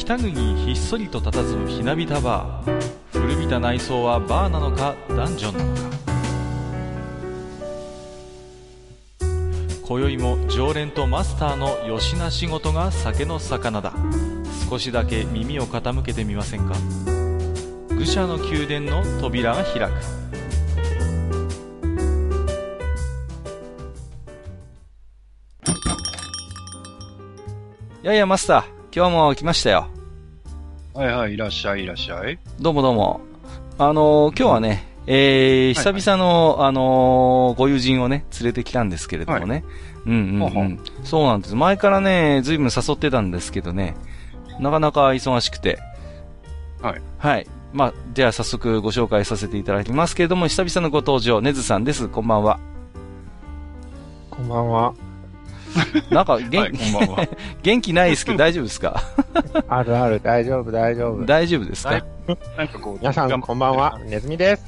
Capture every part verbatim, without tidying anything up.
北国にひっそりと佇むひなびたバー。古びた内装はバーなのかダンジョンなのか。今宵も常連とマスターのよしな仕事が酒の魚だ。少しだけ耳を傾けてみませんか。愚者の宮殿の扉が開く。いやいやマスター、今日も来ましたよ。 はいはい、いらっしゃいいらっしゃい。 どうもどうも。あのー、今日はね、えー、久々の、はいはい、あのー、ご友人をね、連れてきたんですけれどもね。はい、うんうんうん。ほうほう。そうなんです。前からね、ずいぶん誘ってたんですけどね、なかなか忙しくて。 はい。 はい。まあ、じゃあ早速ご紹介させていただきますけれども、久々のご登場、ねずさんです。こんばんは。 こんばんは。 なんか元、 はい、こんばんは。 元気ないですけど大丈夫ですか？ あるある、大丈夫、大丈夫。 大丈夫ですか？ なんかこう、 皆さんこんばんは、ねずみです。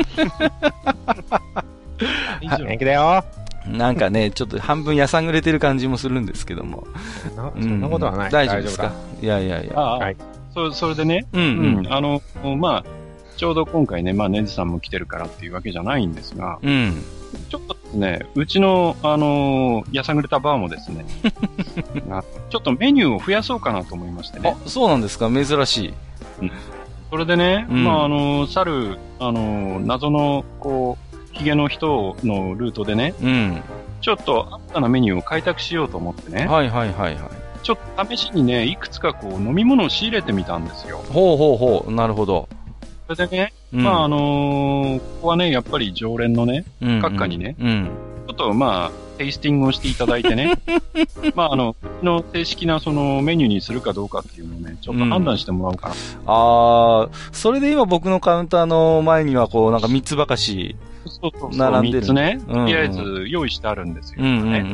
元気だよ。 なんかね、ちょっと半分やさぐれてる感じもするんですけども。 そんな、そんなことはない。 大丈夫ですか？いやいやいや。 ああ、はい。そ、それでね、 うんうん。 あの、まあ、ちょうど今回ね、まあ、ねずさんも来てるからっていうわけじゃないんですが、 うん。 ちょっとですね、うちの、あのー、やさぐれたバーもですね、ちょっとメニューを増やそうかなと思いましてね。 あ、そうなんですか？珍しい。 うん。それでね、 うん、 まあ、あのー、去る、あのー、謎の、こう、ヒゲの人のルートでね、 うん。 ちょっと新たなメニューを開拓しようと思ってね。 はいはいはいはい。 ちょっと試しにね、いくつかこう、飲み物を仕入れてみたんですよ。 ほうほうほう、なるほど。 それでね、 うん、 まああのー、ここはね、やっぱり常連のね、 うんうん、 閣下にね、 うん、 ちょっとまあ、テイスティングをしていただいてね、まああの、の正式なそのメニューにするかどうかっていうのをね、ちょっと判断してもらおうかな。うん、 あー、それで今僕のカウンターの前にはこう、なんかみっつばかし、 そうそうそう、 並んでる。 みっつね、 うんうん、 とりあえず用意してあるんですよ、ね。 うんうんうんうん、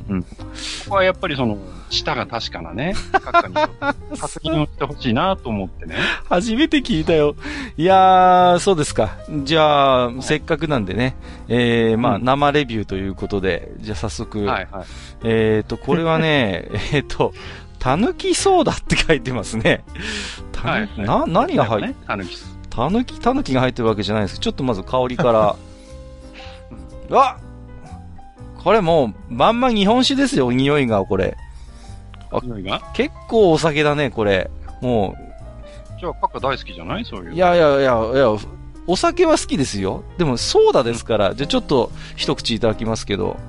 うん。 ここはやっぱりその、舌が確かなね、閣下に確認をしてほしいなと思ってね。 初めて聞いたよ。いやー、そうですか。じゃあ、はい、せっかくなんでね、えー、まあ、うん、生レビューということで、じゃあ早速、 はいはい、 えーと、これはね、えーと、たぬきソーダって書いてますね。たはいはい、 な、何が入って、 たぬきたぬき、たぬきが入ってるわけじゃないですけど、ちょっとまず香りから。あ、これもう、まんま日本酒ですよ、匂いが、これ。 あ、匂いが結構お酒だね、これ。もう。じゃあ、カッカ大好きじゃないそういう。 いやいやいや、いや、お酒は好きですよ。でも、ソーダですから、うん、じゃあちょっと、一口いただきますけど。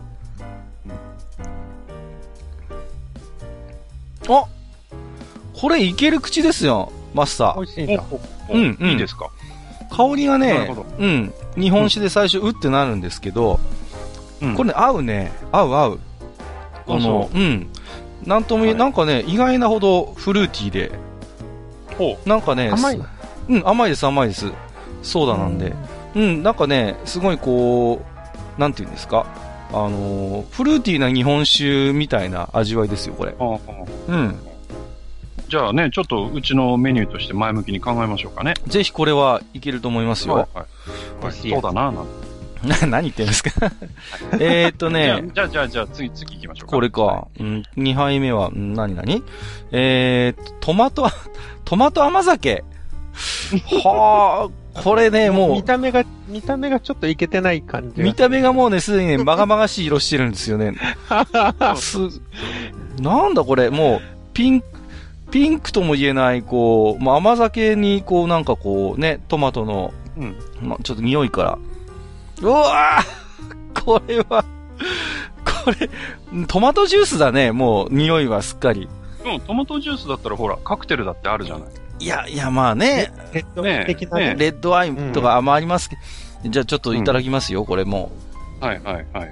うん、あ、これいける口ですよ、マスター。 美味しいんだ。 うん、うん。いいですか？ 香りがね、うん、日本酒で最初、うってなるんですけど、うん、これね、合うね、合う合う。 あの、 うん。なんとも言え、はい、なんかね、意外なほどフルーティーで、 ほう。なんかね、 甘いうん、甘いです、甘いです。ソーダなんで。うん、うん、なんかね、すごいこう、なんていうんですか、あのー、フルーティーな日本酒みたいな味わいですよ、これ。 ああ、 うん。 じゃあね、ちょっとうちのメニューとして前向きに考えましょうかね。 ぜひこれはいけると思いますよ。はい、 はいはい、そうだな、なんな、何言ってんですかえっとね。 じゃあ、じゃあ、じゃあ、次、次行きましょうか。 これか。はい、うん、にはいめは、ん何何えー、トマト、トマト甘酒。はあ、これね、もう。 見た目が、見た目がちょっといけてない感じ。 見た目がもうね、すでにね、まがまがしい色してるんですよね。す、なんだこれ、もう、ピンク、ピンクとも言えない、こう、まあ、甘酒に、こう、なんかこう、ね、トマトの、うん、まあ、ちょっと匂いから。うわぁこれは、これ、トマトジュースだね、もう、匂いはすっかり。 うん、トマトジュースだったらほら、カクテルだってあるじゃない。 いや、いや、まあね、 レッド的な、 ね、レッドワインとかありますけど、うん、じゃあちょっといただきますよ、うん、これもう。はいはいはい。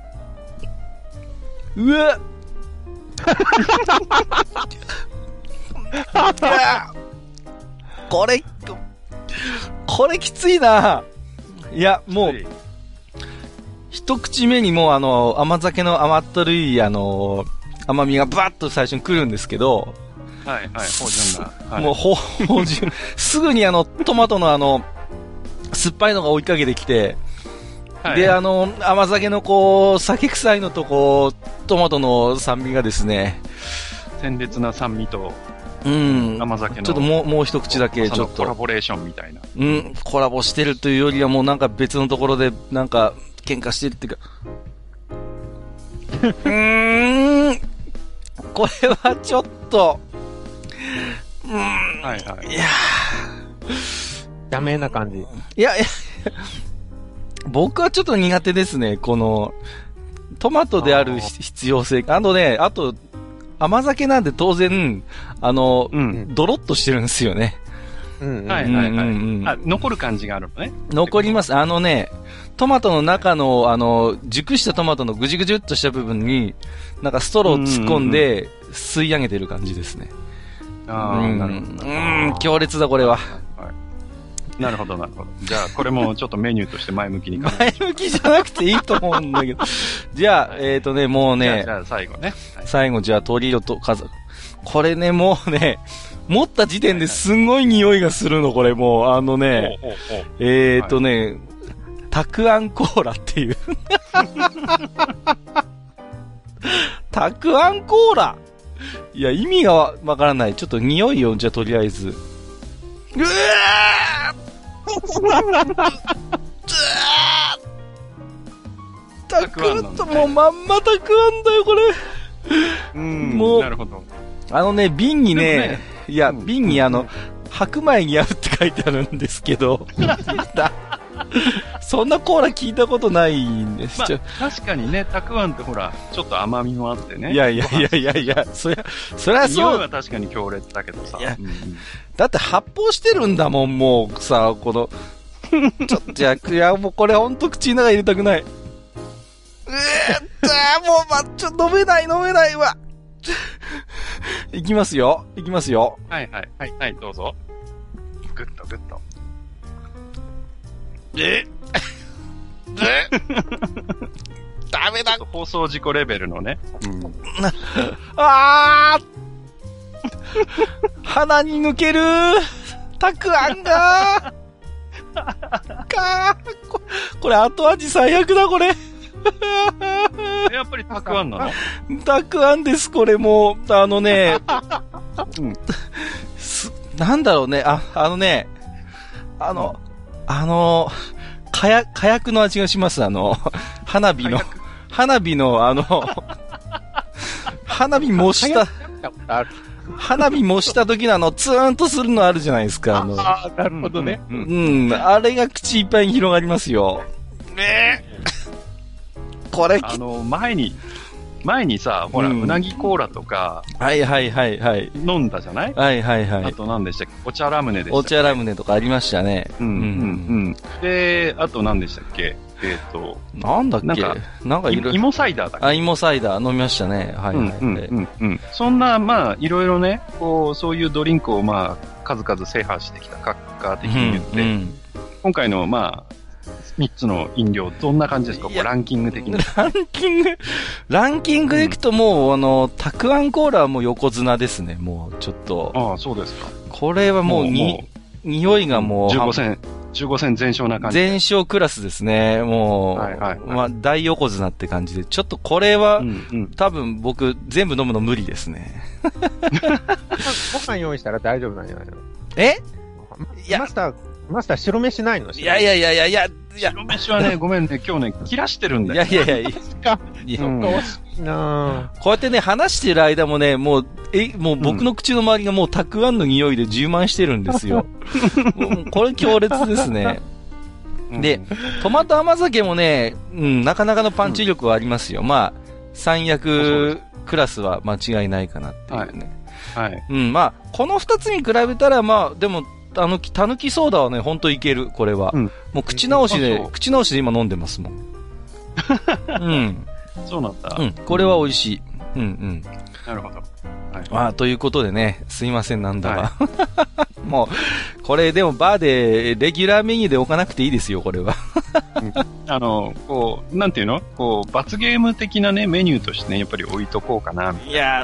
うわこれ、これきついな。いや、もう、一口目にもうあの、甘酒の甘ったるいあの、甘みがバッと最初に来るんですけど、 はいはい、芳醇な。はい、 もう、芳醇。すぐにあの、トマトのあの、酸っぱいのが追いかけてきて、はい、で、あの、甘酒のこう、酒臭いのとこう、トマトの酸味がですね、 鮮烈な酸味と、 うん。 甘酒の。 ちょっともう、もう一口だけ、ちょっと。 コラボレーションみたいな。 うん、コラボしてるというよりはもうなんか別のところで、なんか、喧嘩してるっていうか。うーん。これはちょっと、うーん。 はいはい。 いやー。ダメな感じ。 いやいや、僕はちょっと苦手ですね。この、トマトである必要性。あのね、あと、甘酒なんで当然、あの、うん、ドロッとしてるんですよね。 うんうん、はいはいはい、うんうん。あ、残る感じがあるのね。 残ります。あのね、トマトの中の、あの、熟したトマトのぐじゅぐじゅっとした部分に、なんかストローを突っ込んで、吸い上げてる感じですね。 ああ、なるほど。 うん、強烈だ、これは。 なるほど、なるほど。じゃあ、これもちょっとメニューとして前向きに考え前向きじゃなくていいと思うんだけど。じゃあ、えっ、ー、とね、もうね。 じゃあ、じゃあ最後ね。 はい、最後、じゃあ、トリロとカザ。これね、もうね、持った時点ですんごい匂いがするの、これもう。あのね、えっ、ー、とね、はい、タクアンコーラっていう。タクアンコーラいや、意味がわからない。ちょっと匂いを、じゃあ、とりあえず。うわーたくあんと、もうまんまたくあんだよ、これ。 うん、もう、なるほど。 あのね、瓶にね、ねいや、うん、瓶にあの、白米に合うって書いてあるんですけど、そんなコーラ聞いたことないんです、 まあ、確かにね、たくあんってほら、ちょっと甘みもあってね。 いやいやいやいやいや、そりゃ、そりゃそう。 匂いは確かに強烈だけどさ。いや、うんうん、 だって発泡してるんだもん、もうさ、この、ちょっと、じゃあ、いや、もうこれほんと口の中入れたくない。うえー、じゃあ、もう、ま、ちょっと飲めない、飲めないわ。いきますよ、いきますよ。 はいはい、はい、はい、どうぞ。ぐっとぐっと。 ええダメだ。 放送事故レベルのね。うん、 あー鼻に抜けるたくあんがかーこ、これ後味最悪だ、これ。 やっぱりたくあんなの？ たくあんです、これもう。あのね、うん、なんだろうね、あ、あのね、あの、あの、火薬、火薬の味がします、あの、花火の、花火の、あの、花火模した、花火模した時のあの、ツーンとするのあるじゃないですか。あの、 あなるほどね、 うん。うん、あれが口いっぱいに広がりますよ。ねえ。これ、 あの、前に、前にさ、ほら、うん、うなぎコーラとか、 はいはいはいはい。 飲んだじゃない？ はいはいはい。 あと何でしたっけ？お茶ラムネでしたっけ？ お茶ラムネとかありましたね。 うんうんうん。で、あと何でしたっけ？えっと、 なんだっけ？なんか、なんかいろいろ。 芋サイダーだっけ？ あ、芋サイダー飲みましたね。はいはい、はい。うんうんうん。そんな、まあ、いろいろね、こう、そういうドリンクをまあ、数々制覇してきたカッカー的に言って、うんうん、今回のまあ、三つの飲料、どんな感じですか？ランキング的に。 ランキング、ランキングでいくともう、うん、あの、たくあんコーラはもう横綱ですね、もう、ちょっと。 ああ、そうですか。 これはもうに、もう匂いがもう。 じゅうご戦、じゅうご戦全勝な感じ。 全勝クラスですね、もう。はいはい、はい。まあ、大横綱って感じで、ちょっとこれは、うんうん、多分僕、全部飲むの無理ですね。 ご飯用意したら大丈夫なんじゃないの？ えいや、マスター、マスター白飯ないの？ いやいやいやいやいや、 白飯はね、ごめんね、今日ね、切らしてるんだよ、 ね。いやいやいや、いや、 いや、うん、惜しいなこうやってね、話してる間もね、もう、え、もう僕の口の周りがもうたくあんの匂いで充満してるんですよ。もうこれ強烈ですね。で、トマト甘酒もね、うん、なかなかのパンチ力はありますよ。うん、まあ、三役クラスは間違いないかなっていうね。 はい。はい、 うん、まあ、この二つに比べたら、まあ、でも、あの、たぬきソーダはね、ほんといける、これは。うん、もう口直しで、口直しで今飲んでますもん。うん。 そうなんだ。 うん、これは美味しい。うんうん。 なるほど。 はい。まあ、ということでね、すいません、なんだか。はい、もう、これでもバーで、レギュラーメニューで置かなくていいですよ、これは。 うん、あの、こう、なんていうのこう、罰ゲーム的なね、メニューとしてね、やっぱり置いとこうかな、みたいな。 いやー、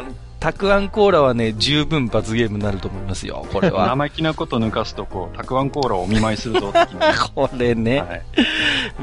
たくあんコーラはね、十分罰ゲームになると思いますよ、これは。 生意気なこと抜かすと、こう、たくあんコーラをお見舞いするぞ、的な。 これね。はい、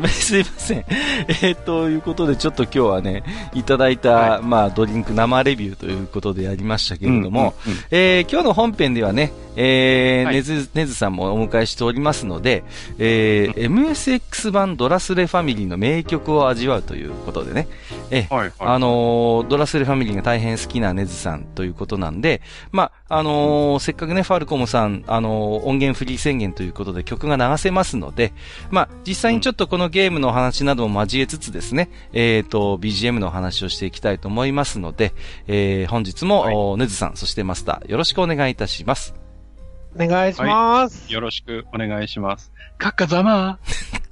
すいません。えー、ということで、ちょっと今日はね、いただいた、はい、まあ、ドリンク生レビューということでやりましたけれども、うんうんうん、えー、今日の本編ではね、えーはい、ねず、ねずさんもお迎えしておりますので、えーうん、エムエスエックス 版ドラスレファミリーの名曲を味わうということでね、えーはいはい、あのー、ドラスレファミリーが大変好きなねずさんということなんで、まあ、あのー、せっかくね、ファルコムさん、あのー、音源フリー宣言ということで曲が流せますので、まあ、実際にちょっとこのゲームのお話なども交えつつですね、えっと、ビージーエム のお話をしていきたいと思いますので、えー、本日も、ねずさん、そしてマスター、よろしくお願いいたします。 お願いします、 はい。よろしくお願いします。かっかざまー。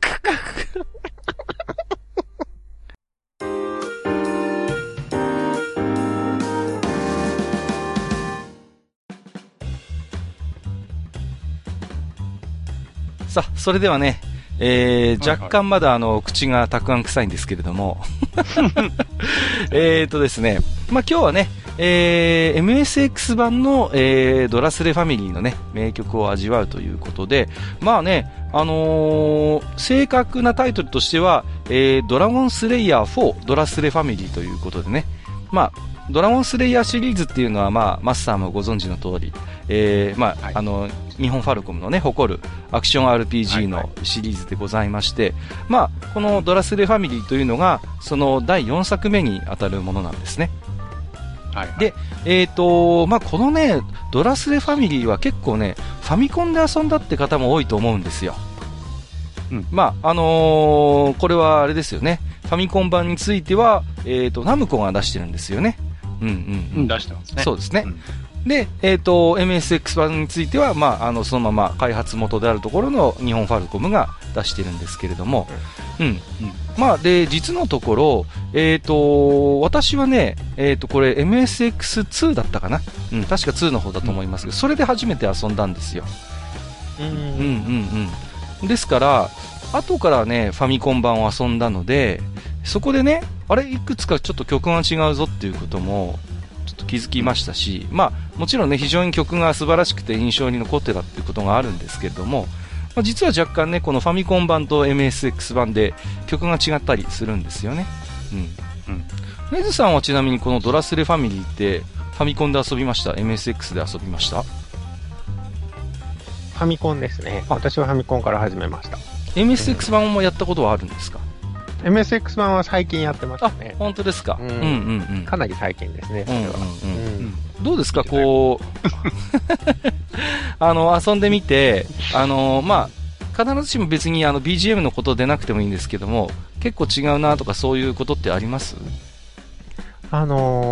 さあ、それではね、えー、若干まだあの、口がたくあん臭いんですけれども。えーとですね、まあ、今日はね、えー、エムエスエックス 版の、えー、ドラスレファミリーのね、名曲を味わうということで、まあね、あのー、正確なタイトルとしては、えー、ドラゴンスレイヤーフォードラスレファミリーということでね、まあ、ドラゴンスレイヤーシリーズっていうのは、まあ、マスターもご存知の通り、えー、まあ、はい、あの、日本ファルコムのね、誇るアクション アールピージー のシリーズでございまして、はいはい、まあ、このドラスレファミリーというのが、そのだいよんさくめに当たるものなんですね。はいはい、で、えっと、まあ、このね、ドラスレファミリーは結構ね、ファミコンで遊んだって方も多いと思うんですよ。うん。まあ、あのー、これはあれですよね。ファミコン版については、えっと、ナムコが出してるんですよね。うんうん、うん。 出してますね。 そうですね。うん、で、えっと、エムエスエックス 版については、まあ、あの、そのまま開発元であるところの日本ファルコムが出してるんですけれども、うん。うん。まあ、で、実のところ、えっと、私はね、えっと、これ エムエスエックスツー だったかな？うん、確かツーの方だと思いますけど、それで初めて遊んだんですよ。うん。うんうんうん。ですから、後からね、ファミコン版を遊んだので、そこでね、あれ、いくつかちょっと曲が違うぞっていうことも、ちょっと気づきましたし、まあ、もちろんね、非常に曲が素晴らしくて印象に残ってたっていうことがあるんですけれども、まあ、実は若干ね、このファミコン版と エムエスエックス 版で曲が違ったりするんですよね。うん。うん。ネズさんはちなみにこのドラスレファミリーってファミコンで遊びました？ エムエスエックス で遊びました？ ファミコンですね。私はファミコンから始めました。 エムエスエックス 版もやったことはあるんですか？ うん、エムエスエックス 版は最近やってましたね。 あ、本当ですか。うん、うんうんうん。 かなり最近ですね、それは。うんうんうんうん、どうですか、こう、あの、遊んでみて、あの、まあ、必ずしも別にあの ビージーエム のことでなくてもいいんですけども、結構違うなとかそういうことってあります？ あ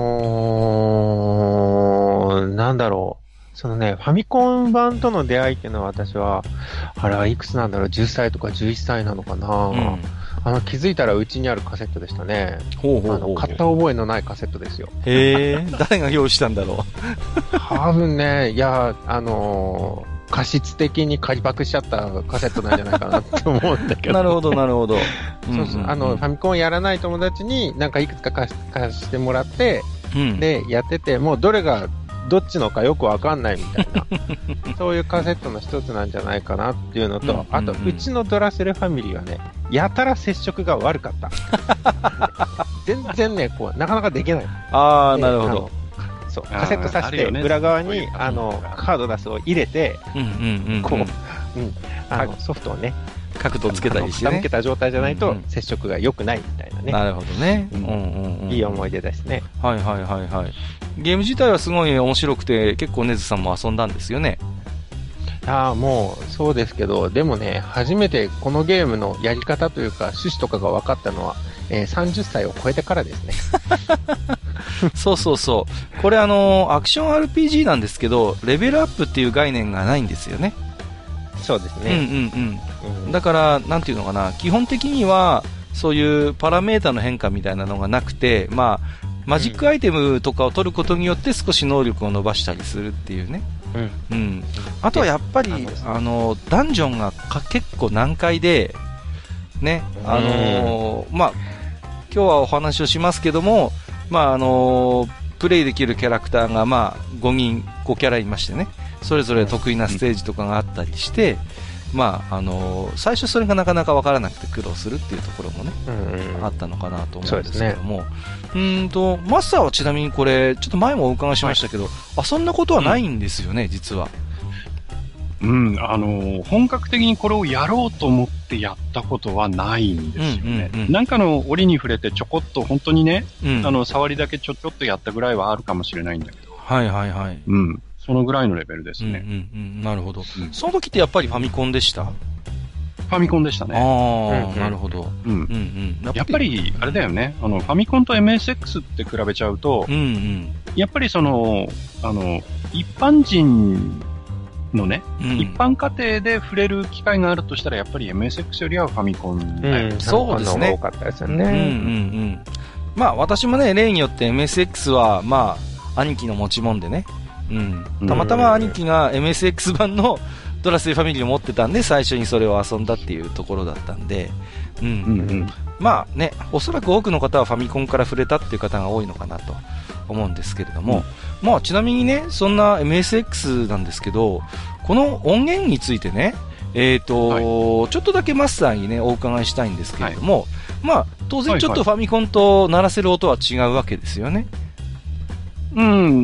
のー、なんだろう。そのね、ファミコン版との出会いっていうのは私は、あれはいくつなんだろう、じゅっさいとかじゅういっさいなのかな、うん、あの気づいたらうちにあるカセットでしたね。ほうほうほうほう、あの買った覚えのないカセットですよ。 へえ、誰が用意したんだろう。 多分ね、いや、あのー、過失的に仮パクしちゃったカセットなんじゃないかなと思うんだけど。 なるほど、なるほど。 そうそう、あの、ファミコンやらない友達になんかいくつか貸し、貸してもらって、うん、で、やってて、もうどれが、どっちのかよくわかんないみたいなそういうカセットの一つなんじゃないかなっていうのと、うんうんうん、あとうちのドラスレファミリーはね、やたら接触が悪かった全然ね、こうなかなかできない。 ああ、なるほど。 そう、カセットさして裏側に、ね、あのカードダスを入れて、うんうんうんうん、こう、うん、あのソフトをね、 角度つけたりしてね、 傾けた状態じゃないと接触が良くないみたいなね。 なるほどね、 うんうんうん、いい思い出ですね。 はいはいはいはい。ゲーム自体はすごい面白くて、結構ネズさんも遊んだんですよね。 ああ、もうそうですけど、でもね、初めてこのゲームのやり方というか趣旨とかが分かったのは、えー、さんじゅっさいを超えてからですね。 そうそうそう。これあのアクション アールピージー なんですけど、レベルアップっていう概念がないんですよね。 そうですね。 うんうんうん。うん、だからなんていうのかな、基本的にはそういうパラメータの変化みたいなのがなくて、まあマジックアイテムとかを取ることによって少し能力を伸ばしたりするっていうね。うん。うん。あとはやっぱり、あの、ダンジョンがか結構難解で、ね、あのー、まあ、今日はお話をしますけども、まあ、あのー、 プレイできるキャラクターが、まあ、ごにん、ごキャラいましてね、それぞれ得意なステージとかがあったりして、うんまああのー、最初それがなかなか分からなくて苦労するっていうところもね、うんうん、あったのかなと思うんですけども、うーんとマスターはちなみにこれちょっと前もお伺いしましたけど、はい、遊んだことはないんですよね、うん、実は。 うん、あのー、本格的にこれをやろうと思ってやったことはないんですよね。うんうんうん、なんかの折に触れてちょこっと本当にね、うん、あの触りだけちょちょっとやったぐらいはあるかもしれないんだけど。 はいはいはい。 うん。そのぐらいのレベルですね。 うんうんうん、なるほど、うん。その時ってやっぱりファミコンでした？ ファミコンでしたね。 ああ、うんうん、なるほど。 うん。うんうん、やっぱり、あれだよね。あの、ファミコンと エムエスエックス って比べちゃうと、 うんうん、 やっぱりその、あの、一般人のね、うん、一般家庭で触れる機会があるとしたら、やっぱり エムエスエックス よりはファミコンだよね。 うん、そうですね。 多かったですよね。 うんうんうん。まあ、私もね、例によって エムエスエックス は、まあ、兄貴の持ち物でね、うん、たまたま兄貴が エムエスエックス 版のドラスレファミリーを持ってたんで最初にそれを遊んだっていうところだったんで、うんうんうん、まあね、おそらく多くの方はファミコンから触れたっていう方が多いのかなと思うんですけれども、うん、まあちなみにね、そんな エムエスエックス なんですけど、この音源についてね、えーとはい、ちょっとだけマスターにねお伺いしたいんですけれども、はい、まあ当然ちょっとファミコンと鳴らせる音は違うわけですよね。 うん、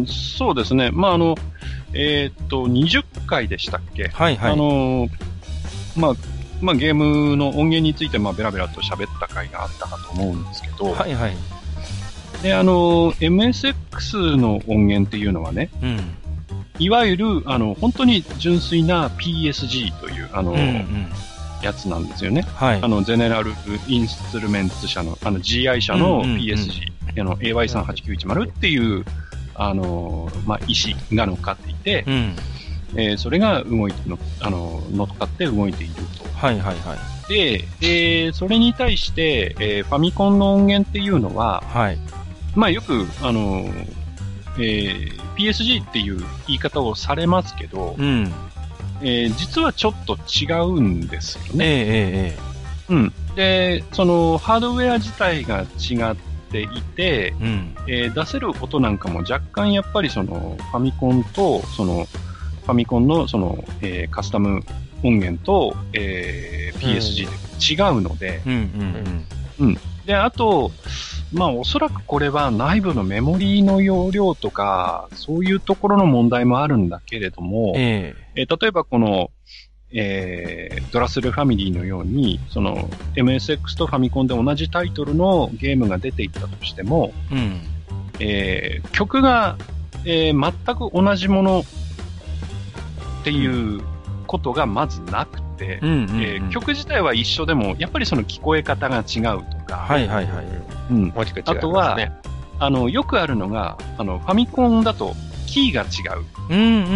そうですね。まあ、あの、えー、っと、にじゅっかいでしたっけ？ はいはい。 あの、まあ、まあ、ゲームの音源について、まあ、ベラベラと喋った回があったかと思うんですけど、 はいはい。 で、あの、エムエスエックス の音源っていうのはね、 うん、 いわゆる、あの、本当に純粋な ピーエスジー という、あの、うんうん、やつなんですよね。 はい。 あの、ゼネラルインストゥルメンツ社の、あの、ジーアイ 社の ピーエスジー、うんうんうん、あの、エーワイさんはちきゅういちまる っていう、あの、まあ、石が乗っかっていて、 うんえー、それが動いての、あの、乗っかって動いていると。 はいはいはい。 で、えー、それに対して、えー、ファミコンの音源っていうのは、 はい。 まあ、よく、あの、えー、ピーエスジー っていう言い方をされますけど、 うん。 えー、実はちょっと違うんですよね。 ええええ。 うん。で、その、ハードウェア自体が違って、いて、 うんえー、出せる音なんかも若干やっぱりそのファミコンとそのファミコンのその、えー、カスタム音源と、えー、ピーエスジー で違うので、 うんうんうん、であとまあおそらくこれは内部のメモリーの容量とかそういうところの問題もあるんだけれども、 えーえー、例えばこのえー、ドラスルファミリーのように、その エムエスエックス とファミコンで同じタイトルのゲームが出ていったとしても、 うんえー、曲が、えー、全く同じものっていうことがまずなくて、 うんうんうんえー、曲自体は一緒でも、やっぱりその聞こえ方が違うとか、 はいはいはい。 うん、 大きく違いますね。 あとは、あの、よくあるのが、あの、ファミコンだとキーが違う。 うんうんうんうん。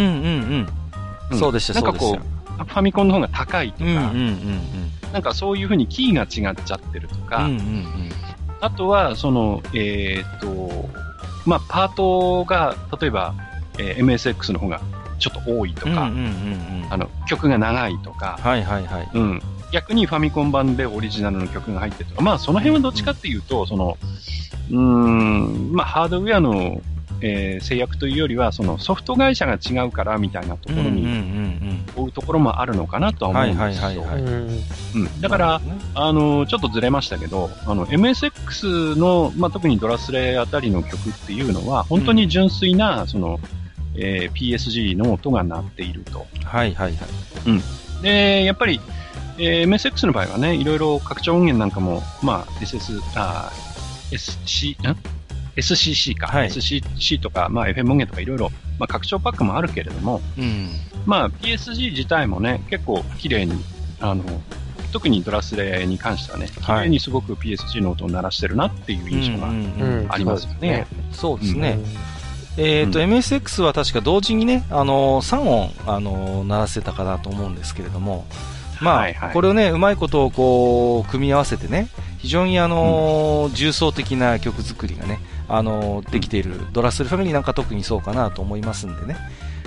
うん、そうでした、そうでした。 ファミコンの方が高いとか、 うんうんうんうん、 なんかそういう風にキーが違っちゃってるとか、 うんうんうん、 あとは、その、えっと、まあ、パートが、例えば、えー、エムエスエックス の方がちょっと多いとか、 うんうんうんうん、 あの、曲が長いとか、 はいはいはい。 うん。逆にファミコン版でオリジナルの曲が入ってるとか、まあ、その辺はどっちかっていうと、うんうん、その、うーん、まあ、ハードウェアの、えー、制約というよりは、そのソフト会社が違うからみたいなところに追うところもあるのかなとは思うんですよ。だから、あの、ちょっとずれましたけど、あの、エムエスエックス の、まあ、特にドラスレあたりの曲っていうのは、本当に純粋な、うん、その、えー、ピーエスジー の音が鳴っていると。 はいはいはい。 うん。で、やっぱり、えー、エムエスエックス の場合はね、いろいろ拡張音源なんかも、まあ、エスエス、あ、エスシー、んエスシーシー か、はい、エスシーシー とか、まあ、エフエム 音源とかいろいろ、まあ、拡張パックもあるけれども、 うん、 まあ、ピーエスジー 自体もね、結構綺麗に、あの、特にドラスレに関してはね、綺麗にすごく ピーエスジー の音を鳴らしてるなっていう印象がありますよね。 そうですね。えっと、うん、エムエスエックス は確か同時にね、あの、さん音、あの、鳴らせたかなと思うんですけれども、まあ、はいはい、これをね、うまいことをこう、組み合わせてね、非常にあの、うん、重層的な曲作りがね、あの、できている、ドラスレファミリーなんか特にそうかなと思いますんでね。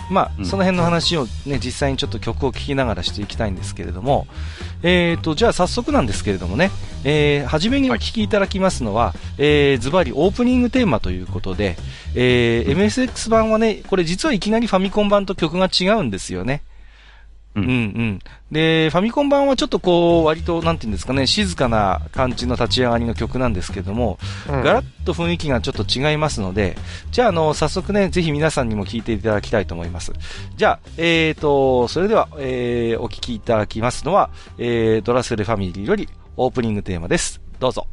まあ、 うんその辺の話をね、実際にちょっと曲を聴きながらしていきたいんですけれども、えーと、じゃあ早速なんですけれどもね、えー、初めにお聴きいただきますのは、はい、えー、ズバリオープニングテーマということで、えー、エムエスエックス 版はね、これ実はいきなりファミコン版と曲が違うんですよね。うん、うん、うん。で、ファミコン版はちょっとこう、割と、なんていうんですかね、静かな感じの立ち上がりの曲なんですけども、うん、ガラッと雰囲気がちょっと違いますので、じゃあ、あの、早速ね、ぜひ皆さんにも聴いていただきたいと思います。じゃあ、えーと、それでは、えー、お聴きいただきますのは、えー、ドラセルファミリーよりオープニングテーマです。どうぞ。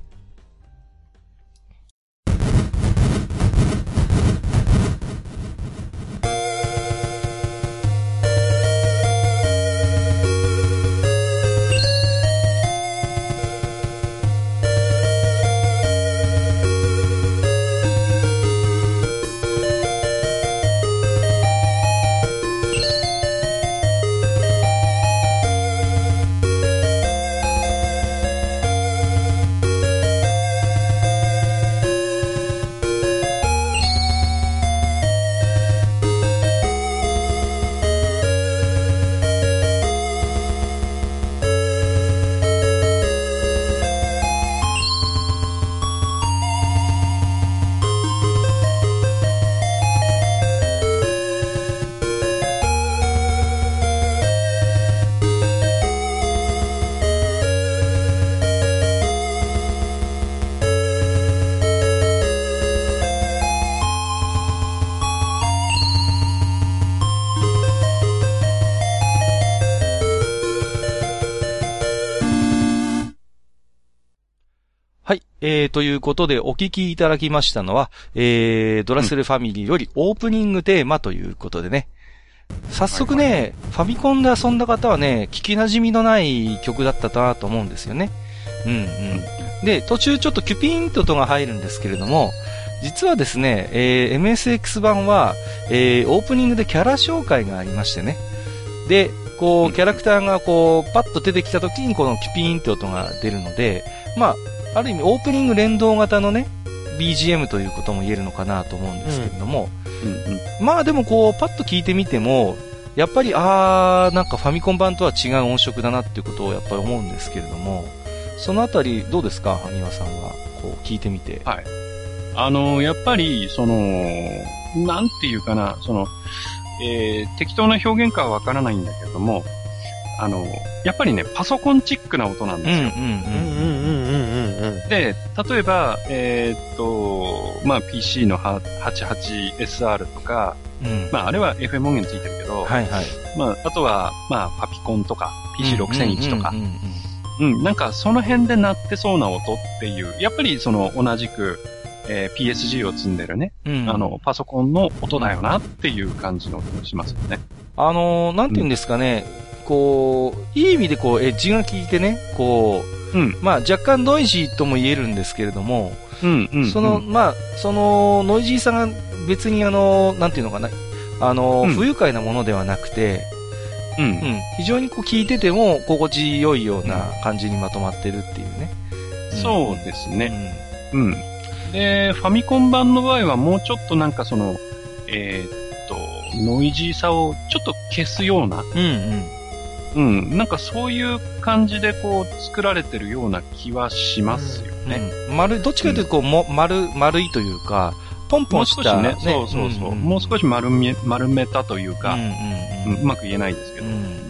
はい。えー、ということで、お聞きいただきましたのは、えー、ドラセルファミリーよりオープニングテーマということでね。早速ね、はいはい、ファミコンで遊んだ方はね、聞き馴染みのない曲だったなと思うんですよね。うんうん。で、途中ちょっとキュピーンと音が入るんですけれども、実はですね、えー、エムエスエックス 版は、えー、オープニングでキャラ紹介がありましてね。で、こう、キャラクターがこう、パッと出てきた時にこのキュピーンって音が出るので、まあ、ある意味オープニング連動型のね ビージーエム ということも言えるのかなと思うんですけれども、うんうんうん、まあでもこうパッと聞いてみてもやっぱりあーなんかファミコン版とは違う音色だなっていうことをやっぱり思うんですけれども、そのあたりどうですか、萩和さんはこう聞いてみて。 はい。あのやっぱりそのなんていうかな、その、えー、適当な表現かはわからないんだけども、あのやっぱりねパソコンチックな音なんですよ。うんうんうんうん。で、例えば、えー、っと、まあ、ピーシー の はちじゅうはちエスアール とか、うん、まあ、あれは エフエム 音源ついてるけど、はいはい。まあ、あとは、まあ、パピコンとか、ピーシーろくせんいち とか、うん、なんかその辺で鳴ってそうな音っていう、やっぱりその同じく、えー、ピーエスジー を積んでるね、うん、あの、パソコンの音だよなっていう感じの音がしますよね。 あのー、なんて言うんですかね、うん、こう、いい意味でこう、エッジが効いてね、こう、うん、まあ若干ノイジーとも言えるんですけれども、うんうんうん、その、まあ、そのノイジーさが別にあの、なんていうのかな、あの、うん、不愉快なものではなくて、うんうん、非常にこう聞いてても心地よいような感じにまとまってるっていうね。 うん、そうですね、うん。うん。で、ファミコン版の場合はもうちょっとなんかその、えー、っと、ノイジーさをちょっと消すような、うんうんうん。なんかそういう感じでこう作られてるような気はしますよね。 うん、丸、どっちかというとこう、うん、も丸、丸いというか、ポンポンした。 もう少しね。そうそうそう。うんうん、もう少し丸め、丸めたというか、うんうんうん、うまく言えないですけど。うん、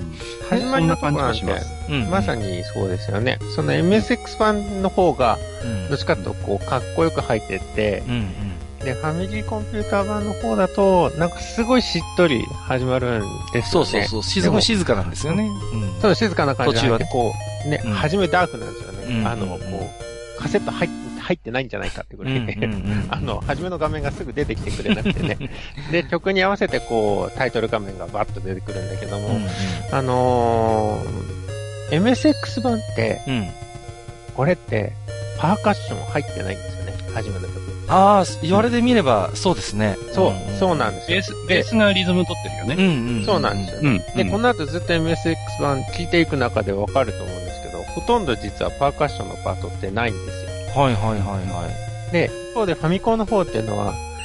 始まりのところなんて、まさにそうですよね。その エムエスエックス 版の方が、どっちかというとこう、かっこよく入ってって、うんうんで、ファミリーコンピューター版の方だと、なんかすごいしっとり始まるんですよね。そうそうそう。すごい静かなんですよね。 うん、そう、静かな感じで入って、こう、ね、うん、初めダークなんですよね。うん、あの、こう、カセット入って、入ってないんじゃないかってぐらいで、うんうんうん、あの、初めの画面がすぐ出てきてくれなくてね。で、曲に合わせてこう、タイトル画面がバッと出てくるんだけども、うんうん、あのー、エムエスエックス 版って、うん、これって、パーカッション入ってないんですよね。初めの曲。 ああ、言われてみれば、そうですね。 そう、うんうん、そうなんですよ。 ベース、ベースがリズム取ってるよね。 うんうん。そうなんですよ、ね。うん、で、この後ずっと エムエスエックス 版聴いていく中でわかると思うんですけど、ほとんど実はパーカッションのパートってないんですよ。 はいはいはいはい。 で、一方でファミコンの方っていうのは、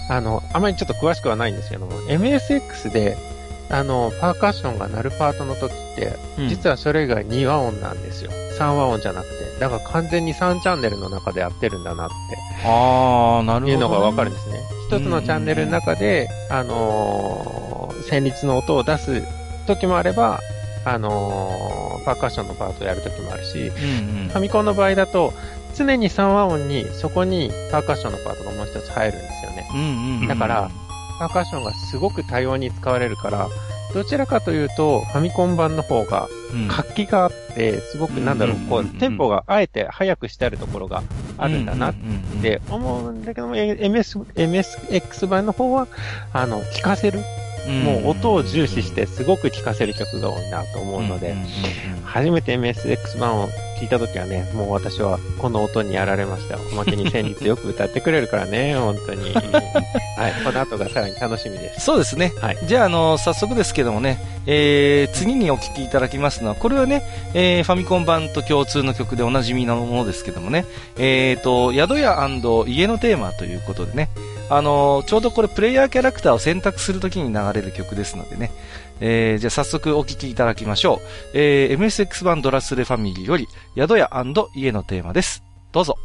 あの、あまりちょっと詳しくはないんですけども、エムエスエックス で、あの、パーカッションが鳴るパートの時って、うん、実はそれ以外に和音なんですよ。さん和音じゃなくて。だから完全にさんチャンネルの中でやってるんだなって。 ああ、なるほど、ね。 いうのがわかるんですね。一つのチャンネルの中で、あのー、旋律の音を出す時もあれば、あのー、パーカッションのパートをやる時もあるし、うんうん、ファミコンの場合だと、常にさん和音に、そこにパーカッションのパートがもう一つ入るんですよね。うんうんうん、だから、パーカッションがすごく多様に使われるから、どちらかというと、ファミコン版の方が、活気があって、すごくなんだろう、こう、テンポがあえて速くしてあるところがあるんだなって思うんだけども、エムエス、エムエスエックス 版の方は、あの、聴かせる。もう音を重視してすごく聴かせる曲が多いなと思うので、初めて エムエスエックス 版を聴いたときはね、もう私はこの音にやられました。おまけに旋律よく歌ってくれるからね、本当に。はい、この後がさらに楽しみです。 そうですね。はい。じゃあ、あの、早速ですけどもね、えー、次にお聴きいただきますのは、これはね、えー、ファミコン版と共通の曲でおなじみのものですけどもね、えーと、宿屋&家のテーマということでね、あのー、ちょうどこれプレイヤーキャラクターを選択するときに流れる曲ですのでね。えー、じゃあ早速お聴きいただきましょう。えー、エムエスエックス 版ドラスレファミリーより、宿屋&家のテーマです。どうぞ。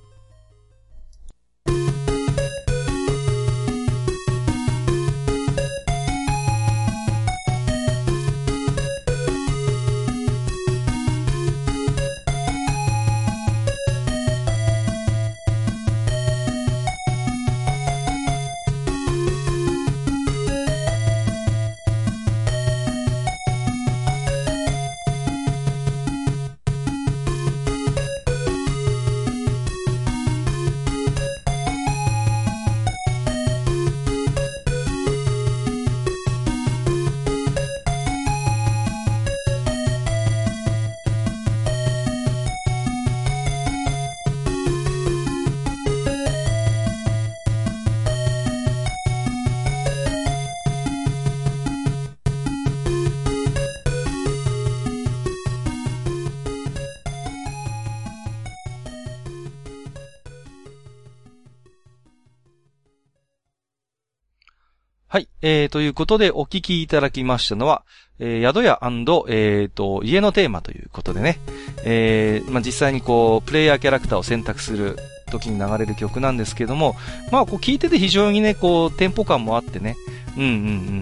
はい。えー、ということで、お聞きいただきましたのは、えー、宿屋&えーと、家のテーマということでね、えー、まあ、実際にこう、プレイヤーキャラクターを選択する時に流れる曲なんですけども、まあ、こう聞いてて非常にね、こう、テンポ感もあってね、うんうんうん。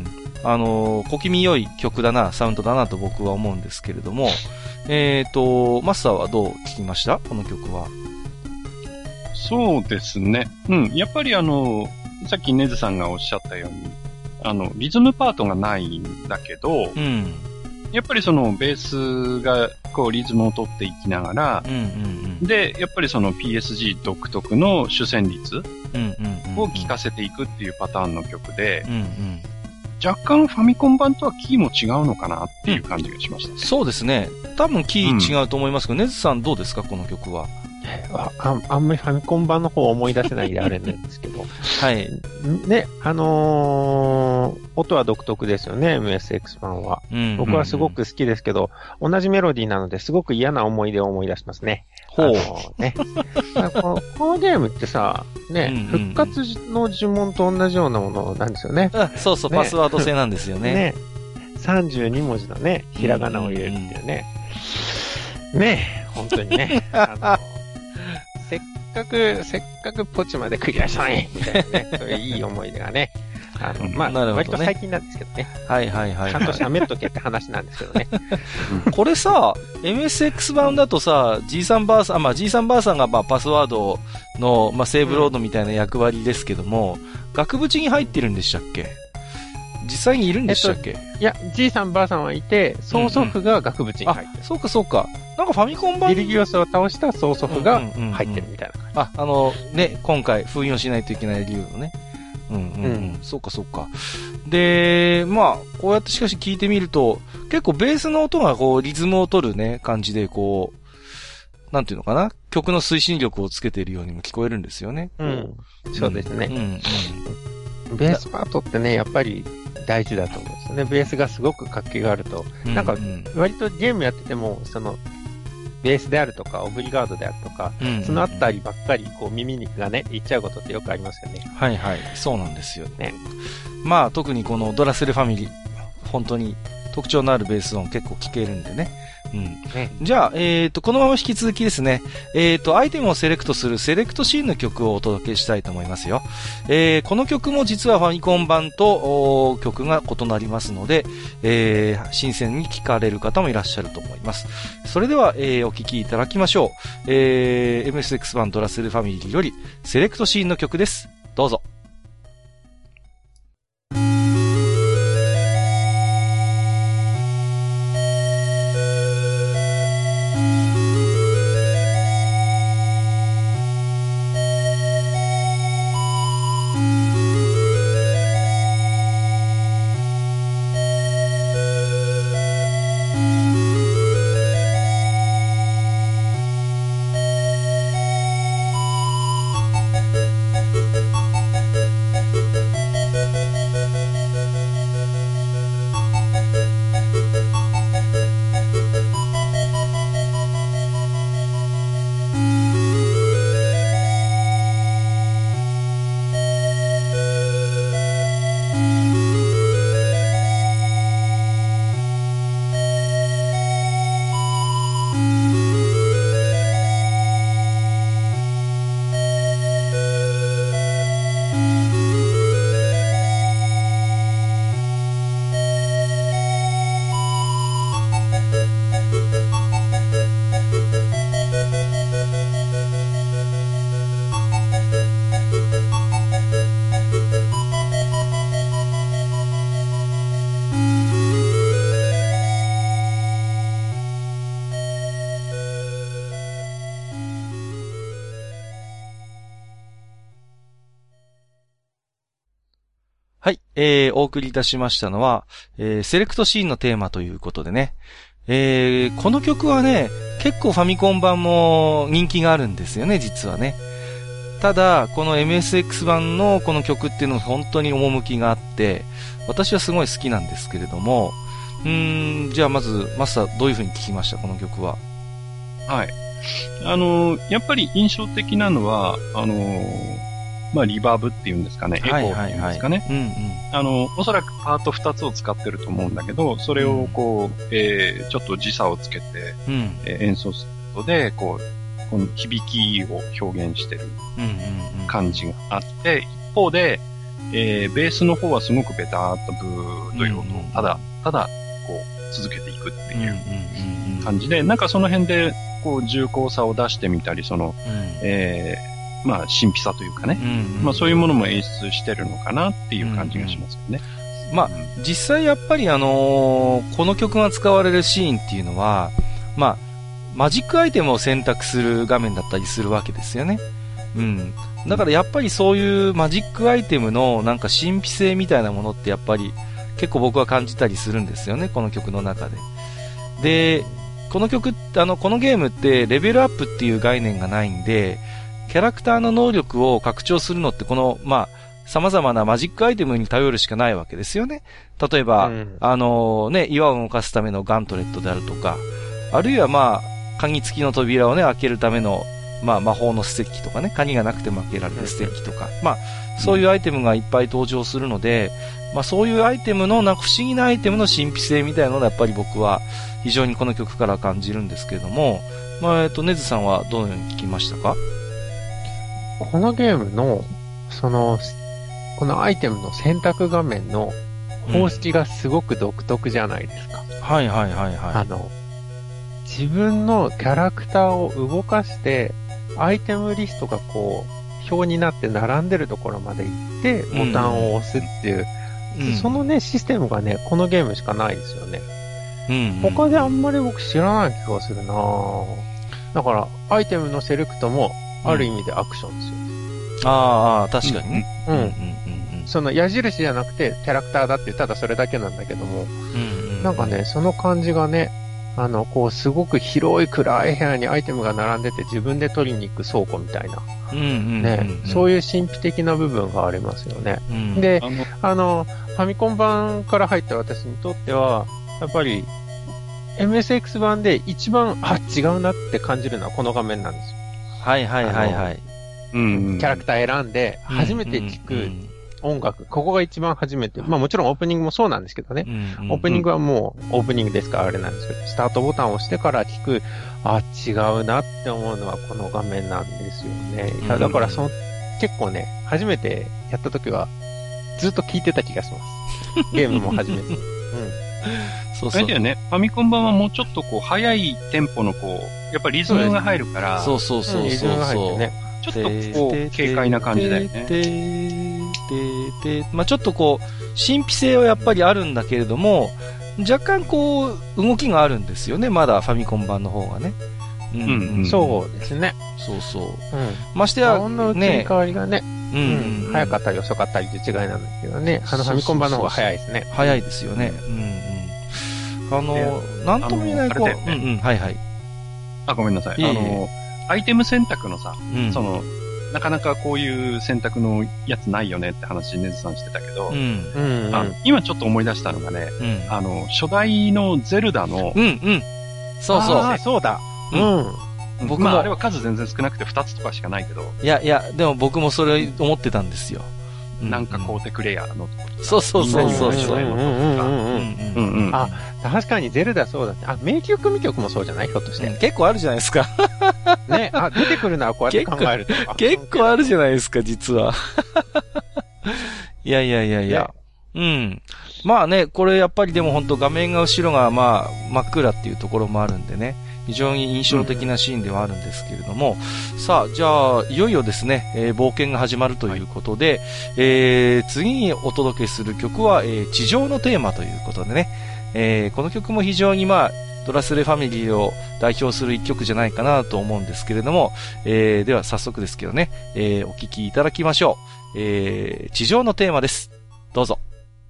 あのー、小気味良い曲だな、サウンドだなと僕は思うんですけれども、えーと、マスターはどう聞きました?この曲は。 そうですね。うん。やっぱりあの、さっきネズさんがおっしゃったように、あの、リズムパートがないんだけど、うん、やっぱりそのベースがこうリズムを取っていきながら、うんうんうん、で、やっぱりその ピーエスジー 独特の主旋律を聴かせていくっていうパターンの曲で、うんうん、若干ファミコン版とはキーも違うのかなっていう感じがしましたね。 うん、そうですね。多分キー違うと思いますけど、うん、ネズさんどうですかこの曲は。 あ, あ, あんまりファミコン版の方思い出せないであれなんですけど。 はい。 ね、あのー、音は独特ですよね、エムエスエックス 版は、うんうんうん。僕はすごく好きですけど、同じメロディーなのですごく嫌な思い出を思い出しますね。 ほう。あのー、ねこの。このゲームってさ、ね、うんうんうん、復活の呪文と同じようなものなんですよね。 あ、そうそう、ね、パスワード制なんですよね。ね。 さんじゅうに文字のね、ひらがなを入れるっていうね。うんうん、ね、本当にね。あのせっかく、せっかくポチまでクリアしたねみたいなね、そういういい思い出がね。あの、まあ、ね、割と最近なんですけどね。 はいはいはい、はい。 ちゃんと喋っとけって話なんですけどね。 これさ、エムエスエックス 版だとさ、じいさんばあさん、あ、まあ、じいさんばあさんがまあパスワードの、まあ、セーブロードみたいな役割ですけども、うん、額縁に入ってるんでしたっけ?実際にいるんでしたっけ、えっと、いや、じいさんばあさんはいて、曽祖父が額縁に入ってる。 うんうん、あ、そうかそうか。なんかファミコン版ギリギリスを倒した曽祖父が入ってるみたいな感じ。 うんうんうん、あ、あの、ね、今回封印をしないといけない理由のね。うんうんうん。うん、そうかそうか。で、まあ、こうやってしかし聞いてみると、結構ベースの音がこう、リズムを取るね、感じでこう、なんていうのかな?曲の推進力をつけているようにも聞こえるんですよね。 うん。そうですね。うんうんうん、ベースパートってね、やっぱり大事だと思うんですよね。ベースがすごく活気があると。うんうん、なんか、割とゲームやってても、その、 ベースであるとか、オブリガードであるとか、うんうんうん、そのあたりばっかり、こう、耳がね、いっちゃうことってよくありますよね。 はいはい。そうなんですよね。まあ、特にこのドラセルファミリー、本当に特徴のあるベース音結構聴けるんでね。うん。ね、じゃあ、えっと、このまま引き続きですね、えっと、アイテムをセレクトするセレクトシーンの曲をお届けしたいと思いますよ。えー、この曲も実はファミコン版と曲が異なりますので、えー、新鮮に聴かれる方もいらっしゃると思います。それでは、えー、お聴きいただきましょう。えー、エムエスエックス 版ドラセルファミリーよりセレクトシーンの曲です。どうぞ。はい、えー、お送りいたしましたのは、えー、セレクトシーンのテーマということでね、えー、この曲はね、結構ファミコン版も人気があるんですよね、実はね。ただ、この エムエスエックス 版のこの曲っていうのは本当に趣があって、私はすごい好きなんですけれども、うーん、じゃあまず、マスターどういう風に聴きました、この曲は。 はい。あのー、やっぱり印象的なのは、あのー、まあ、リバーブっていうんですかね、エコーっていうんですかね。 うんうん、 あの、おそらくパートふたつを使ってると思うんだけど、それをこう、えー、ちょっと時差をつけて、うんえー、演奏することで、こう、この響きを表現してる感じがあって、一方で、えー、ベースの方はすごくベターっとブーという音を、ただ、ただ、こう、続けていくっていう感じで、なんかその辺で、こう、重厚さを出してみたり、その、うん、えーまあ、神秘さというかね。うんうん、まあ、そういうものも演出してるのかなっていう感じがしますよね。 うんうん、まあ、実際やっぱりあのー、この曲が使われるシーンっていうのは、まあ、マジックアイテムを選択する画面だったりするわけですよね。うん。だからやっぱりそういうマジックアイテムのなんか神秘性みたいなものってやっぱり結構僕は感じたりするんですよね、この曲の中で。で、この曲、あの、このゲームってレベルアップっていう概念がないんで、キャラクターの能力を拡張するのってこの、まあ、様々なマジックアイテムに頼るしかないわけですよね。例えば、うん、あのね、岩を動かすためのガントレットであるとか、あるいはまあ、鍵付きの扉をね、開けるための、まあ、魔法のステッキとかね、鍵がなくても開けられるステッキとか、まあ、そういうアイテムがいっぱい登場するので、まあ、そういうアイテムの、なんか不思議なアイテムの神秘性みたいなのがやっぱり僕は非常にこの曲から感じるんですけれども、まあ、えっと、ネズさんはどのように聞きましたか？ このゲームの、その、このアイテムの選択画面の方式がすごく独特じゃないですか。 うん、はいはいはいはい。 あの、自分のキャラクターを動かして、アイテムリストがこう、表になって並んでるところまで行って、ボタンを押すっていう、うん、そのね、システムがね、このゲームしかないですよね。うん、うん、他であんまり僕知らない気がするなぁ。だから、アイテムのセレクトも、ある意味でアクションですよね。 うん、ああ、確かにね。 うん。うんうんうんうん、その矢印じゃなくて、キャラクターだってただそれだけなんだけども、うんうんうん、なんかね、その感じがね、あの、こう、すごく広い暗い部屋にアイテムが並んでて自分で取りに行く倉庫みたいな。うんうんうんうん、ね、そういう神秘的な部分がありますよね。うん、で、あの、あの、ファミコン版から入った私にとっては、やっぱり、 エムエスエックス 版で一番、あ、違うなって感じるのはこの画面なんですよ。 はいはいはいはい。 うん。キャラクター選んで、初めて聴く音楽、ここが一番初めて、まあもちろんオープニングもそうなんですけどね。オープニングはもう、オープニングですからあれなんですけど、スタートボタンを押してから聴く、あ、違うなって思うのはこの画面なんですよね。いや、だからその、結構ね、初めてやった時は、ずっと聴いてた気がします。ゲームも初めて。うん。 そうそう。あれだよね、ファミコン版はもうちょっとこう、早いテンポのこう、やっぱりリズムが入るから、 そうそうそうそう。リズムが入ってね。 ちょっとこう、軽快な感じだよね。 で、で、まあちょっとこう、神秘性はやっぱりあるんだけれども、若干こう、動きがあるんですよね、まだファミコン版の方がね。 うん、うん、そうですね。 そうそう。うん、 ましてや、 音の移り変わりがね、うん、うん、早かったり遅かったりで違いなんだけどね、あのファミコン版の方が早いですね。 早いですよね。うんうん。あの、なんとも言えないこう、ね、うんうん、はいはい。 あ、ごめんなさい。いいあの、アイテム選択のさ、うん、その、なかなかこういう選択のやつないよねって話、ネズさんしてたけど、うんうんうん、あ今ちょっと思い出したのがね、うん、あの、初代のゼルダの、 うんうん。そうそう。 あそうだ。うん。 僕も、まあ、あれは数全然少なくてふたつとかしかないけど。 いやいや、でも僕もそれ思ってたんですよ。 なんか買うてくれやのとか。 そうそうそうそうそう。 あ、確かにゼルダそうだね。あ、迷宮組曲もそうじゃないひょっとして、 うん。結構あるじゃないですか。 ね、あ、出てくるのはこうやって考えるとか。 結構あるじゃないですか、実は。いやいやいやいや。うん。まあね、これやっぱりでも本当画面が後ろがまあ真っ暗っていうところもあるんでね。非常に印象的なシーンではあるんですけれども、うん、さあ、じゃあ、いよいよですね、えー、冒険が始まるということで、はい、えー、次にお届けする曲は、えー、地上のテーマということでね、えー、この曲も非常にまあ、ドラスレファミリーを代表する一曲じゃないかなと思うんですけれども、えー、では早速ですけどね、えー、お聴きいただきましょう。えー、地上のテーマです。どうぞ。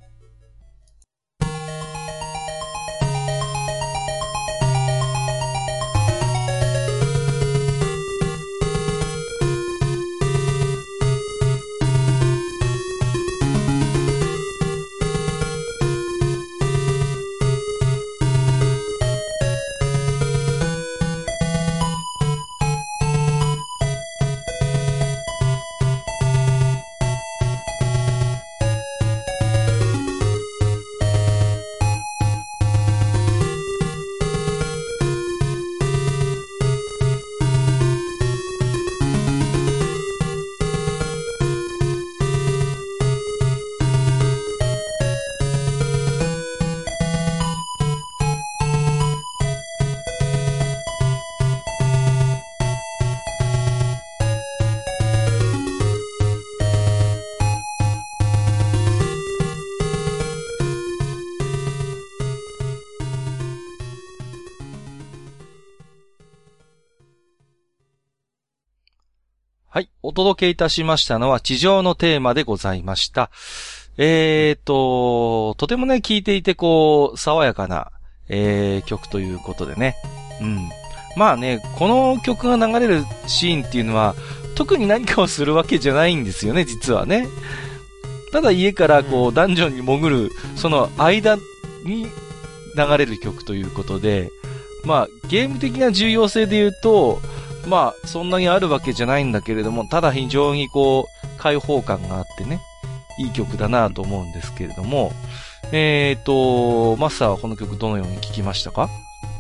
はい。お届けいたしましたのは地上のテーマでございました。えーと、とてもね、聴いていてこう、爽やかな、えー、曲ということでね。うん。まあね、この曲が流れるシーンっていうのは、特に何かをするわけじゃないんですよね、実はね。ただ家からこう、うん、ダンジョンに潜る、その間に流れる曲ということで、まあ、ゲーム的な重要性で言うと、まあ、そんなにあるわけじゃないんだけれども、ただ非常にこう、開放感があってね、いい曲だなと思うんですけれども、えーと、マスターはこの曲どのように聴きましたか？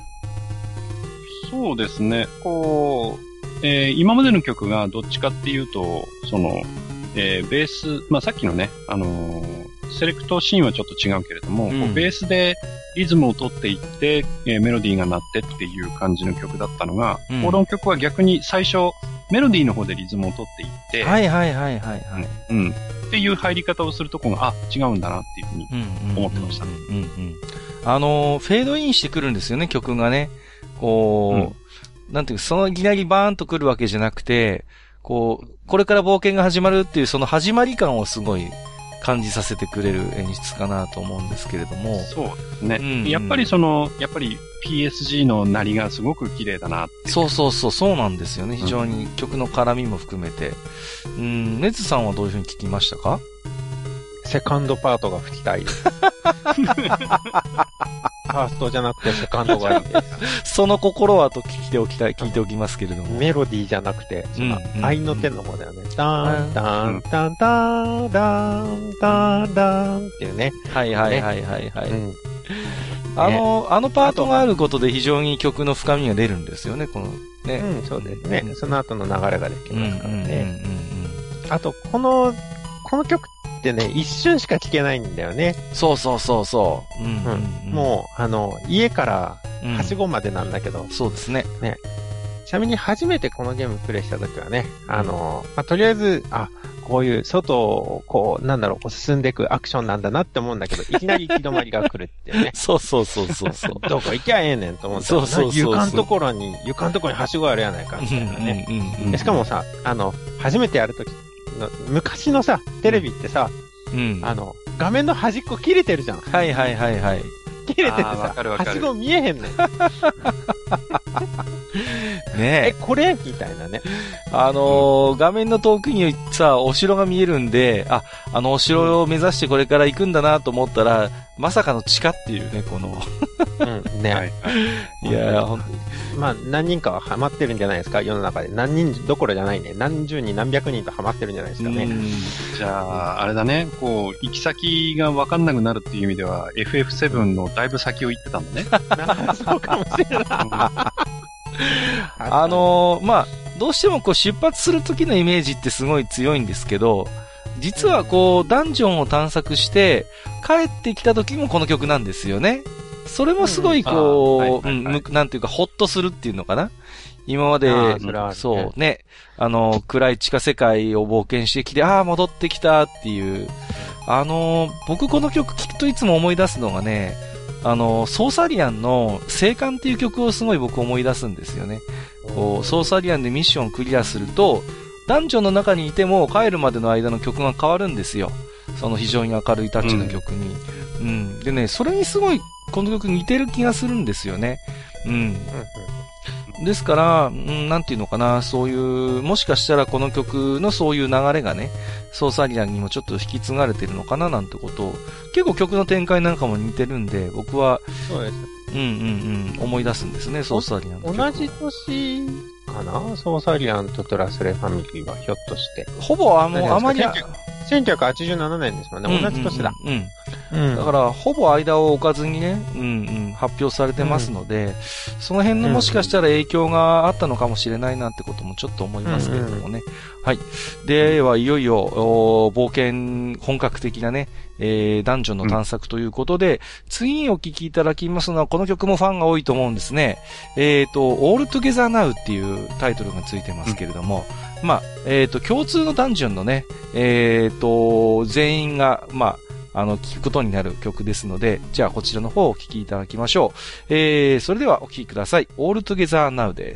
そうですね、こう、えー、今までの曲がどっちかっていうと、その、えー、ベース、まあさっきのね、あのー、セレクトシーンはちょっと違うけれども、うん、こうベースでリズムを取っていって、えー、メロディーが鳴ってっていう感じの曲だったのが、うん、この曲は逆に最初、メロディーの方でリズムを取っていって、 はいはいはいはいはい。 うん。っていう入り方をするとこが、あ、違うんだなっていうふうに思ってました。 あのー、フェードインしてくるんですよね、曲がね。こう、うん、なんていうか、そのいきなりバーンとくるわけじゃなくて、こう、これから冒険が始まるっていうその始まり感をすごい感じさせてくれる演出かなと思うんですけれども。 そうですね。うんうん、やっぱりその、やっぱり ピーエスジー の鳴りがすごく綺麗だなって。 そうそうそう、そうなんですよね。非常に曲の絡みも含めて。うん、ネズさんはどういうふうに聞きましたか？ セカンドパートが吹きたい。 ファーストじゃなくてセカンドがいいです。 その心はと聞いておきたい、聞いておきますけれども。 メロディーじゃなくて、その、愛の手の方だよね。ダン、ダン、ダン、ダン、ダン、ダン、ダンっていうね。 はいはいはいはいはい。あの、あのパートがあることで非常に曲の深みが出るんですよね、この、ね。 うん、そうですね。その後の流れができますからね。あと、この、この曲ってね、一瞬しか聴けないんだよね。 そうそうそうそう。 うんうん、もう、あの、家からはしごまでなんだけど。 うん、そうですね。 ね。ちなみに初めてこのゲームプレイした時はね、あの、まあ、とりあえず、あ、こういう外を、こう、なんだろう、こう進んでいくアクションなんだなって思うんだけど、いきなり行き止まりが来るっていうね。 そうそうそうそうそう。 どこ行きゃええねんと思ったら、そうそうそうそう床のところに、床のところにはしごあるやないか、みたいなね。うんうんうん、しかもさ、あの、初めてやるときの、昔のさ、テレビってさ、うん、あの、画面の端っこ切れてるじゃん。 はいはいはいはい。 切れててさ、はしご見えへんねん。 ねえ。 え、これみたいなね。 あのーうん、画面の遠くにさ、お城が見えるんで、あ、あのお城を目指してこれから行くんだなと思ったら、まさかの地下っていうね、この。 うん、ね。はい、 いやー、ほんとに。 まあ、何人かはハマってるんじゃないですか、世の中で。何人どころじゃないね。何十人、何百人とハマってるんじゃないですかね。 じゃあ、あれだね、こう、行き先が分かんなくなるっていう意味では、エフエフセブン のだいぶ先を行ってたんだね。 そうかもしれない。 あのー、まあ、どうしてもこう出発する時のイメージってすごい強いんですけど、実はこう、ダンジョンを探索して、帰ってきた時もこの曲なんですよね。それもすごいこう、うん、なんていうか、ほっとするっていうのかな。今まで、ね、そうね、あの、暗い地下世界を冒険してきて、ああ、戻ってきたっていう。あの、僕この曲聴くといつも思い出すのがね、あの、ソーサリアンの聖冠っていう曲をすごい僕思い出すんですよね。こう、ソーサリアンでミッションをクリアすると、ダンジョンの中にいても帰るまでの間の曲が変わるんですよ。その非常に明るいタッチの曲に。うん。うん、でね、それにすごいこの曲似てる気がするんですよね。うん。ですから、うん、なんていうのかな、そういう、もしかしたらこの曲のそういう流れがね、ソーサリアンにもちょっと引き継がれてるのかななんてことを、結構曲の展開なんかも似てるんで、僕は、 そうです。 うんうんうん、思い出すんですね、ソーサリアンの曲。 同じ年かな、ソーサリアンとトラスレファミリーはひょっとして。 ほぼあの、あまり、 せんきゅうひゃくはちじゅうななねんですもんね、同じ年だ。 うん。うん、だから、ほぼ間を置かずにね、うんうん、発表されてますので、うん、その辺のもしかしたら影響があったのかもしれないなんてこともちょっと思いますけれどもね。うんうん、はい。では、いよいよ、冒険、本格的なね、えー、ダンジョンの探索ということで、うん、次にお聴きいただきますのは、この曲もファンが多いと思うんですね。えっと、All Together Now っていうタイトルがついてますけれども、うん、まあ、えっと、共通のダンジョンのね、えっと、全員が、まあ、あの、聴くことになる曲ですので、じゃあこちらの方をお聴きいただきましょう。えー、それではお聴きください。All Together Now です。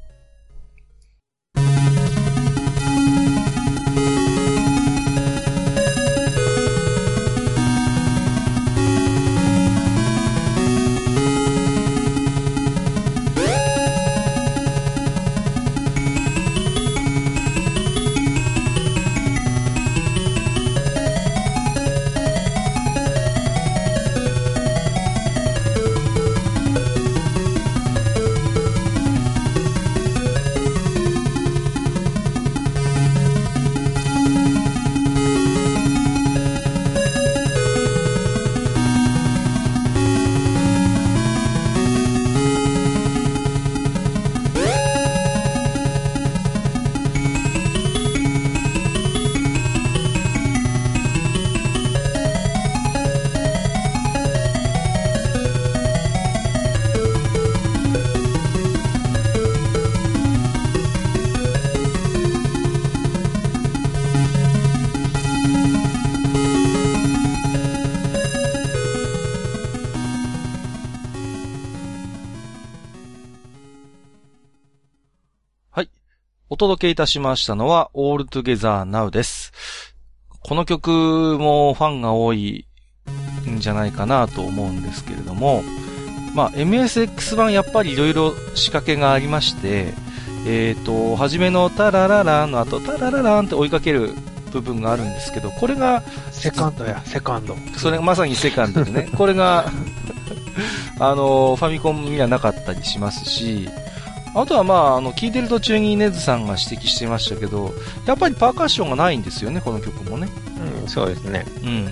お届けいたしましたのは All Together Now です。この曲もファンが多いんじゃないかなと思うんですけれども、まあ エムエスエックス 版やっぱりいろいろ仕掛けがありまして、えっと、初めのタララランの後タララランって追いかける部分があるんですけど、これがセカンドや、セカンド。 それがまさにセカンドでね、これがあの、ファミコンにはなかったりしますし、あとはまあ、あの、聞いてる途中にネズさんが指摘してましたけど、やっぱりパーカッションがないんですよね、この曲もね。 うん、そうですね。 うんうんうん。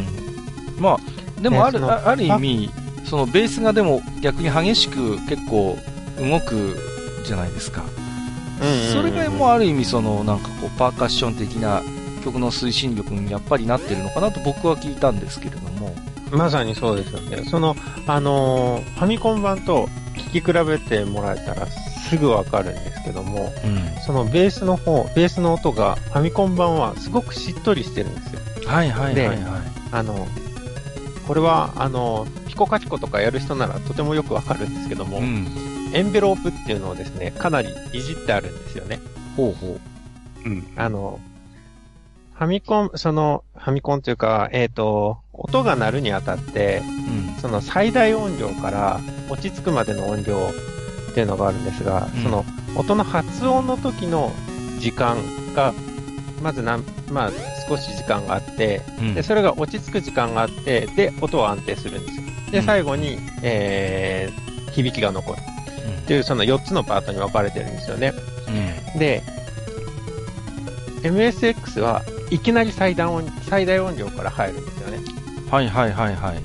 まあ、でもある、ね、ある意味、そのベースがでも逆に激しく結構動くじゃないですか。うんうんうんうん、それがもうある意味そのなんかこうパーカッション的な曲の推進力にやっぱりなってるのかなと僕は聞いたんですけれども。 まさにそうですよね。その、あのー、ファミコン版と聴き比べてもらえたらすぐわかるんですけども、うん、そのベースの方、ベースの音がファミコン版はすごくしっとりしてるんですよ。 はいはいはいはい。 で、あの、これは、あの、ピコカチコとかやる人ならとてもよくわかるんですけども、うん、エンベロープっていうのをですね、かなりいじってあるんですよね。 ほうほう。 うん。あの、ファミコン、その、ファミコンというか、えっと、音が鳴るにあたって、うん、その最大音量から落ち着くまでの音量っていうのがあるんですが、うん、その音の発音の時の時間が、まずなん、まあ、少し時間があって、うん、で、それが落ち着く時間があって、で、音は安定するんですよ。で、最後に、えー、響きが残る。っていう、そのよっつのパートに分かれてるんですよね。うん、で、エムエスエックス はいきなり最大音、最大音量から入るんですよね。 はいはいはいはい。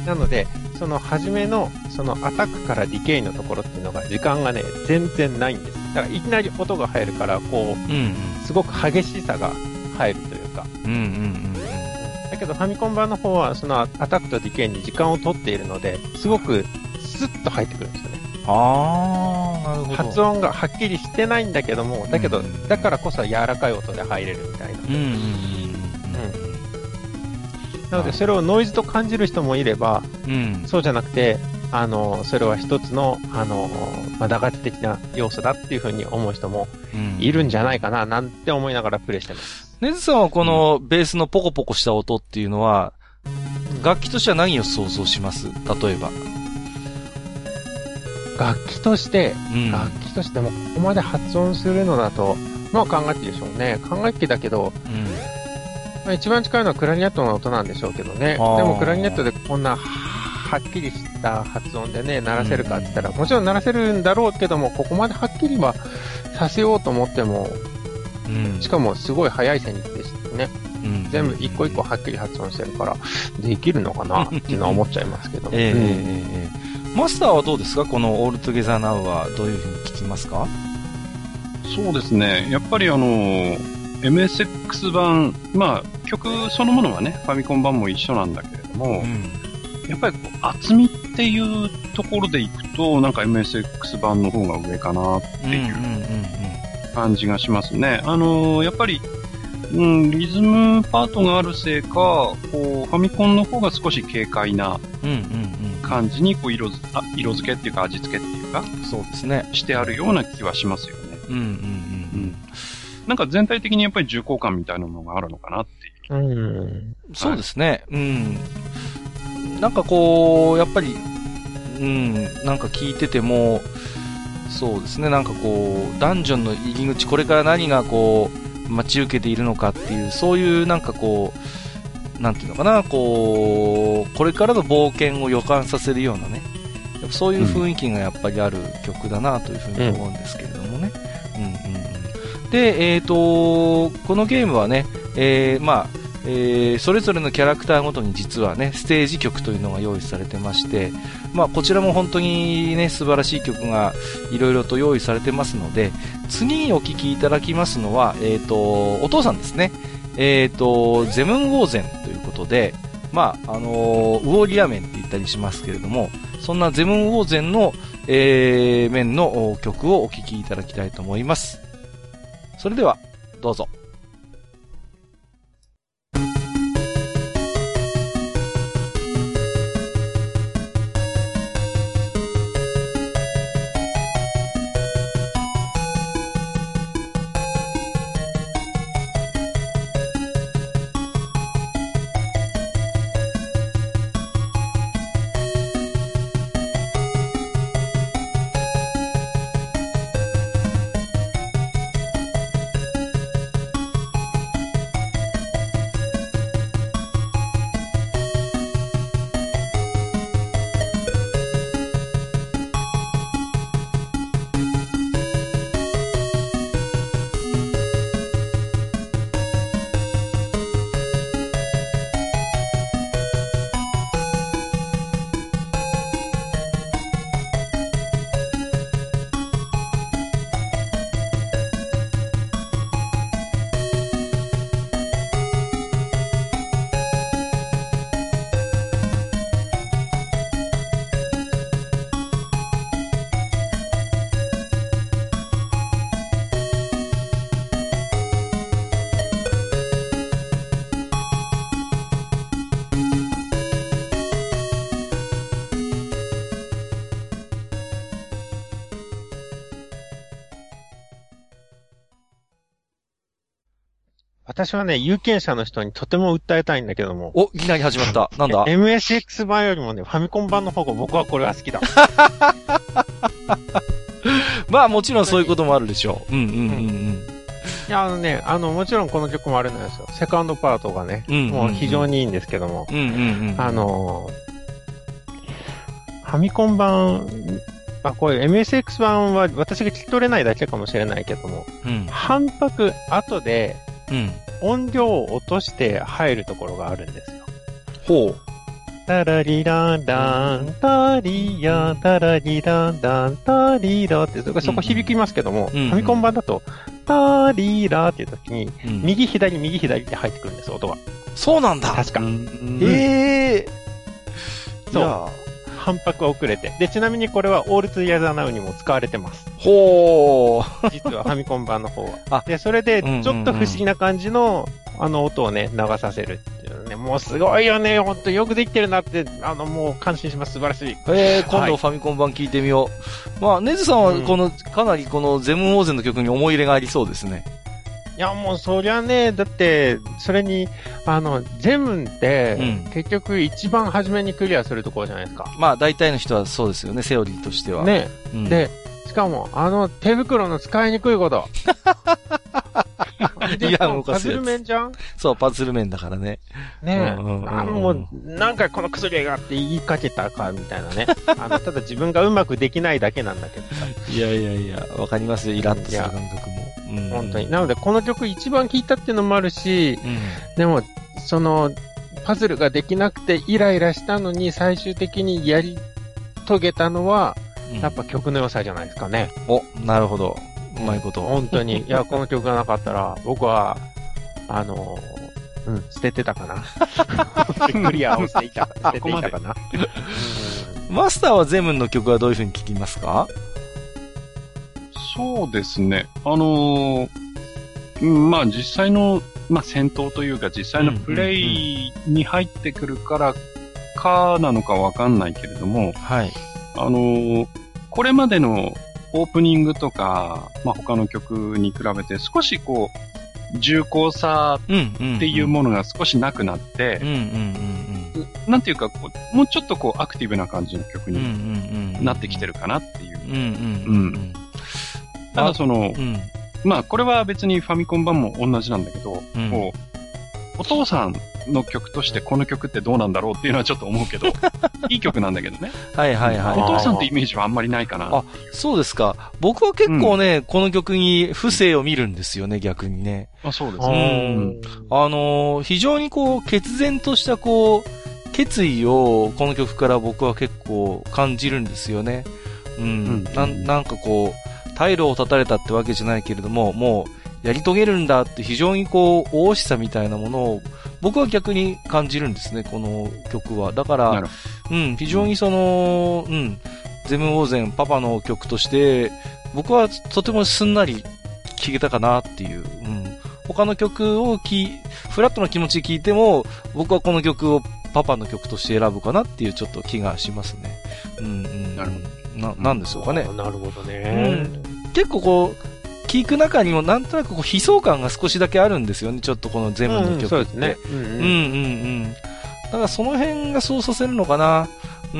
なので、その初めの、そのアタックからディケイのところっていうのが時間がね、全然ないんです。だからいきなり音が入るから、こう、うんうん、すごく激しさが入るというか。うんうんうんうん、だけどファミコン版の方は、そのアタックとディケイに時間を取っているので、すごくスッと入ってくるんですよね。 あー、なるほど。 発音がはっきりしてないんだけども、だけど、だからこそ柔らかい音で入れるみたいな。うんうんうんうん。なので、それをノイズと感じる人もいれば、うん、そうじゃなくて、あの、それは一つの、あの、まあ、打楽的な要素だっていうふうに思う人もいるんじゃないかな、なんて思いながらプレイしてます。 ネズさんはこのベースのポコポコした音っていうのは、うん、楽器としては何を想像します？例えば。 楽器として、うん、楽器としてもここまで発音するのだと、まあ管楽器でしょうね。管楽器だけど、うんまあ、一番近いのはクラリネットの音なんでしょうけどね。でもクラリネットでこんなはっきりした発音でね、鳴らせるかって言ったら、うん、もちろん鳴らせるんだろうけども、ここまではっきりはさせようと思っても、うん、しかもすごい速い旋律でしたね。うん、全部一個一個はっきり発音してるから、できるのかなっていうのは思っちゃいますけど。えーうんえー、マスターはどうですか？このオールトゥゲザーナウはどういうふうに聞きますか？ そうですね。やっぱりあの、エムエスエックス 版、まあ曲そのものはね、ファミコン版も一緒なんだけれども、うん、やっぱりこう厚みっていうところでいくと、なんか エムエスエックス 版の方が上かなっていう感じがしますね。あのー、やっぱり、うん、リズムパートがあるせいか、こう、ファミコンの方が少し軽快な感じに、こう、色づ、あ、色付けっていうか味付けっていうか、 そうですね。 してあるような気はしますよね。うんうんうんうん。なんか全体的にやっぱり重厚感みたいなのがあるのかなっていう。 うん。そうですね。うん。なんかこう、やっぱり、うん、なんか聞いてても、そうですね、なんかこう、ダンジョンの入り口、これから何がこう、待ち受けているのかっていう、そういうなんかこう、なんていうのかな、こう、これからの冒険を予感させるようなね、そういう雰囲気がやっぱりある曲だなというふうに思うんですけれどもね。うんうんうん、で、えっと、このゲームはね、えー、まあ、えー、それぞれのキャラクターごとに実はね、ステージ曲というのが用意されてまして、まあこちらも本当にね、素晴らしい曲がいろいろと用意されてますので、次にお聴きいただきますのは、えっと、お父さんですね。えっと、ゼムンウォーゼンということで、まあ、あのー、ウォーリア面って言ったりしますけれども、そんなゼムンウォーゼンの、えー、面の曲をお聴きいただきたいと思います。それでは、どうぞ。 私はね、有権者の人にとても訴えたいんだけども。 お、いきなり始まった。なんだエムエスエックス 版よりもね、ファミコン版の方が僕はこれは好きだ。 まあもちろんそういうこともあるでしょう。うんうんうんうん。 いや、あのね、あの、もちろんこの曲もあれなんですよ。セカンドパートがね、うんうんうん、もう非常にいいんですけども。うんうんうん、あの、ファミコン版、あ、これ エムエスエックス 版は私が聞き取れないだけかもしれないけども、うん、半拍後で、音量を落として入るところがあるんですよ。 ほう。 タラリランダン、タリヤ、タラリランダン、タリラって、そこ響きますけども、うんうん、ファミコン版だと、タリラっていう時に、うん、右左右左って入ってくるんです、音が。 そうなんだ。 確か。 うん、ええー。そう。反拍は遅れて。で、ちなみにこれは All Together Now にも使われてます。 ほー。 実はファミコン版の方は。で、それで、ちょっと不思議な感じの、あの音をね、流させるっていうね。もうすごいよね。ほんとよくできてるなって、あの、もう感心します。素晴らしい。 えー、今度ファミコン版聞いてみよう。はい、まあ、ネズさんはこの、うん、かなりこのゼムウォーゼンの曲に思い入れがありそうですね。 いや、もうそりゃね、だって、それに、あの、ゼムって、うん、結局一番初めにクリアするところじゃないですか。 まあ、大体の人はそうですよね、セオリーとしては。 ね。うん、で、しかも、あの、手袋の使いにくいこと。いや、パズル面じゃん？ そう、パズル面だからね。 ねえ。うんうんうん、あの、もう、何回この薬がって言いかけたか、みたいなね。あの、ただ自分がうまくできないだけなんだけどさ。 いやいやいや、わかりますよ、イラッとする感覚も。 うん、本当に。なので、この曲一番聴いたっていうのもあるし、うん、でも、その、パズルができなくてイライラしたのに最終的にやり遂げたのは、うん、やっぱ曲の良さじゃないですかね。 お、なるほど。うまいこと。 本当に。いや、この曲がなかったら、僕は、あの、うん、捨ててたかな。クリアをしていた、捨てていたかな。 マスターはゼムンの曲はどういう風に聴きますか？ そうですね。あのー、まあ実際の、まあ戦闘というか実際のプレイに入ってくるからかなのかわかんないけれども、 はい。 あのー、これまでのオープニングとか、まあ他の曲に比べて少しこう、重厚さっていうものが少しなくなって、なんていうかこう、もうちょっとこうアクティブな感じの曲になってきてるかなっていう。ただその、うん、まあこれは別にファミコン版も同じなんだけど、うん、こうお父さんの曲としてこの曲ってどうなんだろうっていうのはちょっと思うけど、いい曲なんだけどね。 はいはいはい。 お父さんってイメージはあんまりないかな。 あ、そうですか。僕は結構ね、うん、この曲に不正を見るんですよね、逆にね。 あ、そうですね。 うん。あのー、非常にこう、決然としたこう、決意をこの曲から僕は結構感じるんですよね。うん。うん、な, なんかこう、退路を断たれたってわけじゃないけれども、もうやり遂げるんだって非常にこう、大しさみたいなものを僕は逆に感じるんですね、この曲は。だから、うん、非常にその、うん、ゼムウォーゼンパパの曲として、僕はとてもすんなり聴けたかなっていう、うん。他の曲を聴い、フラットな気持ちで聴いても、僕はこの曲をパパの曲として選ぶかなっていうちょっと気がしますね。うん、うん。なるほど。な、なんでしょうかね。 なるほどね、 うん。結構こう、聴く中にもなんとなくこう悲壮感が少しだけあるんですよね。ちょっとこの全部の曲って。うん、そうですね。うんうん、うんうん。だからその辺がそうさせるのかな。うん、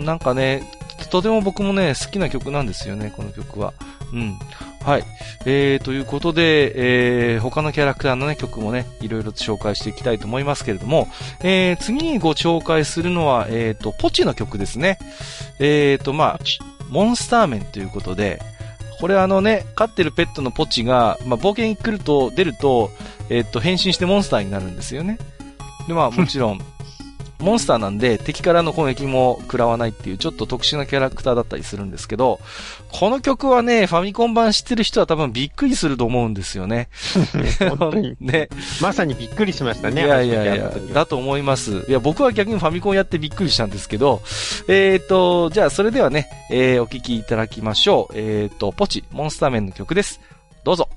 なんかね、とても僕もね、好きな曲なんですよね、この曲は。うん。はい。えー、ということで、えー、他のキャラクターのね、曲もね、いろいろと紹介していきたいと思いますけれども、えー、次にご紹介するのは、えーと、ポチの曲ですね。えーと、まあ、モンスターメンということで、これあのね、飼ってるペットのポチが、まあ、冒険に来ると、出ると、えーと、変身してモンスターになるんですよね。で、まあ、もちろん、モンスターなんで敵からの攻撃も食らわないっていうちょっと特殊なキャラクターだったりするんですけど、この曲はね、ファミコン版知ってる人は多分びっくりすると思うんですよね。 本当に。ね。まさにびっくりしましたね。 いやいやいや、だと思います。いや、僕は逆にファミコンやってびっくりしたんですけど、えーと、じゃあそれではね、えー、お聴きいただきましょう。えーと、ポチ、モンスターメンの曲です。どうぞ。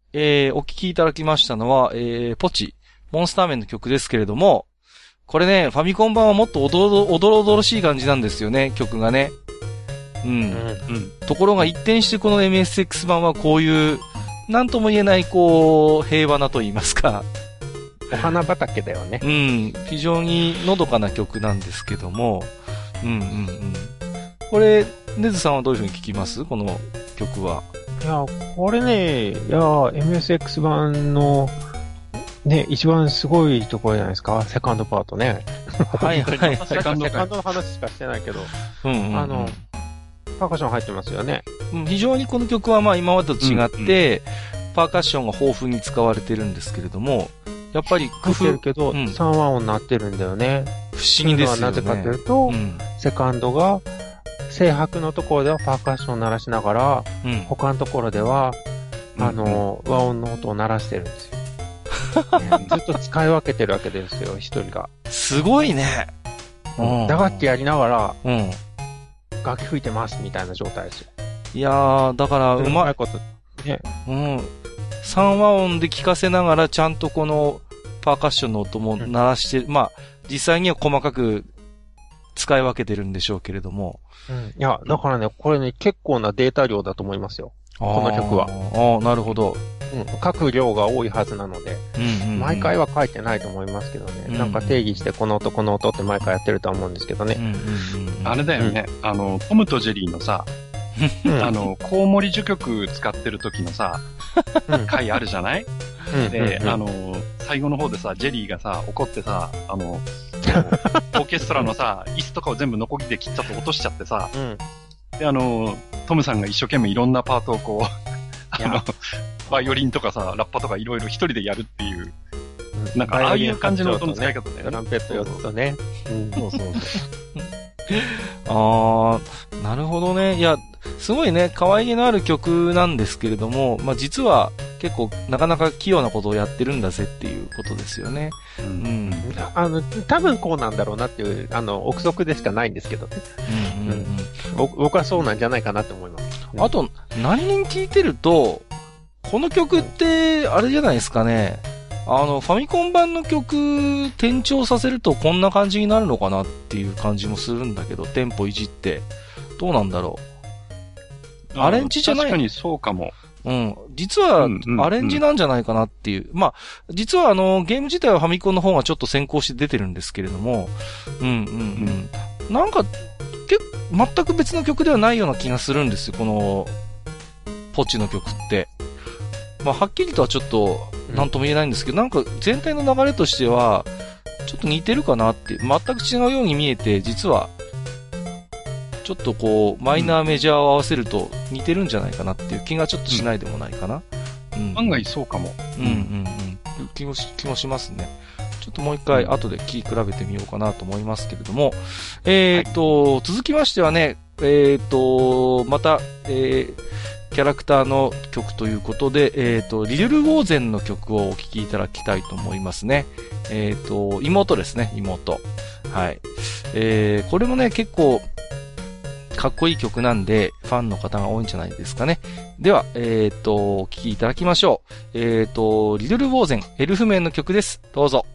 えー、お聴きいただきましたのは、えー、ポチ、モンスターメンの曲ですけれども、これね、ファミコン版はもっとおどろおどろおどろしい感じなんですよね、曲がね。うん。うん。ところが一転してこの エムエスエックス 版はこういう、なんとも言えない、こう、平和なと言いますか。 お花畑だよね。 うん。非常にのどかな曲なんですけども、うんうんうん。これ、ネズさんはどういう風に聴きますこの曲は。 いや、これね、いや、エムエスエックス 版の、ね、一番すごいところじゃないですか、セカンドパートね。 はいはいはい。 セカンドの話しかしてないけど、うんうんうん、あの、パーカッション入ってますよね。 非常にこの曲はまあ今までと違って、うんうん、パーカッションが豊富に使われてるんですけれども、やっぱり工夫。 入ってるけど、うん、さん和音になってるんだよね。 不思議ですよね。 なぜかというと、うん、セカンドが、静拍のところではパーカッションを鳴らしながら、うん、他のところでは、あの、うん、和音の音を鳴らしてるんですよ。ずっと使い分けてるわけですよ、一人が。 すごいね。 うん、打楽器やりながら、うん、楽器吹いてますみたいな状態ですよ。 いやー、だからうまいこと。ね。うん。さん和音で聞かせながらちゃんとこのパーカッションの音も鳴らして、うん、まあ、実際には細かく使い分けてるんでしょうけれども。 うん。いや、だからね、これね、結構なデータ量だと思いますよ。この曲は。 ああ、なるほど。 うん。書く量が多いはずなので、うんうんうん、毎回は書いてないと思いますけどね、うんうん。なんか定義してこの音、この音って毎回やってると思うんですけどね。うんうんうん、あれだよね、うん、あの、トムとジェリーのさ、あの、コウモリ樹曲使ってる時のさ、回あるじゃない、うん、で、うんうん、あの、最後の方でさ、ジェリーがさ、怒ってさ、あの、オーケストラのさ、椅子とかを全部ノコギリで切っちゃって落としちゃってさ、うん、で、あの、トムさんが一生懸命いろんなパートをこう、あの、バイオリンとかさ、ラッパとかいろいろ一人でやるっていう、うん、なんかああいう感じの音の使い方だよね。 トランペットよっつとね。うん、そうそうそう。 あー、なるほどね。いや、すごいね、可愛げのある曲なんですけれども、まあ、実は結構なかなか器用なことをやってるんだぜっていうことですよね。うん。うん、 あの、多分こうなんだろうなっていう、あの、憶測でしかないんですけどね。うんうんうん、僕はそうなんじゃないかなって思います。 あと、何人聞いてると、この曲って、あれじゃないですかね。あの、ファミコン版の曲、転調させるとこんな感じになるのかなっていう感じもするんだけど、テンポいじって。どうなんだろう。アレンジじゃない。 確かにそうかも。 うん。実は、アレンジなんじゃないかなっていう。うんうんうん、まあ、実はあの、ゲーム自体はファミコンの方がちょっと先行して出てるんですけれども、うんうんうん。うん、なんか、結構、全く別の曲ではないような気がするんですよ、この、ポチの曲って。まあ、はっきりとはちょっと、なんとも言えないんですけど、うん、なんか全体の流れとしては、ちょっと似てるかなっていう、全く違うように見えて、実は、ちょっとこう、マイナーメジャーを合わせると似てるんじゃないかなっていう気がちょっとしないでもないかな。 うん。案外そうかも。 うんうんうん。気もし、気もしますね。ちょっともう一回後で聴き比べてみようかなと思いますけれども、えっと、はい、続きましてはね、えっと、また、えー、キャラクターの曲ということで、えっと、リルル・ウォーゼンの曲をお聴きいただきたいと思いますね。えっと、妹ですね、妹。はい。えー、これもね、結構、かっこいい曲なんで、ファンの方が多いんじゃないですかね。では、えっと、お聴きいただきましょう。えっと、リルル・ウォーゼン、エルフ名の曲です。どうぞ。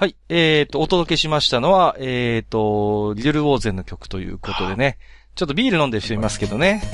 はい。えっ、ー、と、お届けしましたのは、えっ、ー、と、リトルウォーゼンの曲ということでね。ちょっとビール飲んでる人いますけどね。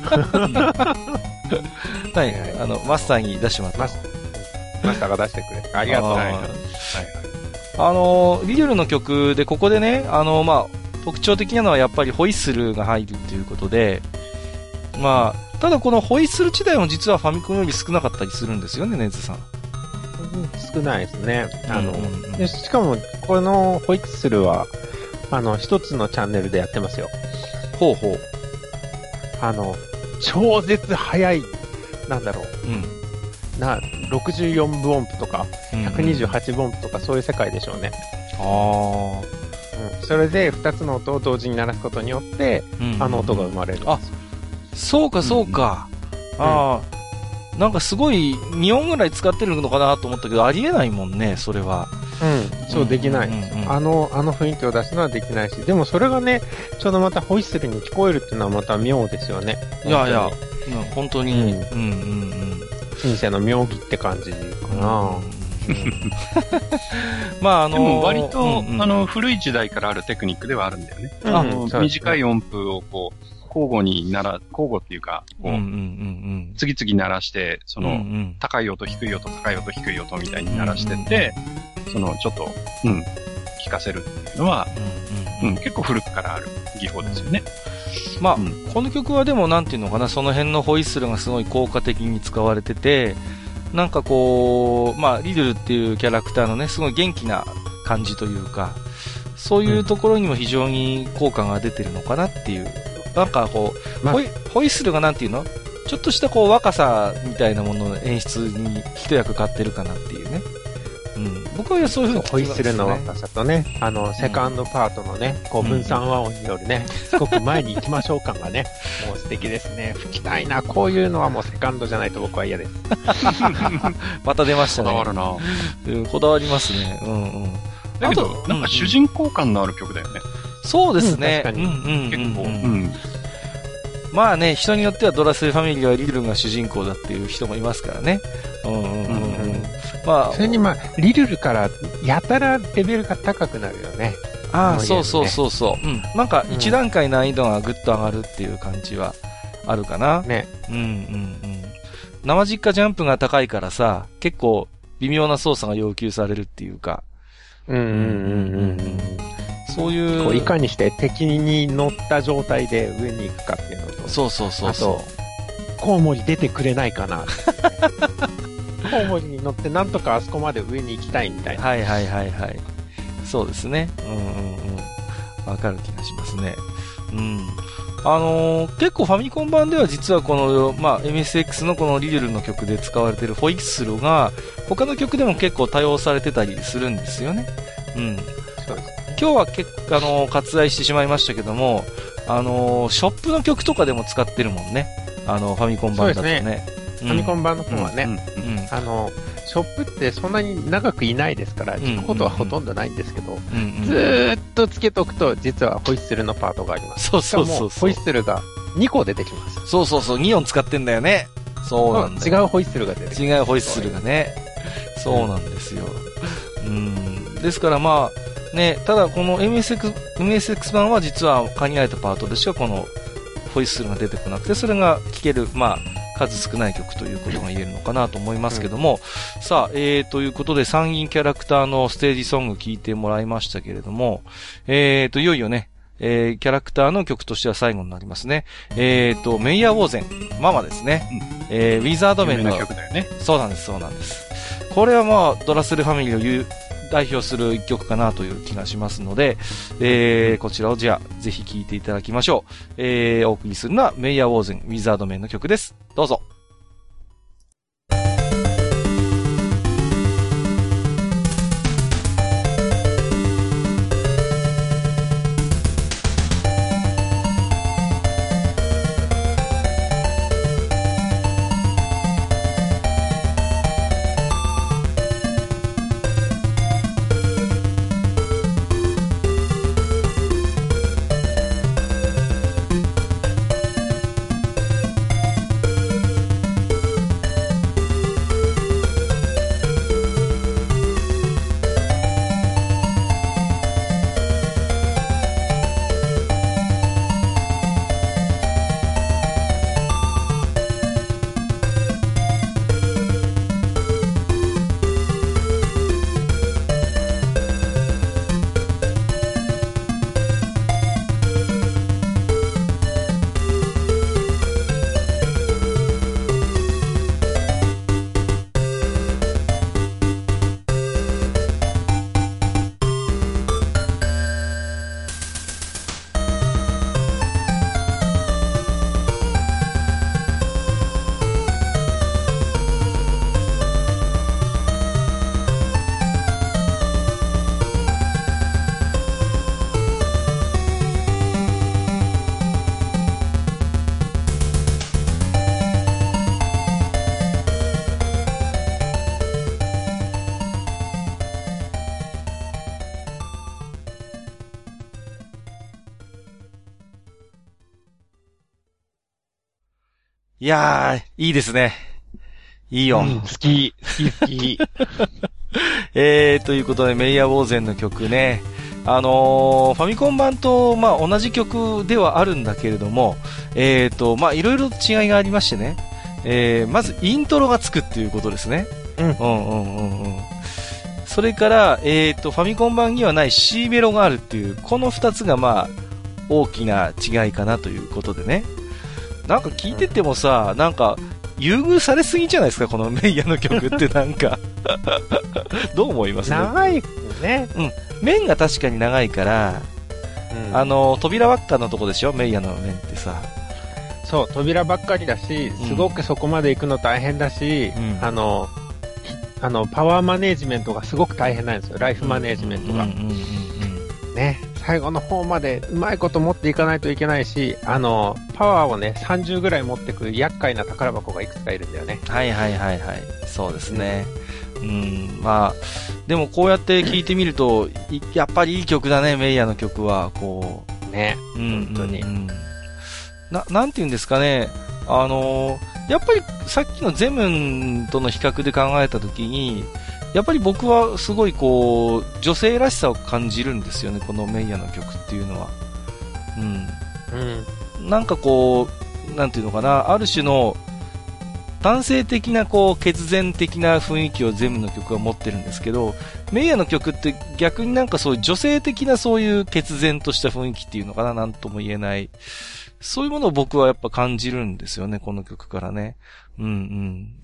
はい。あの、マスターに出してもらった。 マスマスターが出してくれ。ありがとう。はい。はい。 あの、リトルの曲で、ここでね、あの、まあ、特徴的なのはやっぱりホイッスルが入るっていうことで、まあ、ただこのホイッスル自体も実はファミコンより少なかったりするんですよね、ネズさん。 少ないですね。あの、うんうんうん、でしかも、このホイッスルは、あの、一つのチャンネルでやってますよ。 ほうほう。 あの、超絶速い、なんだろう。うん。な、ろくじゅうよんぶ音符とか、ひゃくにじゅうはちぶ音符とか、そういう世界でしょうね。 ああ。 うん。それで、二つの音を同時に鳴らすことによって、うんうん、あの音が生まれるんです。 あ、そうかそうか。うん、ああ。なんかすごいにおんぐらい使ってるのかなと思ったけど、ありえないもんね、それは。 うん、そうできない、うんうんうん。あの、あの雰囲気を出すのはできないし、でもそれがね、ちょうどまたホイッスルに聞こえるっていうのはまた妙ですよね。 いやいや、本当に、うん、うんうんうん。 シンセの妙義って感じかな。うんうん、 まああのー、でも割と、うんうん、あの、古い時代からあるテクニックではあるんだよね。うん、あの、短い音符をこう、交互になら、交互っていうか、こう、うんうんうん、次々鳴らして、その、うんうん、高い音、低い音、高い音、低い音みたいに鳴らしてって、うんうん、その、ちょっと、うん、聞かせるっていうのは、うんうんうん、結構古くからある技法ですよね。 うん、まあ、うん、この曲はでもなんていうのかな、その辺のホイッスルがすごい効果的に使われてて、なんかこう、まあ、リドルっていうキャラクターのね、すごい元気な感じというか、そういうところにも非常に効果が出てるのかなっていう。なんかこう、ま、ホイ、ホイッスルがなんていうのちょっとしたこう若さみたいなものの演出に一役買ってるかなっていうね。うん。僕はそういうふうに聞きますね。 ホイッスルの若さとね、あの、セカンドパートのね、うん、こう分散和音によるね、すごく前に行きましょう感がね、もう素敵ですね。吹きたいな。こういうのはもうセカンドじゃないと僕は嫌です。 また出ましたね。 こだわるな。 うん、こだわりますね。うんうん。 だけど、なんか主人公感のある曲だよね。 そうですね。 うん、確かに。うんうん、 結構、うん。 まあね、人によってはドラスファミリーはリルルが主人公だっていう人もいますからね。うんうんうんうん。 まあ、それにまあ、リルルからやたらレベルが高くなるよね。 ああ、そうそうそうそう。うん。なんか一段階難易度がぐっと上がるっていう感じはあるかな。 ね。 うんうんうん。生実家ジャンプが高いからさ、結構微妙な操作が要求されるっていうか。 うんうんうんうん。 そういう。 こういかにして敵に乗った状態で上に行くかっていうのと。 そうそうそうそう。 あと、コウモリ出てくれないかな。コウモリに乗ってなんとかあそこまで上に行きたいみたいな。 はいはいはいはい。そうですね。うんうんうん。わかる気がしますね。うん。あのー、結構ファミコン版では実はこの、まあ、エムエスエックス のこのリデルの曲で使われているホイッスルが、他の曲でも結構多用されてたりするんですよね。うん。 そうです。 今日は結構、あのー、割愛してしまいましたけども、あのー、ショップの曲とかでも使ってるもんね。あの、ファミコン版だとね。 そうですね。うん、ファミコン版の方はね、うんうんうん、あの、ショップってそんなに長くいないですから、聞くことはほとんどないんですけど、うんうんうん、ずーっとつけとくと、実はホイッスルのパートがあります。 そうそうそうそう。 ホイッスルがにこ出てきます。 そうそうそう、に音使ってんだよね。そうなんだよ。 違うホイッスルが出てきます。 違うホイッスルがね。そうなんですよ。うん。ですからまあ、ね、ただこの エムエスエックス、エムエスエックス 版は実は限られたパートでしかこのホイッスルが出てこなくて、それが聴ける、まあ、数少ない曲ということが言えるのかなと思いますけども、うん、さあ、えー、ということでさんにんキャラクターのステージソング聴いてもらいましたけれども、えーと、いよいよね、えー、キャラクターの曲としては最後になりますね。えーと、メイヤーウォーゼン、ママですね。うん、えー、ウィザードメンの曲だよね。 そうなんです、そうなんです。これはまあ、ドラスルファミリーを言う、代表する一曲かなという気がしますので、えー、こちらをじゃあ、ぜひ聴いていただきましょう。えー、お送りするのは、メイヤーウォーゼン、ウィザードメンの曲です。どうぞ。 いやー、いいですね。いいよ。うん、 好き、好き、好き。 えー、ということで、メイヤーウォーゼンの曲ね。あのー、ファミコン版と、まあ、同じ曲ではあるんだけれども、えーと、まあ、いろいろ違いがありましてね。えー、まず、イントロがつくっていうことですね。うん。うんうんうんうん。それから、えーと、ファミコン版にはない C メロがあるっていう、この二つがまあ、大きな違いかなということでね。なんか聞いててもさ、なんか、優遇されすぎじゃないですか、このメイヤの曲ってなんか。どう思います？ 長いね。 うん。面が確かに長いから、うん、あの、扉ばっかのとこでしょ、メイヤの面ってさ。 そう、扉ばっかりだし、すごくそこまで行くの大変だし、うん、あの、あの、パワーマネージメントがすごく大変なんですよ、ライフマネージメントが。ね。最後の方までうまいこと持っていかないといけないし、あの、パワーをね、さんじゅうぐらい持ってく厄介な宝箱がいくつかいるんだよね。 はいはいはいはい。そうですね。うん、うんまあ、でもこうやって聴いてみると、やっぱりいい曲だね、メイヤの曲は、こう。ね。 うん、本当に。うん、な、なんて言うんですかね、あのー、やっぱりさっきのゼムンとの比較で考えたときに、やっぱり僕はすごいこう、女性らしさを感じるんですよね、このメイヤの曲っていうのは。うん。うん。なんかこう、なんていうのかな、ある種の、男性的なこう、決然的な雰囲気をゼムの曲は持ってるんですけど、メイヤの曲って逆になんかそういう女性的なそういう決然とした雰囲気っていうのかな、なんとも言えない。そういうものを僕はやっぱ感じるんですよね、この曲からね。うんうん。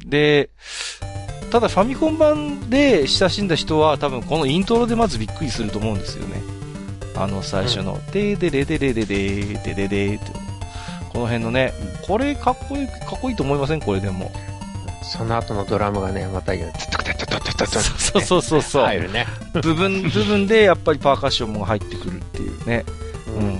で、ただファミコン版で親しんだ人は多分このイントロでまずびっくりすると思うんですよね。あの最初の、でーでれでれででーでででーって。この辺のね、これかっこいい、かっこいいと思いませんこれでも。 その後のドラムがね、また言う。 そうそうそうそう。 入るね。 部分、部分でやっぱりパーカッションも入ってくるっていうね。うんうんうんうん。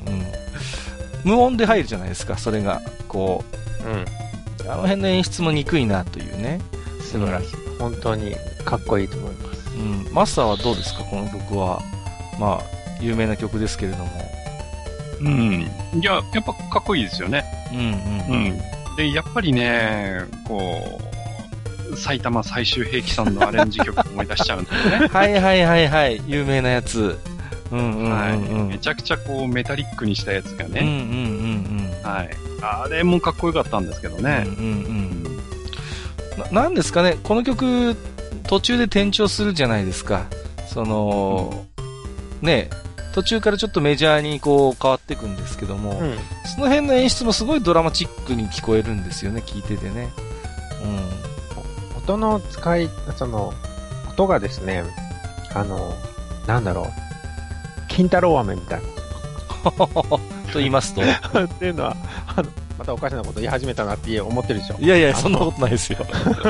無音で入るじゃないですか、それが。こう。うん。あの辺の演出も憎いなというね。 素晴らしい。本当にかっこいいと思います。 うん。マスターはどうですかこの曲は。まあ、有名な曲ですけれども。 うん。いや、やっぱかっこいいですよね。うんうん。うん。で、やっぱりね、こう、埼玉最終兵器さんのアレンジ曲思い出しちゃうんだよね。 はいはいはいはい。有名なやつ。うんうんうん、うんはい。 めちゃくちゃこうメタリックにしたやつがね。 うんうんうんうん。 はい。あれもかっこよかったんですけどね。うんうんうん。 な、なんですかね、この曲、途中で転調するじゃないですか。その、うん、ね、途中からちょっとメジャーにこう変わっていくんですけども、うん、その辺の演出もすごいドラマチックに聞こえるんですよね、聞いててね。 うん。音の使い、その、音がですね、あの、なんだろう、金太郎飴みたいな。 と言いますとっていうのは、あの、またおかしなこと言い始めたなって思ってるでしょ。 いやいや、そんなことないですよ。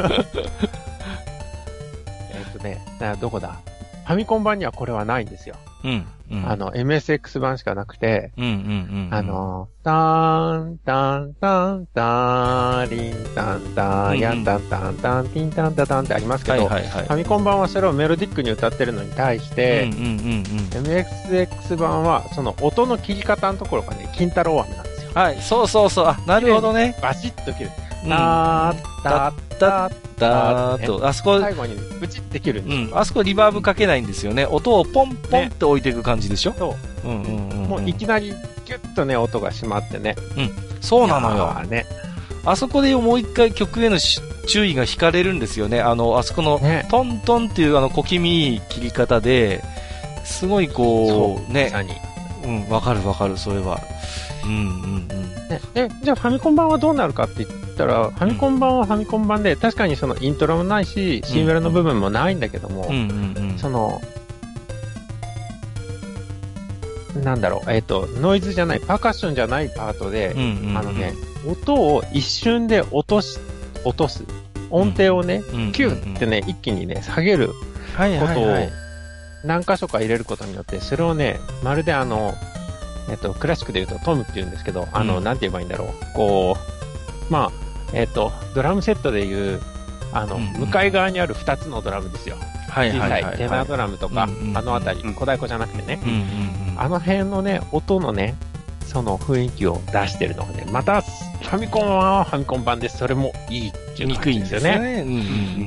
えっとね、どこだファミコン版にはこれはないんですよ。うん。うん、あの、エムエスエックス 版しかなくて、うんうんうん、うん。あの、ターン、タン、タン、タン、リン、タン、タン、ヤン、タン、タン、タン、ティン、タン、タタンってありますけど、はいはいはい、ファミコン版はそれをメロディックに歌ってるのに対して、うんうんうんうん、エムエスエックス 版はその音の切り方のところがね、金太郎飴なんですよ。 はい、そうそうそう。あ、なるほどね。 バシッと切る。ターッタッタッターッと、あそこ、 最後にブチって切るんですよ。 うん、あそこリバーブかけないんですよね。音をポンポンって置いていく感じでしょ、ね、 そう。うんうんうん、うん。もういきなりギュッとね、音が閉まってね。 うん。そうなのよ。ね。あそこでもう一回曲への注意が引かれるんですよね。あの、あそこの、トントンっていうあの小気味いい切り方で、すごいこう、ね。うん、わかるわかる、それは。うんうんうん。 ね、え、じゃあファミコン版はどうなるかって言ったら、ファミコン版はファミコン版で、確かにそのイントロもないし、シンメロの部分もないんだけども、うんうんうん、その、なんだろう、えっと、ノイズじゃない、パーカッションじゃないパートで、うんうんうん、あのね、音を一瞬で落とし、落とす。音程をね、うんうんうん、キューってね、一気にね、下げることを何箇所か入れることによって、それをね、まるであの、えっと、クラシックで言うとトムって言うんですけど、あの、うん、なんて言えばいいんだろう。こう、まあ、えっと、ドラムセットで言う、あの、うんうん、向かい側にある二つのドラムですよ。はいはいはい、はい。テナードラムとか、うんうん、あのあたり、小太鼓じゃなくてね、うんうんうん。あの辺のね、音のね、その雰囲気を出してるのがね、またファミコンはファミコン版です。それもいいっていう感じですよね。 ね。うんうん、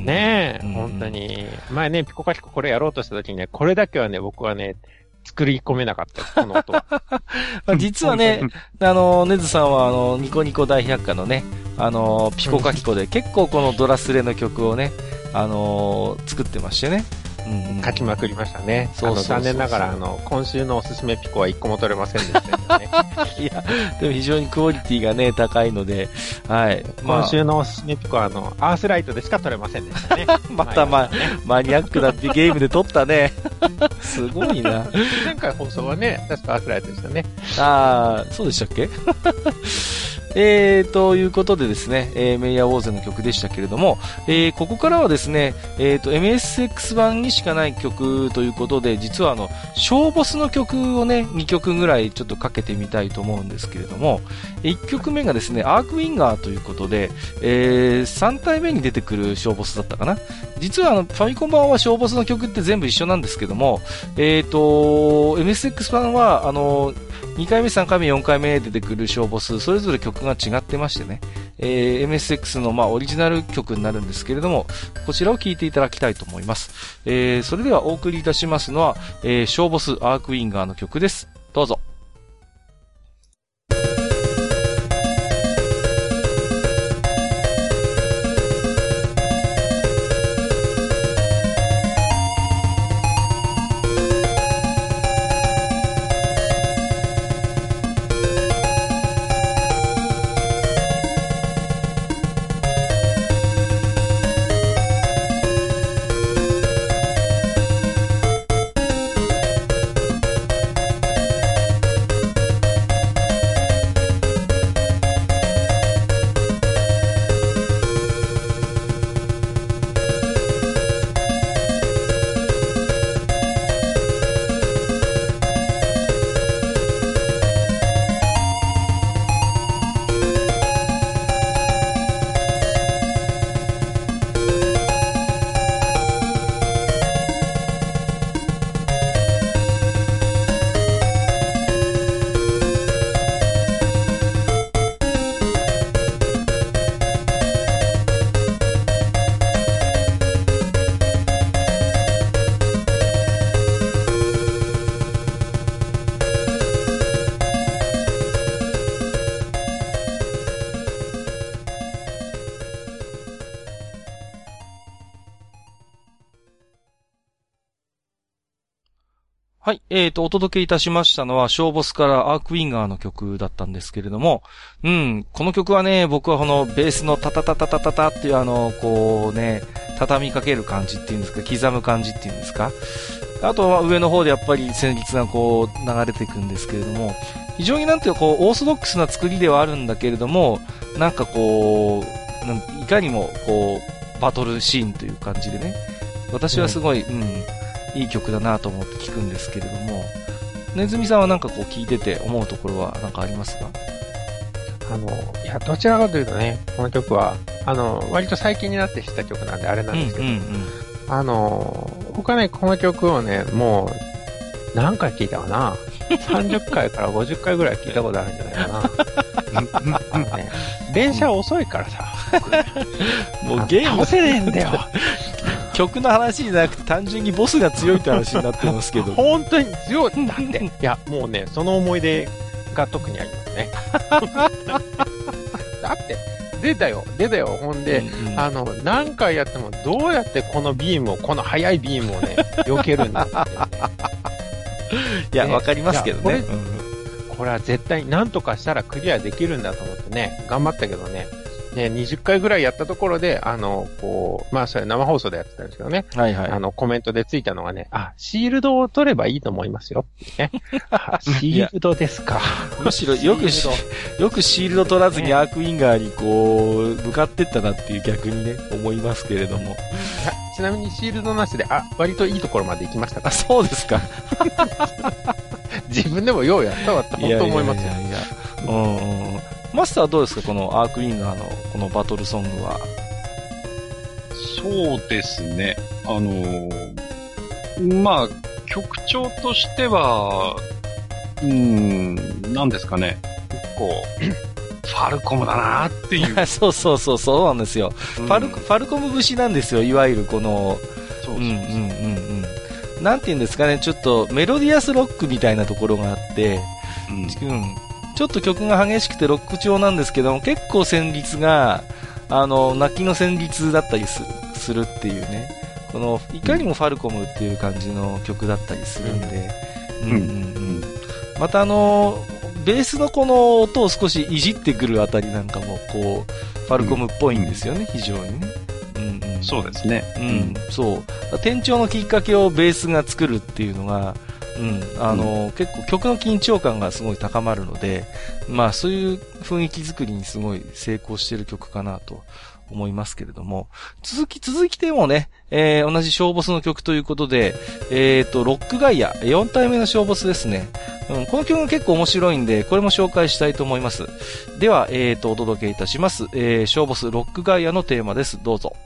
ねえ、うん、本当に。前ね、ピコカピコこれやろうとした時にね、これだけはね、僕はね、作り込めなかったです、この音は。 まあ実はね、あの、ネズさんは、あの、ニコニコ大百科のね、あの、ピコカピコで結構このドラスレの曲をね、あの、作ってましてね。 うんうん、書きまくりましたね。 そうそうそうそう。 あの、残念ながら、あの、今週のおすすめピコは一個も取れませんでしたけどね。 いや、でも非常にクオリティがね、高いので、はい。 まあ、今週のおすすめピコは、あの、アースライトでしか取れませんでしたね。 またま、マニアックだってゲームで撮ったね。すごいな。 前回放送はね、確かアースライトでしたね。 あー、そうでしたっけえー、ということでですね、えー、メイヤーウォーゼの曲でしたけれども、えー、ここからはですね、えーと、エムエスエックス 版にしかない曲ということで、実はあの、小ボスの曲をね、にきょくぐらいちょっとかけてみたいと思うんですけれども、いっきょくめがですね、アークウィンガーということで、えー、さん体目に出てくる小ボスだったかな。実はあの、ファミコン版は小ボスの曲って全部一緒なんですけども、えーと、エムエスエックス 版は、あの、にかいめ、さんかいめ、よんかいめ出てくる小ボス、それぞれ曲が違ってましてね、えー、エムエスエックス のまあオリジナル曲になるんですけれども、こちらを聴いていただきたいと思います。えー、それではお送りいたしますのは、えー、小ボスアークウィンガーの曲です。どうぞ。はい、えーと、お届けいたしましたのは、小ボスからアークウィンガーの曲だったんですけれども、うん、この曲はね、僕はこのベースのタタタタタタタっていうあの、こうね、畳みかける感じっていうんですか、刻む感じっていうんですか、あとは上の方でやっぱり旋律がこう流れていくんですけれども、非常になんていうかこう、オーソドックスな作りではあるんだけれども、なんかこう、なんいかにもこう、バトルシーンという感じでね、私はすごい、うん、うんいい曲だなと思って聞くんですけれども、ねずみさんはなんかこう聞いてて思うところはなんかありますか？ あの、いや、どちらかというとね、この曲は、あの、割と最近になって知った曲なんであれなんですけど、うんうんうん、あの、僕はね、この曲をね、もう、何回聞いたかなさんじゅっかいからごじゅっかいぐらい聞いたことあるんじゃないかな。あのね、電車遅いからさ、 もうゲーム倒せねえんだよ。 曲の話じゃなくて単純にボスが強いって話になってますけど。 本当に強いんだって。いや、もうね、その思い出が特にありますね。だって、出たよ、出たよ。ほんで、うんうん、あの、何回やってもどうやってこのビームを、この速いビームをね、避けるんだって、ね。 いや、わかりますけどね。これ、うん、 これは絶対何とかしたらクリアできるんだと思ってね、頑張ったけどね。ね、にじゅっかいぐらいやったところで、あの、こう、まあ、それ生放送でやってたんですけどね。はいはい。あの、コメントでついたのがね、あ、シールドを取ればいいと思いますよ。ね。シールドですか。 むしろ、よくし、よくシールド取らずにアークウィンガーにこう、向かってったなっていう逆にね、思いますけれども。 ちなみにシールドなしで、あ、割といいところまで行きましたか、 あ、そうですか。 自分でもようやったわって本当思いますよ。いやいやいや、 うんうん。マスターはどうですかこのアークウィンガーのこのバトルソングは。 そうですね。あのー、まあ、曲調としては、うーん、なんですかね。こう、ファルコムだなっていう。 そうそうそう、そうなんですよ。うん、ファル、ファルコム節なんですよ、いわゆるこの、 そうそうそう。うんうんうんうん。なんて言うんですかね、ちょっとメロディアスロックみたいなところがあって、うん、うん、ちょっと曲が激しくてロック調なんですけども、結構旋律が、あの、泣きの旋律だったりする、するっていうね。この、いかにもファルコムっていう感じの曲だったりするんで、うんうんうん。またあの、ベースのこの音を少しいじってくるあたりなんかも、こう、ファルコムっぽいんですよね、非常にね。 うんうん、そうですね。 うん、そう。転調のきっかけをベースが作るっていうのが、うん、あの、うん、結構曲の緊張感がすごい高まるので、まあそういう雰囲気作りにすごい成功している曲かなと思いますけれども、続き、続きでもね、えー、同じ小ボスの曲ということで、えっと、ロックガイア、よん体目の小ボスですね。うん、この曲が結構面白いんで、これも紹介したいと思います。では、えっと、お届けいたします。えー、小ボスロックガイアのテーマです。どうぞ。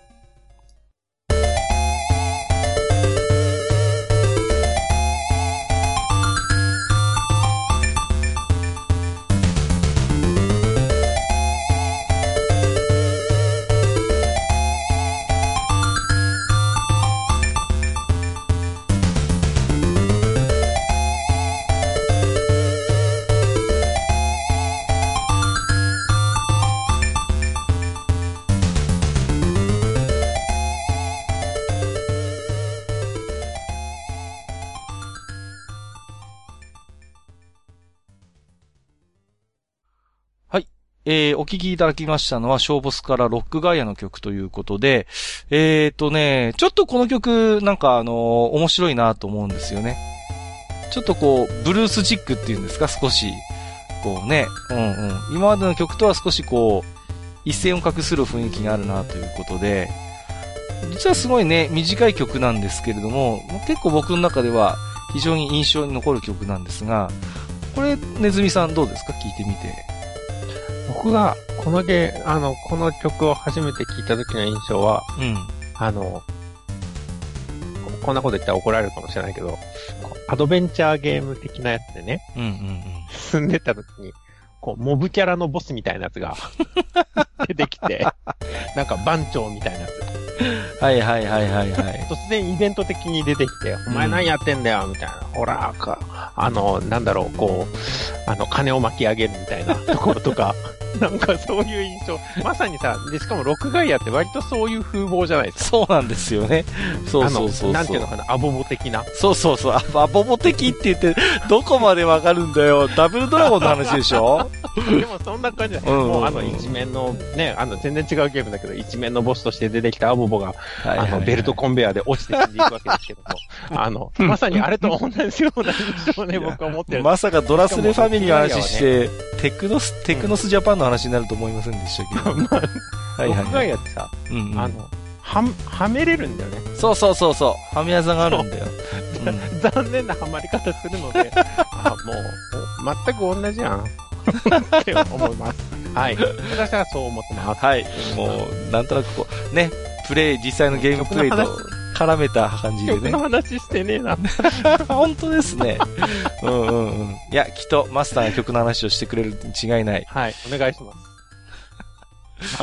えー、お聞きいただきましたのは、小ボスからロックガイアの曲ということで、えーとね、ちょっとこの曲、なんかあのー、面白いなと思うんですよね。ちょっとこう、ブルースチックっていうんですか、少し、こうね、うんうん。今までの曲とは少しこう、一線を画する雰囲気があるなということで、実はすごいね、短い曲なんですけれども、結構僕の中では非常に印象に残る曲なんですが、これ、ネズミさんどうですか？聞いてみて。 僕が、このゲー、あの、この曲を初めて聴いた時の印象は、うん。あの、こんなこと言ったら怒られるかもしれないけど、アドベンチャーゲーム的なやつでね、うんうんうん、進んでった時に、こう、モブキャラのボスみたいなやつが出てきて、なんか番長みたいなやつ。 はいはいはいはいはい。 突然イベント的に出てきて、お前何やってんだよみたいな。ほら、か、あの、なんだろう、こう、あの、金を巻き上げるみたいなところとか、なんかそういう印象。まさにさ、で、しかもロックガイアって割とそういう風貌じゃないですか。 そうなんですよね。そうそうそうそう。 なんていうのかな、アボボ的な。 そうそうそう。アボボ的って言って、どこまでわかるんだよ。ダブルドラゴンの話でしょでもそんな感じだ、うんうんうん。もうあの一面の、ね、あの全然違うゲームだけど、一面のボスとして出てきたアボボが、はいはいはい、あの、ベルトコンベヤーで落ちて死んでいくわけですけども、あの、まさにあれと同じような印象をね、僕は思ってる。 まさかドラスレファミリーの話して、ね、テクノス、テクノスジャパンの話になると思いませんでしたけど。まあ、 はいはい、はい。僕がやってさ、うんうん、あの、は、はめれるんだよね。 そうそうそうそう。はめ技があるんだよ。 うん、残念なはまり方するので、あ、もう、全く同じやん。って思います。はい。私はそう思ってます。 はい。もう、なんとなくこう、ね、プレイ、実際のゲームプレイと絡めた感じでね。 曲の話してねえな。 本当ですね。うんうんうん。いや、きっとマスターが曲の話をしてくれるに違いない。 はい。お願いします。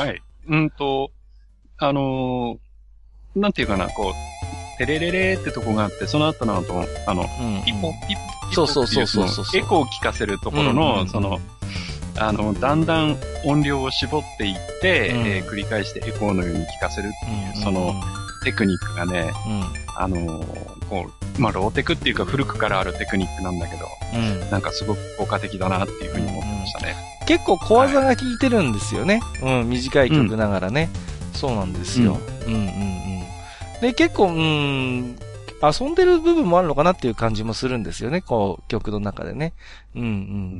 はい。うんと、あのー、なんていうかな、こう、テレレレってとこがあって、その後の後、あの、うんうん、ピポピポピポっていうそのエコーを聞かせるところの、うんうんうん、その、あの、だんだん音量を絞っていって、うん、えー、繰り返してエコーのように聞かせるっていう、うんうんうん、そのテクニックがね、うん、あのー、こう、まあ、ローテクっていうか古くからあるテクニックなんだけど、うん、なんかすごく効果的だなっていうふうに思ってましたね。 うんうん、結構小技が効いてるんですよね。はい、うん、短い曲ながらね。うん、そうなんですよ。うん、うん、うんうん。で、結構、うん、遊んでる部分もあるのかなっていう感じもするんですよね、こう、曲の中でね。うんうん。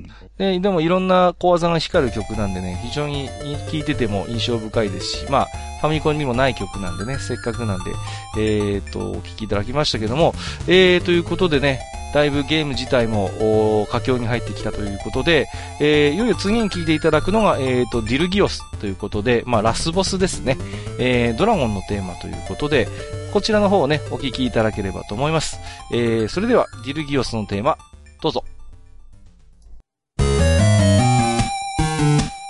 で、でもいろんな小技が光る曲なんでね、非常に聴いてても印象深いですし、まあ、ファミコンにもない曲なんでね、せっかくなんで、えーと、お聴きいただきましたけども、えー、ということでね、だいぶゲーム自体も佳境に入ってきたということで、えー、いよいよ次に聴いていただくのが、えーと、ディルギオスということで、まあ、ラスボスですね。えー、ドラゴンのテーマということで、こちらの方をね、お聞きいただければと思います。えー、それでは、ディルギオスのテーマ、どうぞ。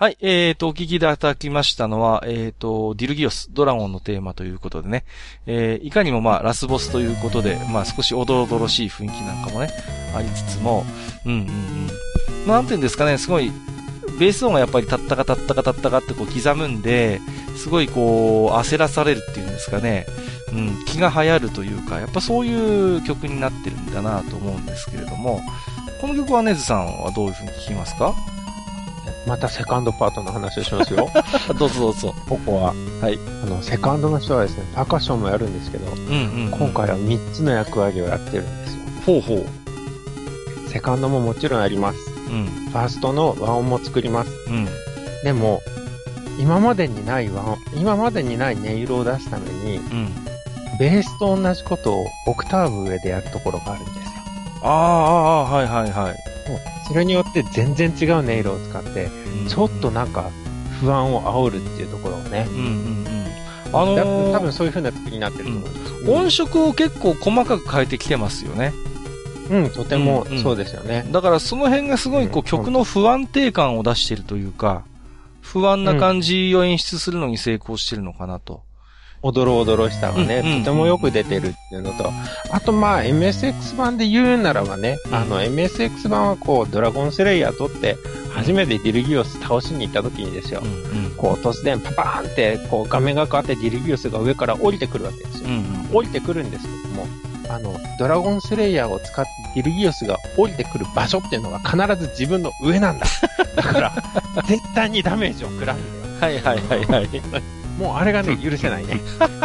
はい、えーと、お聞きいただきましたのは、えーと、ディルギオス、ドラゴンのテーマということでね、えー、いかにもまあ、ラスボスということで、まあ少しおどろどろしい雰囲気なんかもね、ありつつも、うんうんうん。なんていうんですかね、すごい、ベース音がやっぱりタッタカタッタカタッタカってこう刻むんで、すごいこう、焦らされるっていうんですかね、うん、気が流行るというか、やっぱそういう曲になってるんだなと思うんですけれども、この曲はネズさんはどういう風に聴きますか？ またセカンドパートの話をしますよ。 どうぞどうぞ。 ここは。 はい。 あの、セカンドの人はですね、パーカッションもやるんですけど、うんうんうん、今回はみっつの役割をやってるんですよ。 ほうほう。セカンドももちろんやります。うん。ファーストの和音も作ります。うん。でも、今までにない和音、今までにない音色を出すために、うん。ベースと同じことをオクターブ上でやるところがあるんですよ。 ああ、ああ、はいはいはい。 それによって全然違う音色を使って、うん、ちょっとなんか不安を煽るっていうところをね。うんうんうん。あのー、多分そういう風な作りになってると思うんです、 うん。音色を結構細かく変えてきてますよね。 うん、とてもそうですよね。うんうん、 だからその辺がすごいこう曲の不安定感を出しているというか、不安な感じを演出するのに成功してるのかなと。 おどろおどろしさがね、うんうん、とてもよく出てるっていうのと、あとまあ エムエスエックス 版で言うならばね、うん、あの エムエスエックス 版はこうドラゴンスレイヤー取って初めてディルギオス倒しに行った時にですよ、うんうん、こう突然パパーンってこう画面が変わってディルギオスが上から降りてくるわけですよ。うんうん、降りてくるんですけども、あのドラゴンスレイヤーを使ってディルギオスが降りてくる場所っていうのが必ず自分の上なんだ。だから絶対にダメージを食らうんだよ。はいはいはいはい。 もうあれがね、許せないね。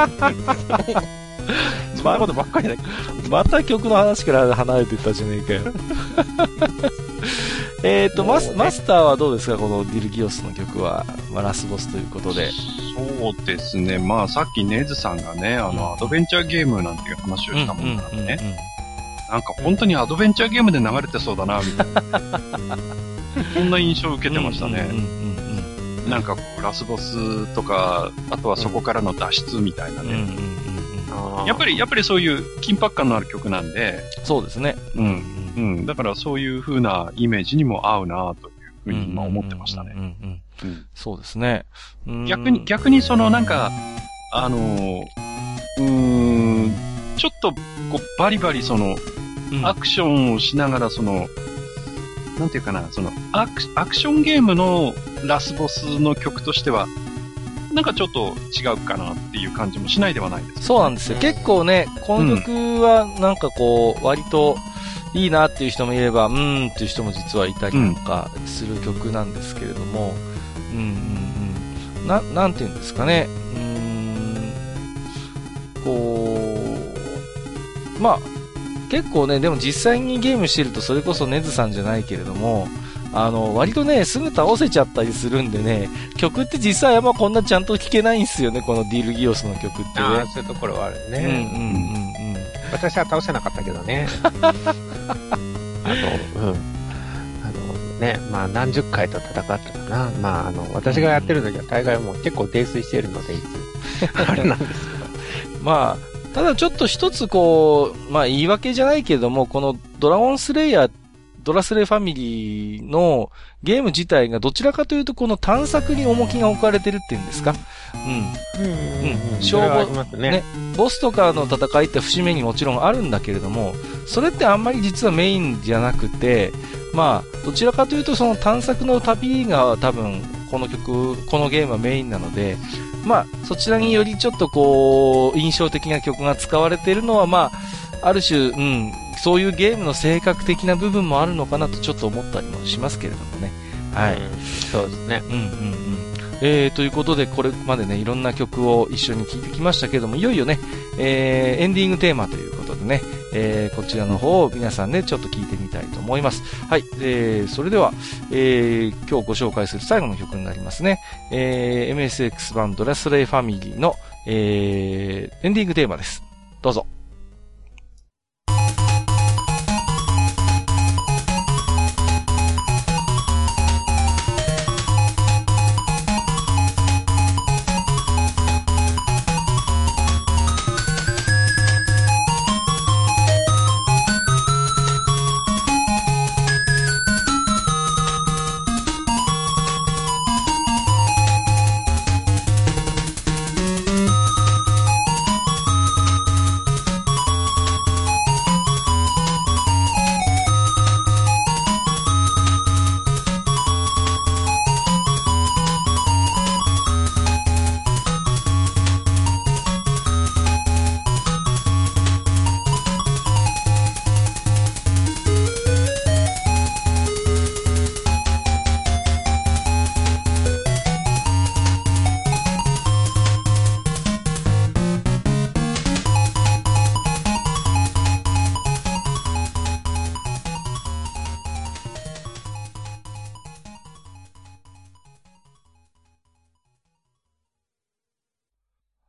そんなことばっかりだけど。 また曲の話から離れてったじゃねえかよ。えっと、マス、マスターはどうですかこのディルギオスの曲は、まあ、ラスボスということで。 そうですね。まあさっきネズさんがね、あの、アドベンチャーゲームなんていう話をしたもんなんでね。なんか本当にアドベンチャーゲームで流れてそうだな、みたいな。そんな印象を受けてましたね。なんかこうラスボスとか、あとはそこからの脱出みたいなね。やっぱり、やっぱりそういう緊迫感のある曲なんで。 そうですね。 うん。うん。だからそういう風なイメージにも合うなというふうに今思ってましたね。 そうですね。 逆に、逆にそのなんか、あのー、うーん、ちょっとこうバリバリその、アクションをしながらその、なんていうかな、そのアク、アクションゲームのラスボスの曲としては、なんかちょっと違うかなっていう感じもしないではないです、ね。 そうなんですよ。結構ね、この曲はなんかこう、割といいなっていう人もいれば、うーんっていう人も実はいたりなんかする曲なんですけれども、うん、うんうんうん。な、なんていうんですかね。うーん、こう、まあ、結構ね、でも実際にゲームしてるとそれこそネズさんじゃないけれども、あの、割とね、すぐ倒せちゃったりするんでね、曲って実際あんまこんなちゃんと聴けないんですよね、このディルギオスの曲ってね。 ああ、そういうところはあるね。うんうんうんうん。私は倒せなかったけどね。あの、うん。あのね、まあ何十回と戦ったかな。まああの、私がやってる時は大概もう結構泥酔してるので、いつ。あれなんですけど。 まあ、ただちょっと一つこう、まあ言い訳じゃないけれども、このドラゴンスレイヤー、ドラスレイファミリーのゲーム自体がどちらかというとこの探索に重きが置かれてるっていうんですか。うん。うん。うん。勝負、ね、ね。ボスとかの戦いって節目にもちろんあるんだけれども、それってあんまり実はメインじゃなくて、まあ、どちらかというとその探索の旅が多分この曲、このゲームはメインなので、まあ、そちらによりちょっとこう、印象的な曲が使われているのは、まあ、ある種、うん、そういうゲームの性格的な部分もあるのかなとちょっと思ったりもしますけれどもね。はい。うん、 そうですね。 うんうんうん。えー、ということで、これまでね、いろんな曲を一緒に聴いてきましたけども、いよいよね、えー、エンディングテーマということでね、えー、こちらの方を皆さんね、ちょっと聴いてみたいと思います。はい。えー、それでは、えー、今日ご紹介する最後の曲になりますね。えー、エムエスエックス 版ドラスレイファミリーの、えー、エンディングテーマです。どうぞ。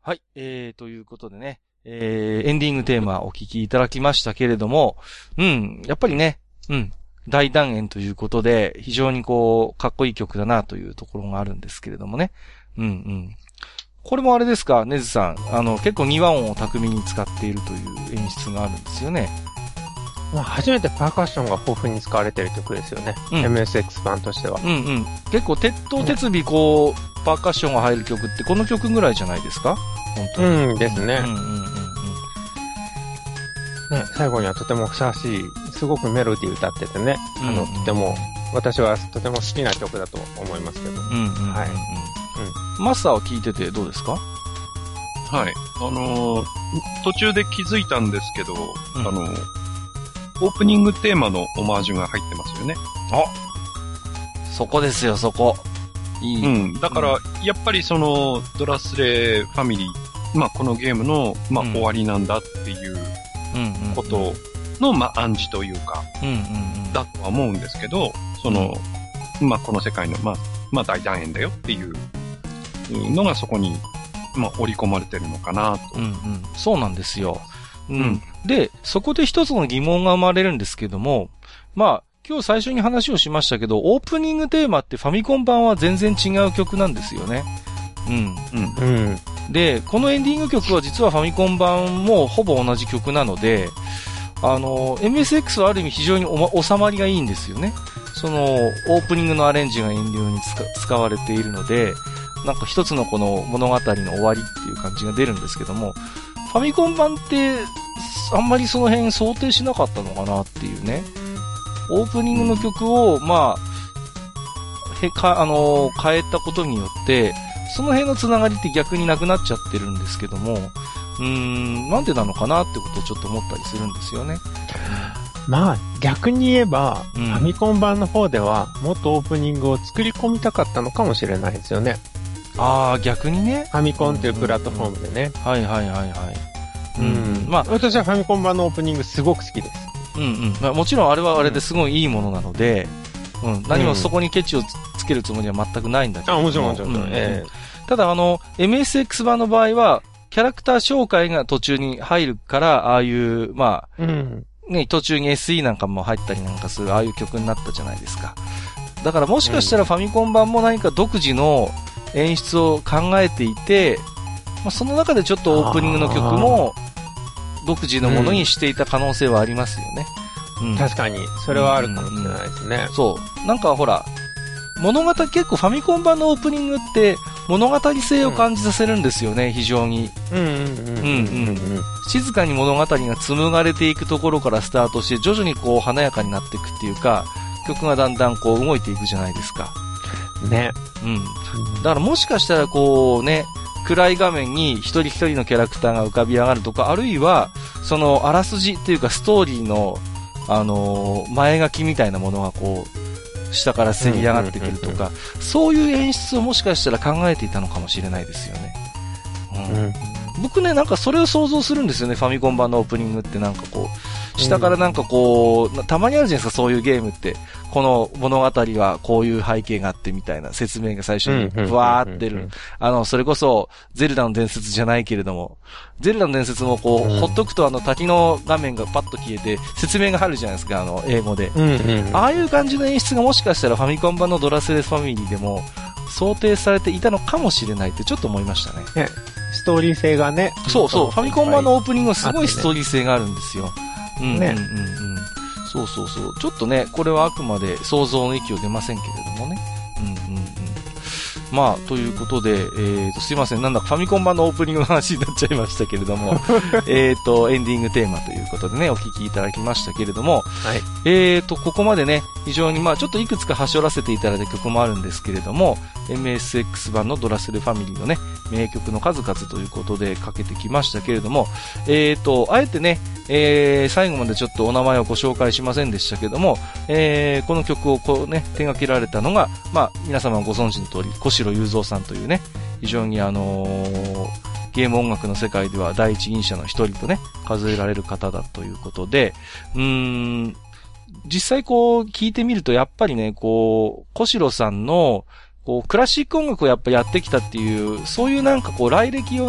はい、えー、ということでね、えー、エンディングテーマお聴きいただきましたけれども、うん、やっぱりね、うん、大団円ということで、非常にこう、かっこいい曲だなというところがあるんですけれどもね。うんうん。これもあれですか、ネズさん、あの、結構に和音を巧みに使っているという演出があるんですよね。 まあ、初めてパーカッションが豊富に使われている曲ですよね。うん、エムエスエックス 版としては。 うんうん。結構、鉄頭鉄尾こう、パーカッションが入る曲ってこの曲ぐらいじゃないですか？本当に。 うんですね。うんうんうんうん。ね、最後にはとてもふさわしい、すごくメロディー歌っててね、あの、うんうん、とても、私はとても好きな曲だと思いますけど。うんうんうんうん、はい。 うん。マスターは聴いててどうですか？ はい。あのー、途中で気づいたんですけど、うん、あのー、オープニングテーマのオマージュが入ってますよね。 あ、そこですよ、そこ。いい。 うん。だから、うん、やっぱりその、ドラスレファミリー、まあ、このゲームの、まあ、終わりなんだっていうことの、まあ、暗示というか、うんうんうん、だとは思うんですけど、その、うん、まあ、この世界の、まあ、まあ、大団円だよっていうのがそこに、まあ、織り込まれてるのかなと。 うんうん。そうなんですよ。うん。うん、で、そこで一つの疑問が生まれるんですけども、まあ、今日最初に話をしましたけど、オープニングテーマってファミコン版は全然違う曲なんですよね。うん。うん。うん。で、このエンディング曲は実はファミコン版もほぼ同じ曲なので、あの、エムエスエックス はある意味非常にお、ま、収まりがいいんですよね。その、オープニングのアレンジがエンディングに使われているので、なんか一つのこの物語の終わりっていう感じが出るんですけども、ファミコン版ってあんまりその辺想定しなかったのかなっていうね。オープニングの曲を、まあ、へか、あのー、変えたことによって、その辺のつながりって逆になくなっちゃってるんですけども、うーん、なんでなのかなってことをちょっと思ったりするんですよね。 まあ、逆に言えば、うん、ファミコン版の方では、もっとオープニングを作り込みたかったのかもしれないですよね。 ああ、逆にね。 ファミコンっていうプラットフォームでね。 うんうんうん、はいはいはいはい。 うん。まあ、私はファミコン版のオープニングすごく好きです。 うんうん。まあ、もちろんあれはあれですごいいいものなので、うん、うん、何もそこにケチをつけるつもりは全くないんだけど。 あ、もちろんもちろん。うん、えー、ただあの、エムエスエックス 版の場合は、キャラクター紹介が途中に入るから、ああいう、まあ、うん、ね、途中に エスイー なんかも入ったりなんかする、ああいう曲になったじゃないですか。だからもしかしたらファミコン版も何か独自の演出を考えていて、まあ、その中でちょっとオープニングの曲も独自のものにしていた可能性はありますよね。 うんうん、確かに、それはあるかもしれないですね。うんうん、 そう。なんかほら、物語、結構ファミコン版のオープニングって物語性を感じさせるんですよね、うん、非常に。うんうんうん。うんうん。静かに物語が紡がれていくところからスタートして、徐々にこう華やかになっていくっていうか、曲がだんだんこう動いていくじゃないですか。 ね。 うん。だからもしかしたらこうね、暗い画面に一人一人のキャラクターが浮かび上がるとか、あるいは、そのあらすじっていうかストーリーの、あのー、前書きみたいなものがこう、下からせり上がってくるとか、そういう演出をもしかしたら考えていたのかもしれないですよね。うんうん、僕ね、なんかそれを想像するんですよね、ファミコン版のオープニングってなんかこう、下からなんかこう、たまにあるじゃないですか、そういうゲームって。この物語はこういう背景があってみたいな説明が最初にふわーってる。あの、それこそ、ゼルダの伝説じゃないけれども、ゼルダの伝説もこう、うん、ほっとくとあの滝の画面がパッと消えて、説明が入るじゃないですか、あの、英語で。うんうんうん、ああいう感じの演出がもしかしたらファミコン版のドラスレスファミリーでも、想定されていたのかもしれないってちょっと思いましたね。 ね、ストーリー性がね。 そうそう、ファミコン版のオープニングはすごいストーリー性があるんですよ。うんね、うんうんうん。そうそうそう。ちょっとね、これはあくまで想像の域を出ませんけれどもね。うんうんうん。まあ、ということで、えーと、すいません。なんだかファミコン版のオープニングの話になっちゃいましたけれども、えーと、エンディングテーマということでね、お聞きいただきましたけれども、はい、えーと、ここまでね、非常にまあ、ちょっといくつか端折らせていただいた曲もあるんですけれども、エムエスエックス 版のドラスレファミリーのね、名曲の数々ということでかけてきましたけれども、えーと、あえてね、えー、最後までちょっとお名前をご紹介しませんでしたけども、えー、この曲をこうね、手掛けられたのが、まあ、皆様ご存知の通り、小城雄三さんというね、非常にあのー、ゲーム音楽の世界では第一人者の一人とね、数えられる方だということで、うーん、実際こう、聞いてみるとやっぱりね、こう、小城さんの、こう、クラシック音楽をやっぱやってきたっていう、そういうなんかこう、来歴をね、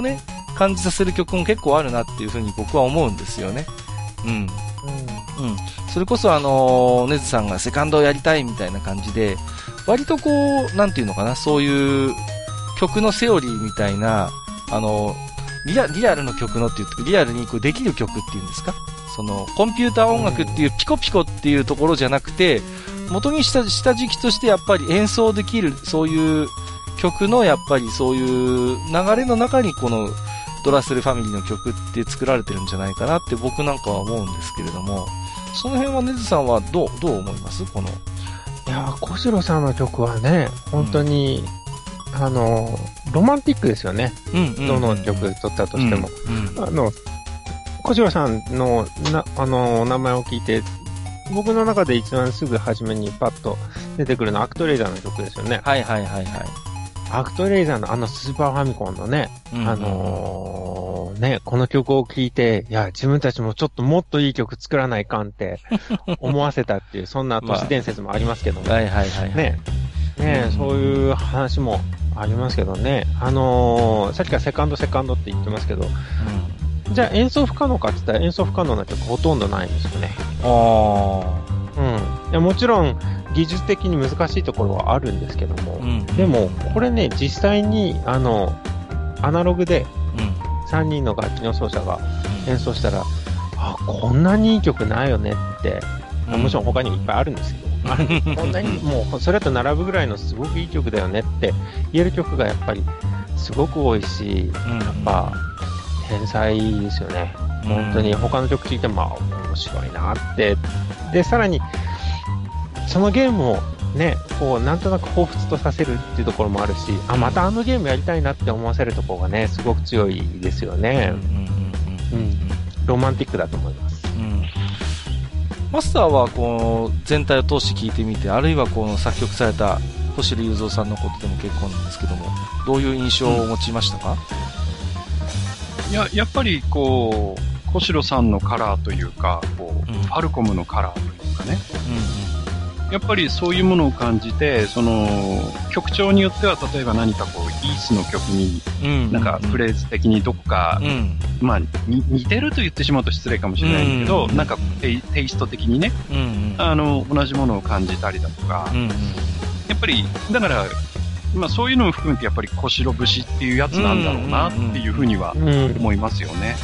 感じさせる曲も結構あるなっていうふうに僕は思うんですよね。うん。うん。うん。それこそあの、ネズさんがセカンドをやりたいみたいな感じで、割とこう、なんていうのかな、そういう曲のセオリーみたいな、あの、リア、リアルの曲のっていう、リアルにこうできる曲っていうんですか？その、コンピューター音楽っていうピコピコっていうところじゃなくて、元にした下敷きとしてやっぱり演奏できる、そういう曲のやっぱりそういう流れの中にこのドラッセルファミリーの曲って作られてるんじゃないかなって僕なんかは思うんですけれども、その辺はネズさんはどう、どう思いますこの。いやー、小城さんの曲はね、本当に、うん、あの、ロマンティックですよね。うんうんうん、どの曲撮ったとしても。うんうん、あの、小城さんのな、あの、名前を聞いて、僕の中で一番すぐ初めにパッと出てくるのはアクトレイザーの曲ですよね。 はいはいはいはい。 アクトレイザーのあのスーパーファミコンのね、うんうん、あのー、ね、この曲を聴いて、いや、自分たちもちょっともっといい曲作らないかんって思わせたっていう、そんな都市伝説もありますけども。 まあ、はいはいはい、はい。 ね、ね、うん、そういう話もありますけどね。あのー、さっきからセカンドセカンドって言ってますけど、うん、じゃあ演奏不可能かって言ったら演奏不可能な曲ほとんどないんですよね。ああ。うん。いや、もちろん、技術的に難しいところはあるんですけども、うん、でもこれね実際にあのアナログでさんにんの楽器の奏者が演奏したら、うん、あこんなにいい曲ないよねって、うん、もちろん他にもいっぱいあるんですけど、うん、こんなにもうそれと並ぶぐらいのすごくいい曲だよねって言える曲がやっぱりすごく多いし、うん、やっぱ天才ですよね、うん、本当に他の曲聴いても面白いなって。でさらにそのゲームをね、こうなんとなく彷彿とさせるっていうところもあるし、あ、またあのゲームやりたいなって思わせるところがね、すごく強いですよね。うん。ロマンティックだと思います。うん。 マスターはこう全体を通して聞いてみて、あるいはこの作曲された星野雄三さんのことでも結構なんですけども、どういう印象を持ちましたか？ うん、いや、やっぱりこう小城さんのカラーというか、こう、うん、ファルコムのカラーというかね。うんうんやっぱりそういうものを感じて、その曲調によっては例えば何かこうイースの曲に、なんかフレーズ的にどこか、うん、まあ似てると言ってしまうと失礼かもしれないんだけど、うん、なんかテイ、テイスト的にね、うん、あの同じものを感じたりだとか、うん、やっぱりだからまあそういうのも含めてやっぱり小城節っていうやつなんだろうなっていうふうには思いますよね。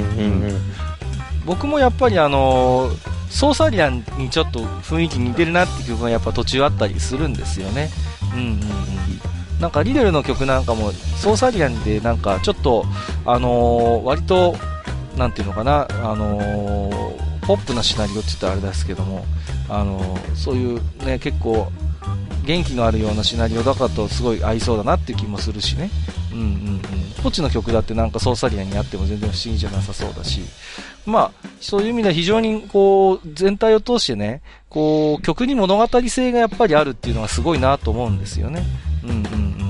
僕もやっぱりあのーソーサリアンにちょっと雰囲気似てるなって曲がやっぱ途中あったりするんですよね。うんうんうん。なんかリデルの曲なんかもソーサリアンでなんかちょっとあのー、割となんていうのかなあのー、ポップなシナリオって言ったらあれですけどもあのー、そういうね結構元気のあるようなシナリオだからとすごい合いそうだなっていう気もするしね。うんうんうん。ポチの曲だってなんかソーサリアンにあっても全然不思議じゃなさそうだし。まあ、そういう意味では非常にこう、全体を通してね、こう、曲に物語性がやっぱりあるっていうのがすごいなと思うんですよね。うんうんうん。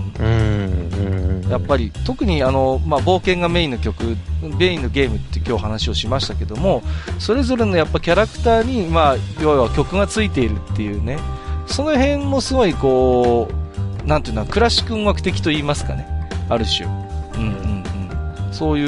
うんうん、やっぱり、特にあの、まあ、冒険がメインの曲、メインのゲームって今日話をしましたけども、それぞれのやっぱキャラクターに、まあ、要は曲がついているっていうね、その辺もすごいこう、なんていうの、クラシック音楽的と言いますかね、ある種。うんうんうん。そういう、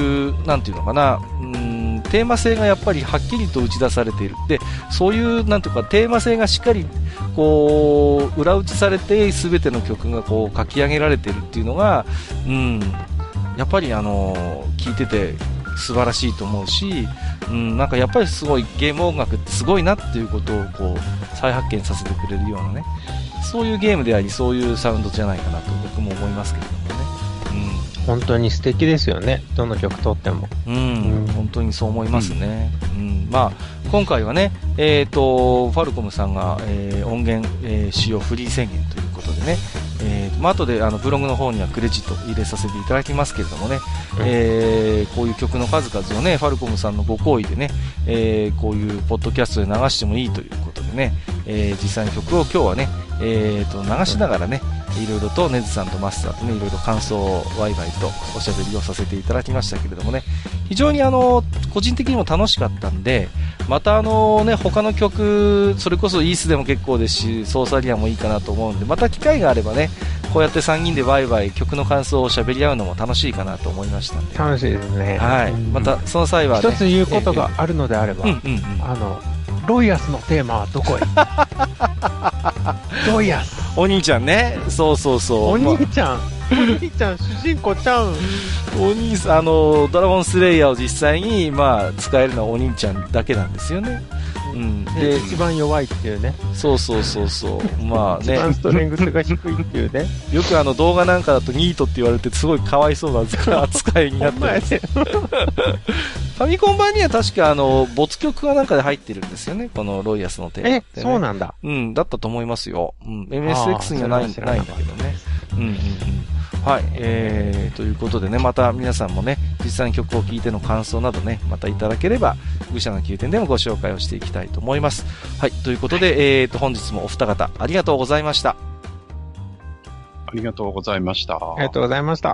なんていうのかな、うんテーマ性がやっぱりはっきりと打ち出されている。で、そういうなんていうかテーマ性がしっかりこう裏打ちされて全ての曲がこう書き上げられているっていうのが、うん、やっぱりあの聴いてて素晴らしいと思うし、うん、なんかやっぱりすごいゲーム音楽ってすごいなっていうことをこう再発見させてくれるようなね、そういうゲームでありそういうサウンドじゃないかなと僕も思いますけれどもね。 本当に素敵ですよね。どの曲とっても。 うん、うん、本当にそう思いますね。うん、うん、まあ今回はね、えっ、ー、とファルコムさんが、えー、音源、えー、使用フリー宣言ということでね、えー、まあ後であのブログの方にはクレジット入れさせていただきますけれどもね、うん、えー、こういう曲の数々をねファルコムさんのご好意でね、えー、こういうポッドキャストで流してもいいということでね、えー、実際の曲を今日はね、えー、と流しながらね、いろいろとネズさんとマスターとねいろいろ感想をワイワイとおしゃべりをさせていただきましたけれどもね、非常にあの個人的にも楽しかったんで、またあのね他の曲それこそイースでも結構ですしソーサリアンもいいかなと思うんで、また機会があればねこうやってさんにんでワイワイ曲の感想を喋り合うのも楽しいかなと思いましたんで。 楽しいですね。 はい。また、その際はね。 一つ言うことがあるのであれば、うんうんうん、あの、ロイヤスのテーマはどこへロイヤス。 お兄ちゃんね。そうそうそう。 お兄ちゃん。お兄ちゃん、主人公ちゃうん。 お兄さん、あの、ドラゴンスレイヤーを実際に、まあ、使えるのはお兄ちゃんだけなんですよね。うん。 で、一番弱いっていうね。 そうそうそうそう。まあね。 一番ストレングスが低いっていうね。 よくあの動画なんかだとニートって言われてすごいかわいそうな扱いになってます。ファミコン版には確かあの、没曲がなんかで入ってるんですよね。このロイヤスのテーマって、ね。 え、そうなんだ。 うん、だったと思いますよ。うん。エムエスエックス にはない、ないんだけどね。うんうんうん。はい、えー、ということでね、また皆さんもね、実際に曲を聴いての感想などね、またいただければ、愚者の宮殿でもご紹介をしていきたいと思います。はい、ということで、はい、えーと、本日もお二方、ありがとうございました。 ありがとうございました。ありがとうございました。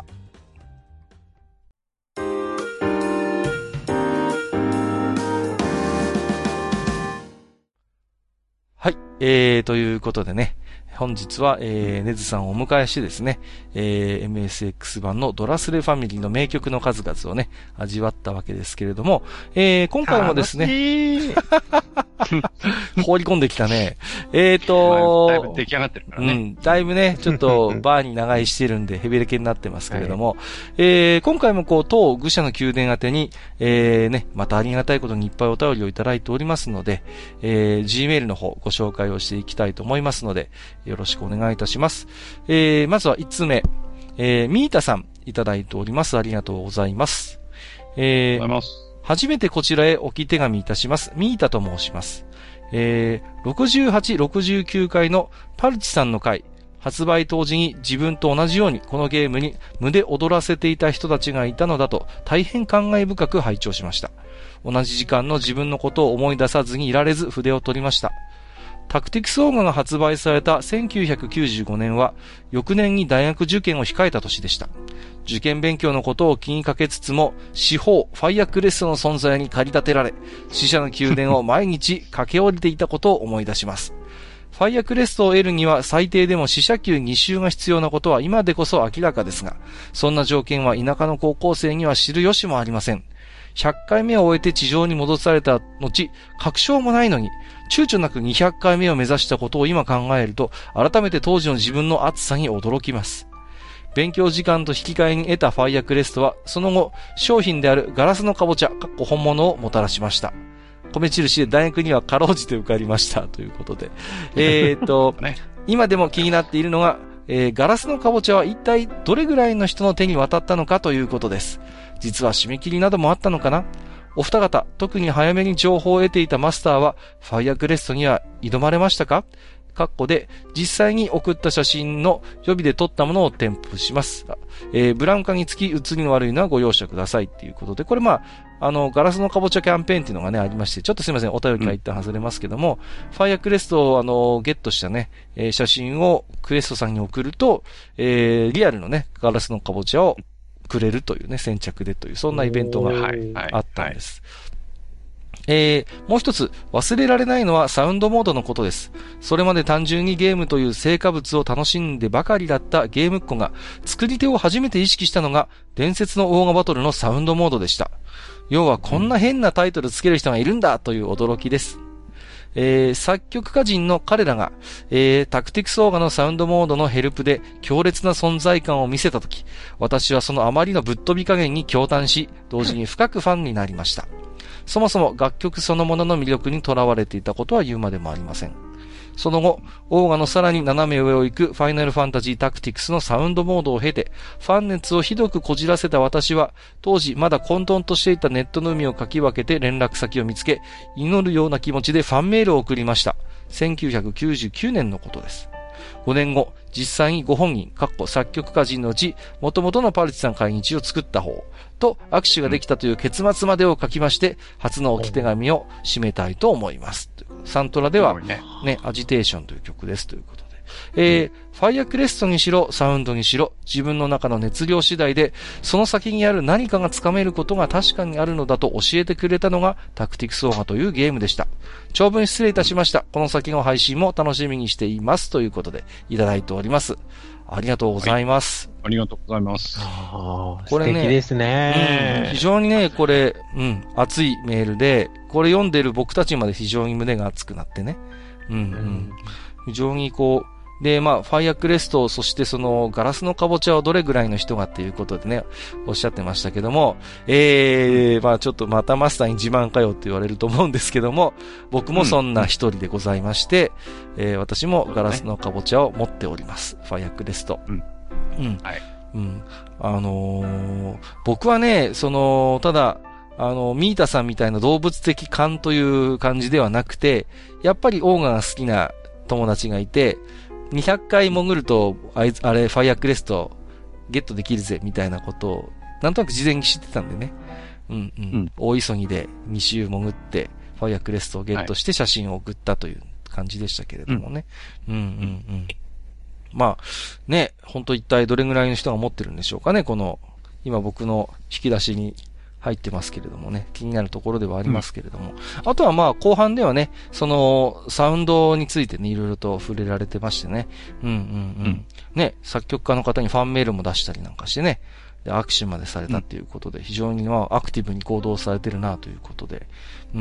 はい、えー、ということでね、本日は、えー、ネズさんをお迎えしてですね、えー、エムエスエックス 版のドラスレファミリーの名曲の数々をね、味わったわけですけれども、えー、今回もですね、放り込んできたね。えーと、 だいぶ出来上がってるからね。 うん、だいぶね、ちょっとバーに長居してるんでヘビレケになってますけれども、はい、えー、今回もこう、当愚者の宮殿宛てに、えー、ね、またありがたいことにいっぱいお便りをいただいておりますので、えー、Gmail の方ご紹介をしていきたいと思いますので、よろしくお願いいたします。えー、まずはいつつめ、えー、ミータさんいただいております。ありがとうございます。えー、 ありがとうございます。 初めてこちらへ置き手紙いたします。ミータと申します。えー、ろくじゅうはち、ろくじゅうきゅうかいのパルチさんの回、発売当時に自分と同じようにこのゲームに無で踊らせていた人たちがいたのだと大変感慨深く拝聴しました。同じ時間の自分のことを思い出さずにいられず筆を取りました。タクティクスオーガが発売されたせんきゅうひゃくきゅうじゅうごねんは翌年に大学受験を控えた年でした。受験勉強のことを気にかけつつも、司法、ファイアクレストの存在に駆り立てられ、死者の宮殿を毎日駆け下りていたことを思い出します。ファイアクレストを得るには最低でも死者級に周が必要なことは今でこそ明らかですが、そんな条件は田舎の高校生には知る由もありません。ひゃっかいめを終えて地上に戻された後、確証もないのに、躊躇なくにひゃっかいめを目指したことを今考えると、改めて当時の自分の熱さに驚きます。勉強時間と引き換えに得たファイアクレストは、その後、商品であるガラスのカボチャ、かっこ本物をもたらしました。米印で大学にはかろうじて受かりました。ということで。えっと、ね、今でも気になっているのが、えー、ガラスのカボチャは一体どれぐらいの人の手に渡ったのかということです。実は締め切りなどもあったのかな？お二方、特に早めに情報を得ていたマスターは、ファイアクレストには挑まれましたか？括弧で、実際に送った写真の予備で撮ったものを添付します。えー、ブラウン化につき写りの悪いのはご容赦くださいっていうことで、これまあ、あの、ガラスのカボチャキャンペーンっていうのがね、ありまして、ちょっとすいません、お便りが一旦外れますけども、うん、ファイアクレストをあの、ゲットしたね、えー、写真をクエストさんに送ると、えー、リアルのね、ガラスのカボチャをくれるというね、先着でという、そんなイベントがあったんです。えー、もう一つ、忘れられないのはサウンドモードのことです。それまで単純にゲームという成果物を楽しんでばかりだったゲームっ子が、作り手を初めて意識したのが、伝説のオーガバトルのサウンドモードでした。要はこんな変なタイトルつける人がいるんだという驚きです。えー、作曲家人の彼らが、えー、タクティクスオーガのサウンドモードのヘルプで強烈な存在感を見せたとき、私はそのあまりのぶっ飛び加減に驚嘆し、同時に深くファンになりました。そもそも楽曲そのものの魅力にとらわれていたことは言うまでもありません。その後、オーガのさらに斜め上を行くファイナルファンタジータクティクスのサウンドモードを経て、ファン熱をひどくこじらせた私は、当時まだ混沌としていたネットの海をかき分けて連絡先を見つけ、祈るような気持ちでファンメールを送りました。せんきゅうひゃくきゅうじゅうきゅうねんのことです。ごねんご、実際にご本人、かっこ作曲家人のうち、元々のパルチさん会日を作った方と握手ができたという結末までを書きまして、初の置き手紙を締めたいと思います。サントラではね、ね、アジテーションという曲ですということで。 えー、ファイアクレストにしろ、サウンドにしろ、自分の中の熱量次第で、その先にある何かがつかめることが確かにあるのだと教えてくれたのが、タクティクスオーガというゲームでした。長文失礼いたしました。この先の配信も楽しみにしています。ということで、いただいております。ありがとうございます。 はい、ありがとうございます。 あこれね、素敵ですね、 うん。非常にね、これ、うん、熱いメールで、これ読んでる僕たちまで非常に胸が熱くなってね。うん、うん。非常にこう、で、まあ、ファイアクレスト、そしてその、ガラスのカボチャをどれぐらいの人がっていうことでね、おっしゃってましたけども、えー、まあちょっとまたマスターに自慢かよって言われると思うんですけども、僕もそんな一人でございまして、うん、えー、私もガラスのカボチャを持っております。ファイアクレスト。うん。うん。はい。うん。あのー、僕はね、その、ただ、あの、ミータさんみたいな動物的勘という感じではなくて、やっぱりオーガが好きな友達がいて、にひゃっかい潜ると、あいつ、あれ、ファイアクレストゲットできるぜ、みたいなことを、なんとなく事前に知ってたんでね。うんうん。うん、大急ぎでに周潜って、ファイアクレストをゲットして写真を送ったという感じでしたけれどもね。はい、うんうんうん。まあ、ね、ほんと一体どれぐらいの人が持ってるんでしょうかね、この、今僕の引き出しに入ってますけれどもね、気になるところではありますけれども。うん、あとはまあ後半ではね、そのサウンドについてね、いろいろと触れられてましてね。うんうんうん。うん、ね、作曲家の方にファンメールも出したりなんかしてね、で握手までされたっていうことで、非常にまあアクティブに行動されてるなということで。うん。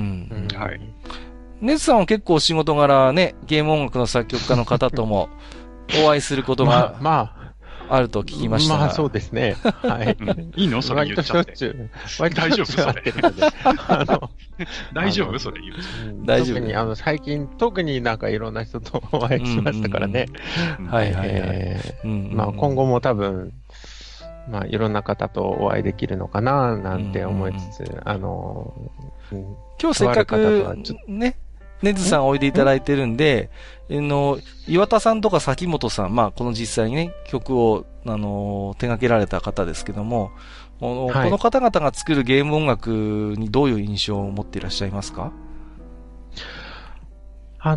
うん、はい。ネズさんは結構仕事柄ね、ゲーム音楽の作曲家の方ともお会いすることが、まあ、まああると聞きましたが。 まあそうですね。はい。 いいのそれ言っちゃって。 割としょっちゅう。割と大丈夫それ。 あの大丈夫それ言う。 大丈夫。特にあの最近、特になんかいろんな人とお会いしましたからね。 はいはいはい。 まあ今後も多分、まあいろんな方とお会いできるのかななんて思いつつ、あの、 今日せっかくね、ネズさんおいでいただいてるんで、あの、岩田さんとか崎本さん、まあ、この実際にね、曲を、あの、手掛けられた方ですけども、この、はい、この方々が作るゲーム音楽にどういう印象を持っていらっしゃいますか？ あ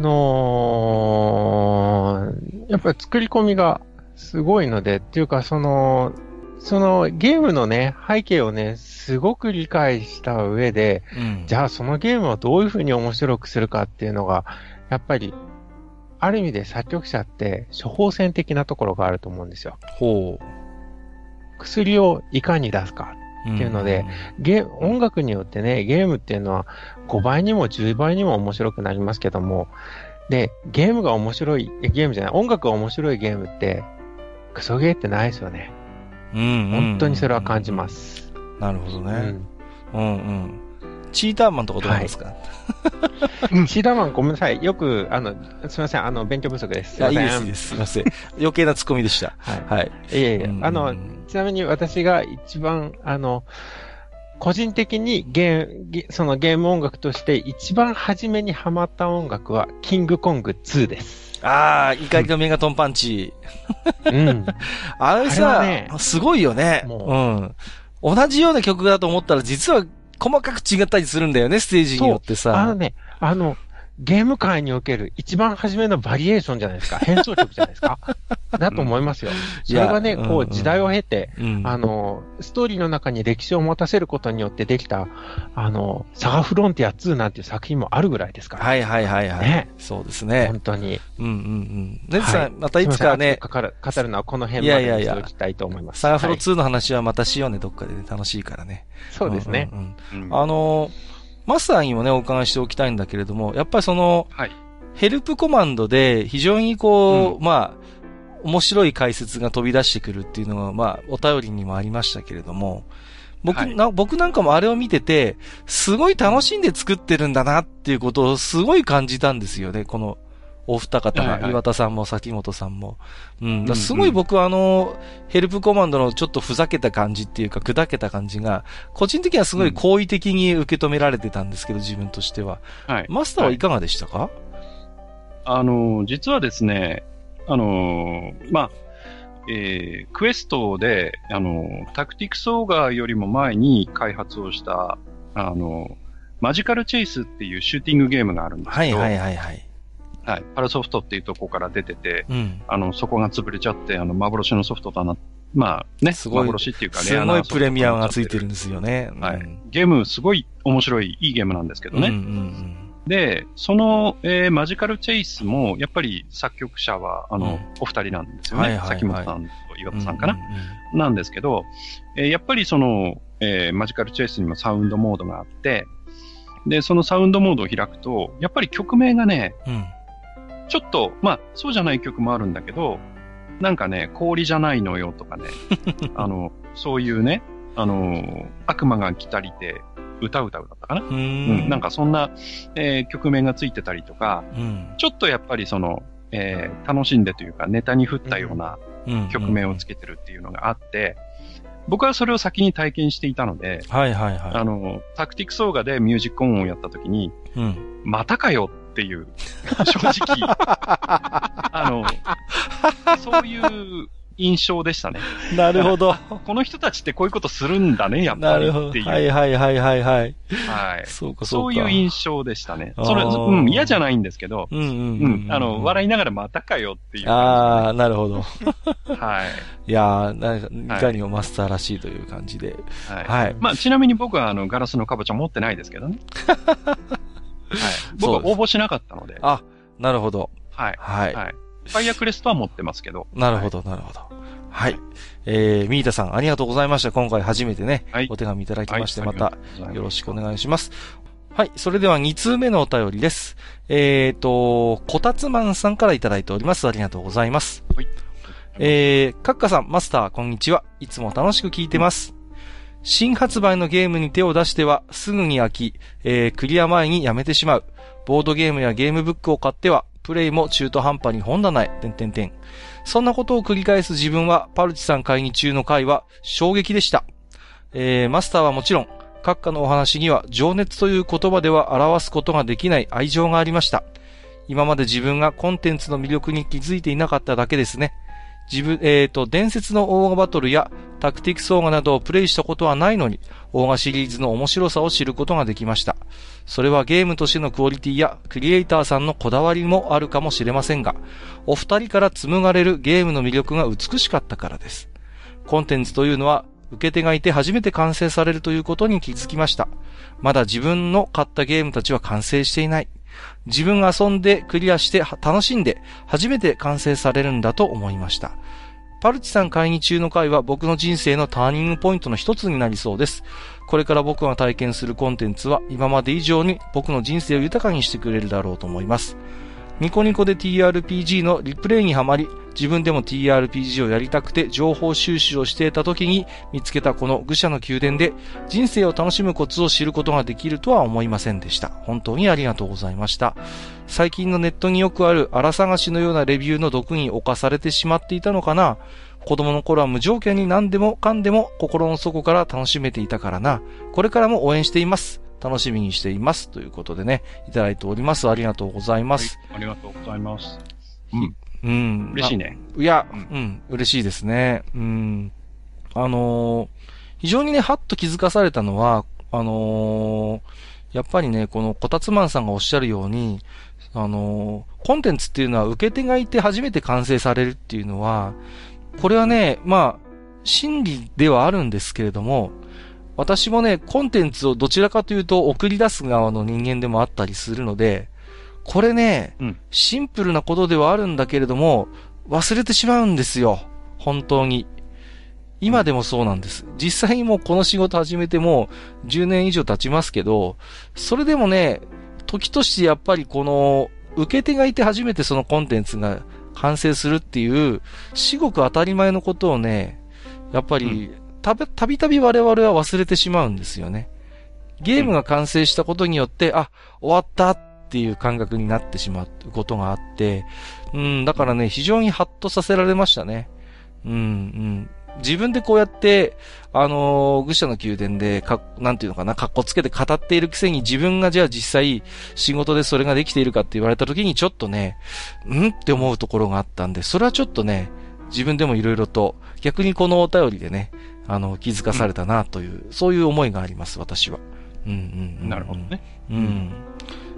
のー、やっぱり作り込みがすごいので、っていうか、その、そのゲームのね、背景をね、すごく理解した上で、うん、じゃあそのゲームをどういう風に面白くするかっていうのが、やっぱり、ある意味で作曲者って処方箋的なところがあると思うんですよ。 ほう。 薬をいかに出すかっていうので、うん、ゲー音楽によってね、ゲームっていうのはごばいにもじゅうばいにも面白くなりますけども、で、ゲームが面白い、ゲームじゃない、音楽が面白いゲームって、クソゲーってないですよね。 うんうんうんうん、 本当にそれは感じます。 なるほどね。うん、うんうんチーターマンとかどうなんですか、はい、 チーターマンごめんなさい。よく、あの、すみません。あの、勉強不足です。すいません。いや、いいです。すみません。余計なツッコミでした。はい。はい。 いやいや、あの、ちなみに私が一番、あの、個人的にゲー、そのゲーム音楽として一番初めにハマった音楽は、キングコングツーです。 ああ、怒りのメガトンパンチ。うん。あれさ、ね、すごいよね。もう。うん。同じような曲だと思ったら、実は、細かく違ったりするんだよね、ステージによってさ。 あのね、あの、ゲーム界における一番初めのバリエーションじゃないですか。変奏曲じゃないですか。だと思いますよ。それがね、こう時代を経て、うんうん、あの、ストーリーの中に歴史を持たせることによってできた、あの、サガフロンティアツーなんていう作品もあるぐらいですから。 はいはいはいはい。ね。そうですね。 本当に。 うんうんうん。ネズさん、はい、またいつかね。 語る、語るのはこの辺までにしておきたいと思います。 いやいやいやサガフロツーの話はまたしようね、どっかでね、楽しいからね。 そうですね。 うんうんうん、あの、マスターにもね、お伺いしておきたいんだけれども、やっぱりその、はい、ヘルプコマンドで非常にこう、うん、まあ、面白い解説が飛び出してくるっていうのが、まあ、お便りにもありましたけれども、僕、はい、な、僕なんかもあれを見てて、すごい楽しんで作ってるんだなっていうことをすごい感じたんですよね、この、お二方が、はいはい、岩田さんも崎本さんも。うん。だすごい僕はあの、ヘルプコマンドのちょっとふざけた感じっていうか、砕けた感じが、個人的にはすごい好意的に受け止められてたんですけど、自分としては。はい。マスターはいかがでしたか？はい、 あの、実はですね、あの、まあ、えー、クエストで、あの、タクティクスオーガーよりも前に開発をした、あの、マジカルチェイスっていうシューティングゲームがあるんですけど、 はいはいはいはい。 はい。パルソフトっていうとこから出てて、 うん。 あの、そこが潰れちゃって、あの、幻のソフトだな。まあね、 すごい幻っていうかね、 すごいプレミアムがついてるんですよね。 はい。ゲーム、すごい面白い、いいゲームなんですけどね。 うんうんうん、 で、その、えー、マジカルチェイスも、やっぱり作曲者は、あの、うん、お二人なんですよね。はいはいはい、崎本さんと岩田さんかな、うんうんうん。なんですけど、えー、やっぱりその、えー、マジカルチェイスにもサウンドモードがあって、で、そのサウンドモードを開くと、やっぱり曲名がね、うん、ちょっと、まあ、そうじゃない曲もあるんだけど、なんかね、氷じゃないのよとかね、あの、そういうね、あの、悪魔が来たりて、歌う歌うだったかな、うん、なんかそんな、えー、曲名がついてたりとか、うん、ちょっとやっぱりその、えー、楽しんでというかネタに振ったような曲名をつけてるっていうのがあって、僕はそれを先に体験していたので、 はいはいはい。 あの、タクティクスオーガでミュージックオンをやった時に、うん、またかよっていう、正直、あの、そういう印象でしたね。 なるほど。 この人たちってこういうことするんだね、やっぱりっていう。 はいはいはいはいはい。はい。 そうかそうか。そういう印象でしたね。それ、うん、嫌じゃないんですけど、うんうんうん、うん。あの、笑いながらまたかよっていう、ね。 ああ、なるほど。 はい。 いやー、なんか、いかにもマスターらしいという感じで。 はい。はい、まあ、ちなみに僕はあの、ガラスのカボチャ持ってないですけどね。はい。僕は応募しなかったので。 あ、なるほど。 はい。 はい。 はい。ファイアクレストは持ってますけど。 なるほど、なるほど。はい。えー、ミータさん、ありがとうございました。今回初めてね、はい、お手紙いただきまして、また、よろしくお願いします。はい。それではに通目のお便りです。えーと、こたつマンさんからいただいております。ありがとうございます。はい。えー、カッカさん、マスター、こんにちは。いつも楽しく聞いてます。新発売のゲームに手を出しては、すぐに飽き、えー、クリア前にやめてしまう。ボードゲームやゲームブックを買っては、プレイも中途半端に本棚へ、てんてんてん。そんなことを繰り返す自分は、パルチさん会議中の回は衝撃でした。えー、マスターはもちろん、閣下のお話には情熱という言葉では表すことができない愛情がありました。今まで自分がコンテンツの魅力に気づいていなかっただけですね。自分、えーと、伝説のオーガバトルやタクティクスオーガなどをプレイしたことはないのに、オーガシリーズの面白さを知ることができました。それはゲームとしてのクオリティやクリエイターさんのこだわりもあるかもしれませんが、お二人から紡がれるゲームの魅力が美しかったからです。コンテンツというのは、受け手がいて初めて完成されるということに気づきました。まだ自分の買ったゲームたちは完成していない。自分が遊んでクリアして楽しんで初めて完成されるんだと思いました。パルチさん会議中の回は僕の人生のターニングポイントの一つになりそうです。これから僕が体験するコンテンツは今まで以上に僕の人生を豊かにしてくれるだろうと思います。ニコニコで ティーアールピージー のリプレイにはまり、自分でも ティーアールピージー をやりたくて情報収集をしていた時に見つけたこの愚者の宮殿で人生を楽しむコツを知ることができるとは思いませんでした。本当にありがとうございました。最近のネットによくある荒探しのようなレビューの毒に侵されてしまっていたのかな。子供の頃は無条件に何でもかんでも心の底から楽しめていたからな。これからも応援しています。楽しみにしています。ということでね、いただいております。ありがとうございます。 はい、ありがとうございます。うん。 うん。 嬉しいね。 いや、うん、うん、嬉しいですね。うん。あのー、非常にね、はっと気づかされたのは、あのー、やっぱりね、このこたつマンさんがおっしゃるように、あのー、コンテンツっていうのは受け手がいて初めて完成されるっていうのは、これはね、まあ、真理ではあるんですけれども、私もね、コンテンツをどちらかというと送り出す側の人間でもあったりするので、これね、うん、シンプルなことではあるんだけれども、忘れてしまうんですよ。本当に。今でもそうなんです。実際にもうこの仕事始めてもうじゅうねん以上経ちますけど、それでもね、時としてやっぱりこの、受け手がいて初めてそのコンテンツが完成するっていう、至極当たり前のことをね、やっぱり、うんたびたびたび我々は忘れてしまうんですよね。ゲームが完成したことによって、うん、あ、終わったっていう感覚になってしまうことがあって、うん、だからね、非常にハッとさせられましたね。うん、うん。自分でこうやって、あのー、愚者の宮殿で、か、なんていうのかな、格好つけて語っているくせに自分がじゃあ実際仕事でそれができているかって言われた時にちょっとね、んって思うところがあったんで、それはちょっとね、自分でもいろいろと、逆にこのお便りでね、あの、気づかされたなという、うん、そういう思いがあります、私は。うんうんうん、 なるほどね。 うん。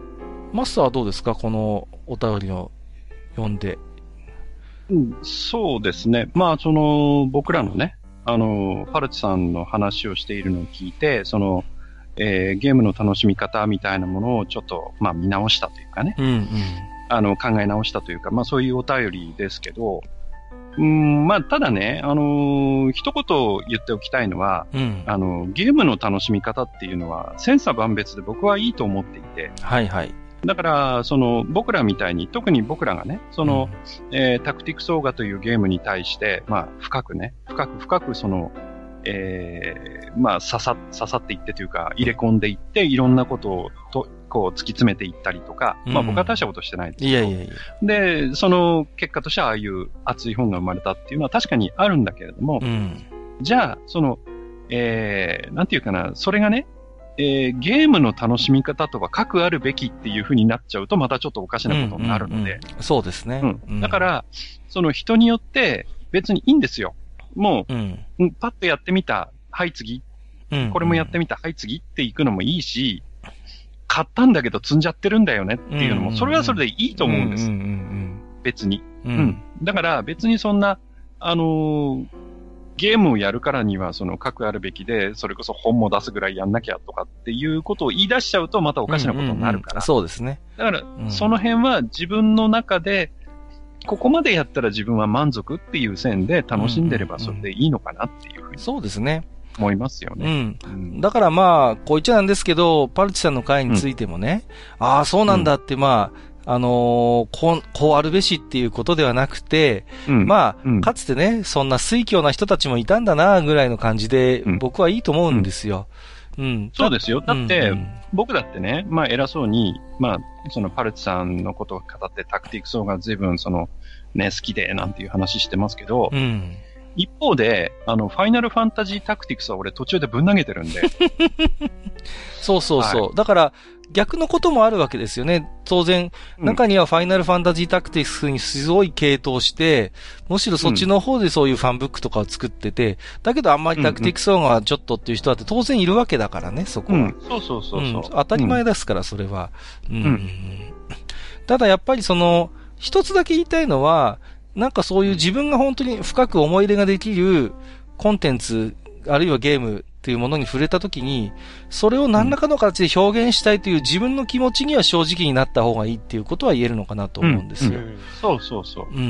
マスターはどうですかこのお便りを読んで。 うん、そうですね。まあ、その、僕らのね、あの、パルチさんの話をしているのを聞いて、その、えー、ゲームの楽しみ方みたいなものをちょっと、まあ、見直したというかね。 うんうん。 あの、考え直したというか、まあ、そういうお便りですけど、うん、まあ、ただね、あのー、一言言っておきたいのは、うん、あの、ゲームの楽しみ方っていうのは、千差万別で僕はいいと思っていて。 はいはい。 だから、その、僕らみたいに、特に僕らがね、その、うん、えー、タクティクスオーガというゲームに対して、まあ、深くね、深く深くその、えー、まあ、刺さ、刺さっていってというか、入れ込んでいって、いろんなことをと、こう突き詰めていったりとか、うん、まあ僕は大したことしてないんですけど、 いやいやいや。 で、その結果としてはああいう熱い本が生まれたっていうのは確かにあるんだけれども、うん、じゃあ、その、えー、なんていうかな、それがね、えー、ゲームの楽しみ方とは各あるべきっていう風になっちゃうとまたちょっとおかしなことになるので。うんうんうん、そうですね、 うん。だから、その人によって別にいいんですよ。もう、うん、パッとやってみた、はい次、うんうん、これもやってみた、はい次っていくのもいいし、買ったんだけど積んじゃってるんだよねっていうのも、それはそれでいいと思うんです。別に、うん。うん。だから別にそんな、あのー、ゲームをやるからにはその核あるべきで、それこそ本も出すぐらいやんなきゃとかっていうことを言い出しちゃうとまたおかしなことになるから。 そうですね。 だから、その辺は自分の中で、ここまでやったら自分は満足っていう線で楽しんでればそれでいいのかなっていうふうに。 そうですね。 思いますよね。 うん。だからまあ、こう言っちゃなんですけど、パルチさんの回についてもね、うん、ああ、そうなんだって、まあ、あのー、こう、こうあるべしっていうことではなくて、うん、まあ、うん、かつてね、そんな水教な人たちもいたんだな、ぐらいの感じで、僕はいいと思うんですよ。うん。うん、 そうですよ。だって、うん、僕だってね、まあ偉そうに、まあ、そのパルチさんのことを語ってタクティクスオーが随分その、ね、好きで、なんていう話してますけど、うん一方で、あの、ファイナルファンタジータクティクスは俺途中でぶん投げてるんで。 そうそうそう。はい、だから、逆のこともあるわけですよね。当然、うん、中にはファイナルファンタジータクティクスにすごい傾倒して、むしろそっちの方でそういうファンブックとかを作ってて、だけどあんまりタクティクス音がちょっとっていう人だって当然いるわけだからね、そこは。うん、 そうそうそうそう、うん。 当たり前ですから、それは。うんうん、ただやっぱりその、一つだけ言いたいのは、なんかそういう自分が本当に深く思い入れができるコンテンツ、あるいはゲームっていうものに触れたときに、それを何らかの形で表現したいという自分の気持ちには正直になった方がいいっていうことは言えるのかなと思うんですよ。うんうん、 そうそうそう。 うんうんうん。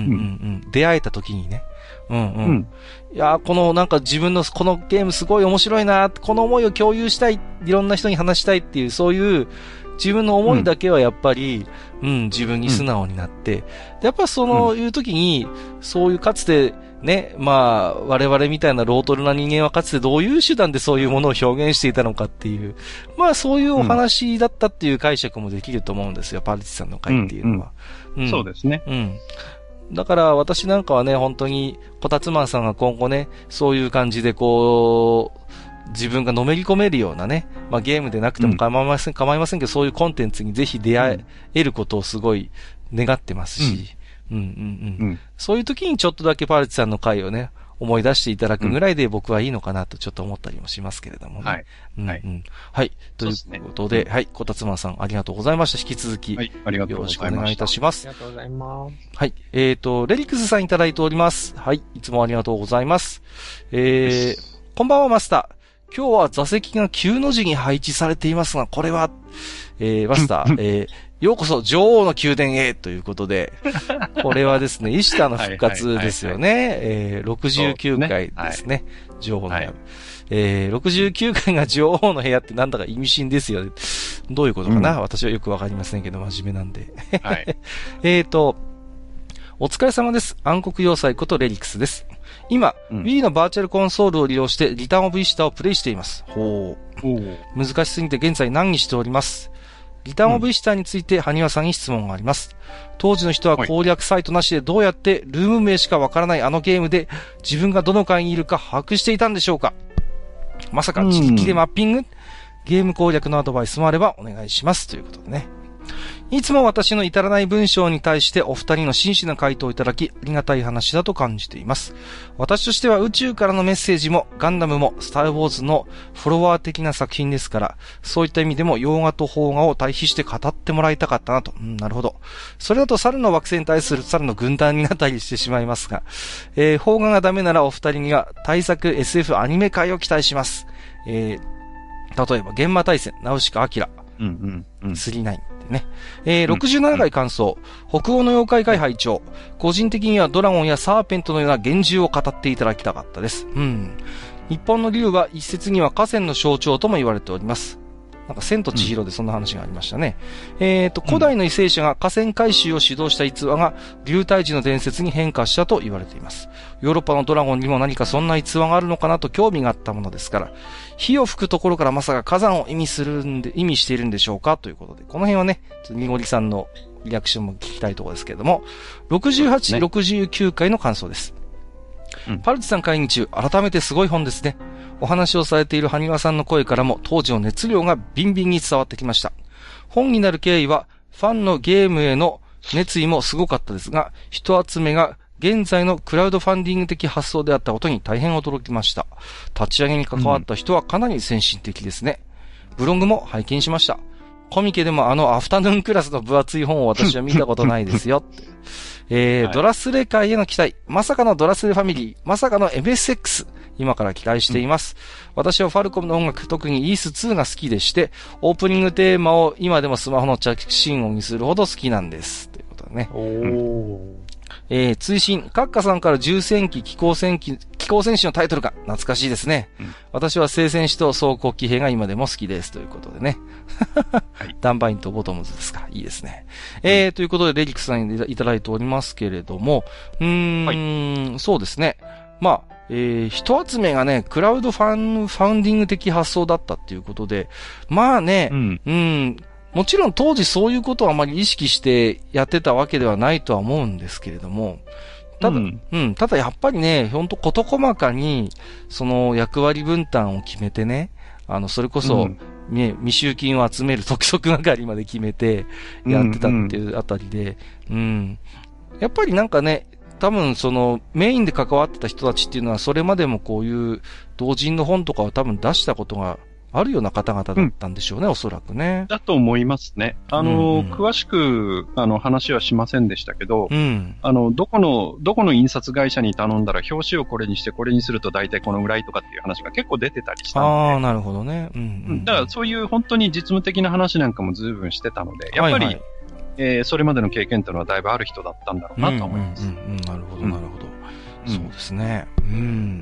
出会えたときにね。うんうん。うん、いやこのなんか自分のこのゲームすごい面白いな、この思いを共有したい、いろんな人に話したいっていう、そういう自分の思いだけはやっぱり、うん、うん、自分に素直になって、うん、やっぱそのいう時に、そういうかつてね、まあ、我々みたいなロートルな人間はかつてどういう手段でそういうものを表現していたのかっていう、まあそういうお話だったっていう解釈もできると思うんですよ、パルチさんの回っていうのは。 うんうんうん、そうですね。 うん。だから私なんかはね、本当に、こたつマンさんが今後ね、そういう感じでこう、自分がのめり込めるようなね、まあゲームでなくても構いません、うん、構いませんけど、そういうコンテンツにぜひ出会えることをすごい願ってますし、うん、うんうんうん、うん。そういう時にちょっとだけパルチさんの回をね、思い出していただくぐらいで僕はいいのかなとちょっと思ったりもしますけれどもね。 はい。 うんうん、はい。はい。ということで、でね、はい。こたつまんさんありがとうございました。引き続き、はい。ありがとうございました。よろしくお願いいたします。 ありがとうございます。 はい。えっ、ー、と、レリクスさんいただいております。はい。いつもありがとうございます。えー、こんばんはマスター。今日は座席がきゅうの字に配置されていますが、これは、えー、マスター、えー、ようこそ女王の宮殿へということで、これはですね、イシタの復活ですよね。えー、ろくじゅうきゅうかいですね。はい、女王の部屋、はい。えー、ろくじゅうきゅうかいが女王の部屋ってなんだか意味深ですよね。どういうことかな、うん、私はよくわかりませんけど、真面目なんで。はい、えーと、お疲れ様です。暗黒要塞ことレリクスです。今、うん、Wii のバーチャルコンソールを利用してリターンオブイシタをプレイしています。ほう。難しすぎて現在難儀しております。リターンオブイシタについて、埴輪さんに質問があります。当時の人は攻略サイトなしでどうやってルーム名しかわからないあのゲームで自分がどの階にいるか把握していたんでしょうか？まさか自力でマッピング？ゲーム攻略のアドバイスもあればお願いします。ということでね。 いつも私の至らない文章に対してお二人の真摯な回答をいただき、ありがたい話だと感じています。私としては宇宙からのメッセージもガンダムもスターウォーズのフォロワー的な作品ですから、そういった意味でも洋画と邦画を対比して語ってもらいたかったなと。うん、なるほど。それだと猿の惑星に対する猿の軍団になったりしてしまいますが、えー、邦画がダメならお二人には大作 エスエフ アニメ界を期待します。えー、例えば幻魔大戦、ナウシカ・アキラ、 うんうんうん、 スリーナイン。ね。えー、ろくじゅうななかい感想、うん、北欧の妖怪界拝聴。個人的にはドラゴンやサーペントのような幻獣を語っていただきたかったです。うん。日本の竜は一説には河川の象徴とも言われております。なんか千と千尋でそんな話がありましたね。うん、えーと、古代の為政者が河川改修を指導した逸話が竜退治の伝説に変化したと言われています。ヨーロッパのドラゴンにも何かそんな逸話があるのかなと興味があったものですから、火を吹くところからまさか火山を意味するんで、意味しているんでしょうかということで、この辺はね、ニゴリさんのリアクションも聞きたいところですけれども、ろくじゅうはち、ね、ろくじゅうきゅうかいの感想です。うん、パルチさん会議中、改めてすごい本ですね。お話をされている埴輪さんの声からも当時の熱量がビンビンに伝わってきました。本になる経緯は、ファンのゲームへの熱意もすごかったですが、人集めが現在のクラウドファンディング的発想であったことに大変驚きました。立ち上げに関わった人はかなり先進的ですね。うん、ブログも拝見しました。コミケでもあのアフタヌーンクラスの分厚い本を私は見たことないですよ。えーはい、ドラスレ界への期待。まさかのドラスレファミリー。まさかの エムエスエックス。今から期待しています。うん、私はファルコムの音楽、特にイースツーが好きでして、オープニングテーマを今でもスマホの着信音にするほど好きなんです。ということでね。おー。えー、追伸、カッカさんから重戦機、機構戦機、機構戦士のタイトルが懐かしいですね。うん、私は聖戦士と総国旗兵が今でも好きです。ということでね。はい、ダンバインとボトムズですか。いいですね。えー、うん、ということで、レリックさんにいただいておりますけれども、うーん、はい、そうですね。まあ、えー、人集めがね、クラウドファン、ファウンディング的発想だったっていうことで、まあね、うん、うん、もちろん当時そういうことをあまり意識してやってたわけではないとは思うんですけれども、ただ、うん、うん、ただやっぱりね、ほんと事細かに、その役割分担を決めてね、あの、それこそ、うん、ね、未収金を集める督促係まで決めてやってたっていうあたりで、うん、うん、やっぱりなんかね、多分そのメインで関わってた人たちっていうのはそれまでもこういう同人の本とかを多分出したことがあるような方々だったんでしょうね、うん、おそらくね。だと思いますね。あの、うんうん、詳しく、あの、話はしませんでしたけど、うん、あの、どこの、どこの印刷会社に頼んだら表紙をこれにしてこれにすると大体このぐらいとかっていう話が結構出てたりしたので。 ああ、なるほどね。うんうん、 だからそういう本当に実務的な話なんかも随分してたので、やっぱり、はいはい、えー、それまでの経験というのはだいぶある人だったんだろうなと思います。うんうんうん、 なるほど、なるほど、うん。そうですね。うん。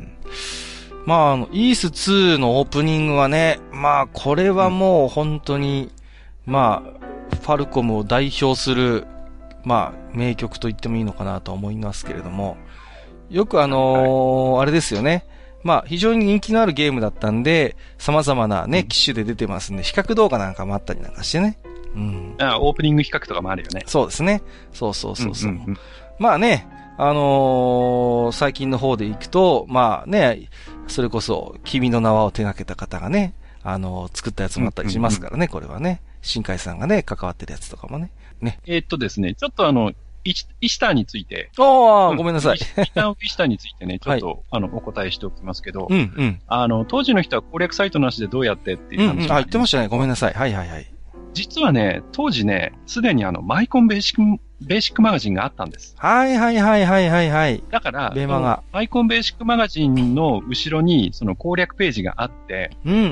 まあ、あの、イースツーのオープニングはね、まあ、これはもう本当に、うん、まあ、ファルコムを代表する、まあ、名曲と言ってもいいのかなと思いますけれども、よくあのーはい、あれですよね。まあ、非常に人気のあるゲームだったんで、様々なね、機種で出てますんで、比較動画なんかもあったりなんかしてね。 うん、あオープニング比較とかもあるよね。 そうですね。そうそうそうそう。うんうんうん、まあね、あのー、最近の方で行くと、まあね、それこそ、君の名はを手掛けた方がね、あのー、作ったやつもあったりしますからね、うんうんうん、これはね。新海さんがね、関わってるやつとかもね。ね。 えー、っとですね、ちょっとあの、イシターについて。 ああ、うん、ごめんなさい。イシター、イシターについてね、ちょっと、はい、あの、お答えしておきますけど、 うんうん。 あの、当時の人は攻略サイトなしでどうやってっていう話、 うんうん、あ、言ってましたね。ごめんなさい。はいはいはい。 実はね、当時ね、すでにあの、マイコンベーシック、ベーシックマガジンがあったんです。 はいはいはいはいはいはい。 だから、 ベマがマイコンベーシックマガジンの後ろにその攻略ページがあって、 うんうんうん。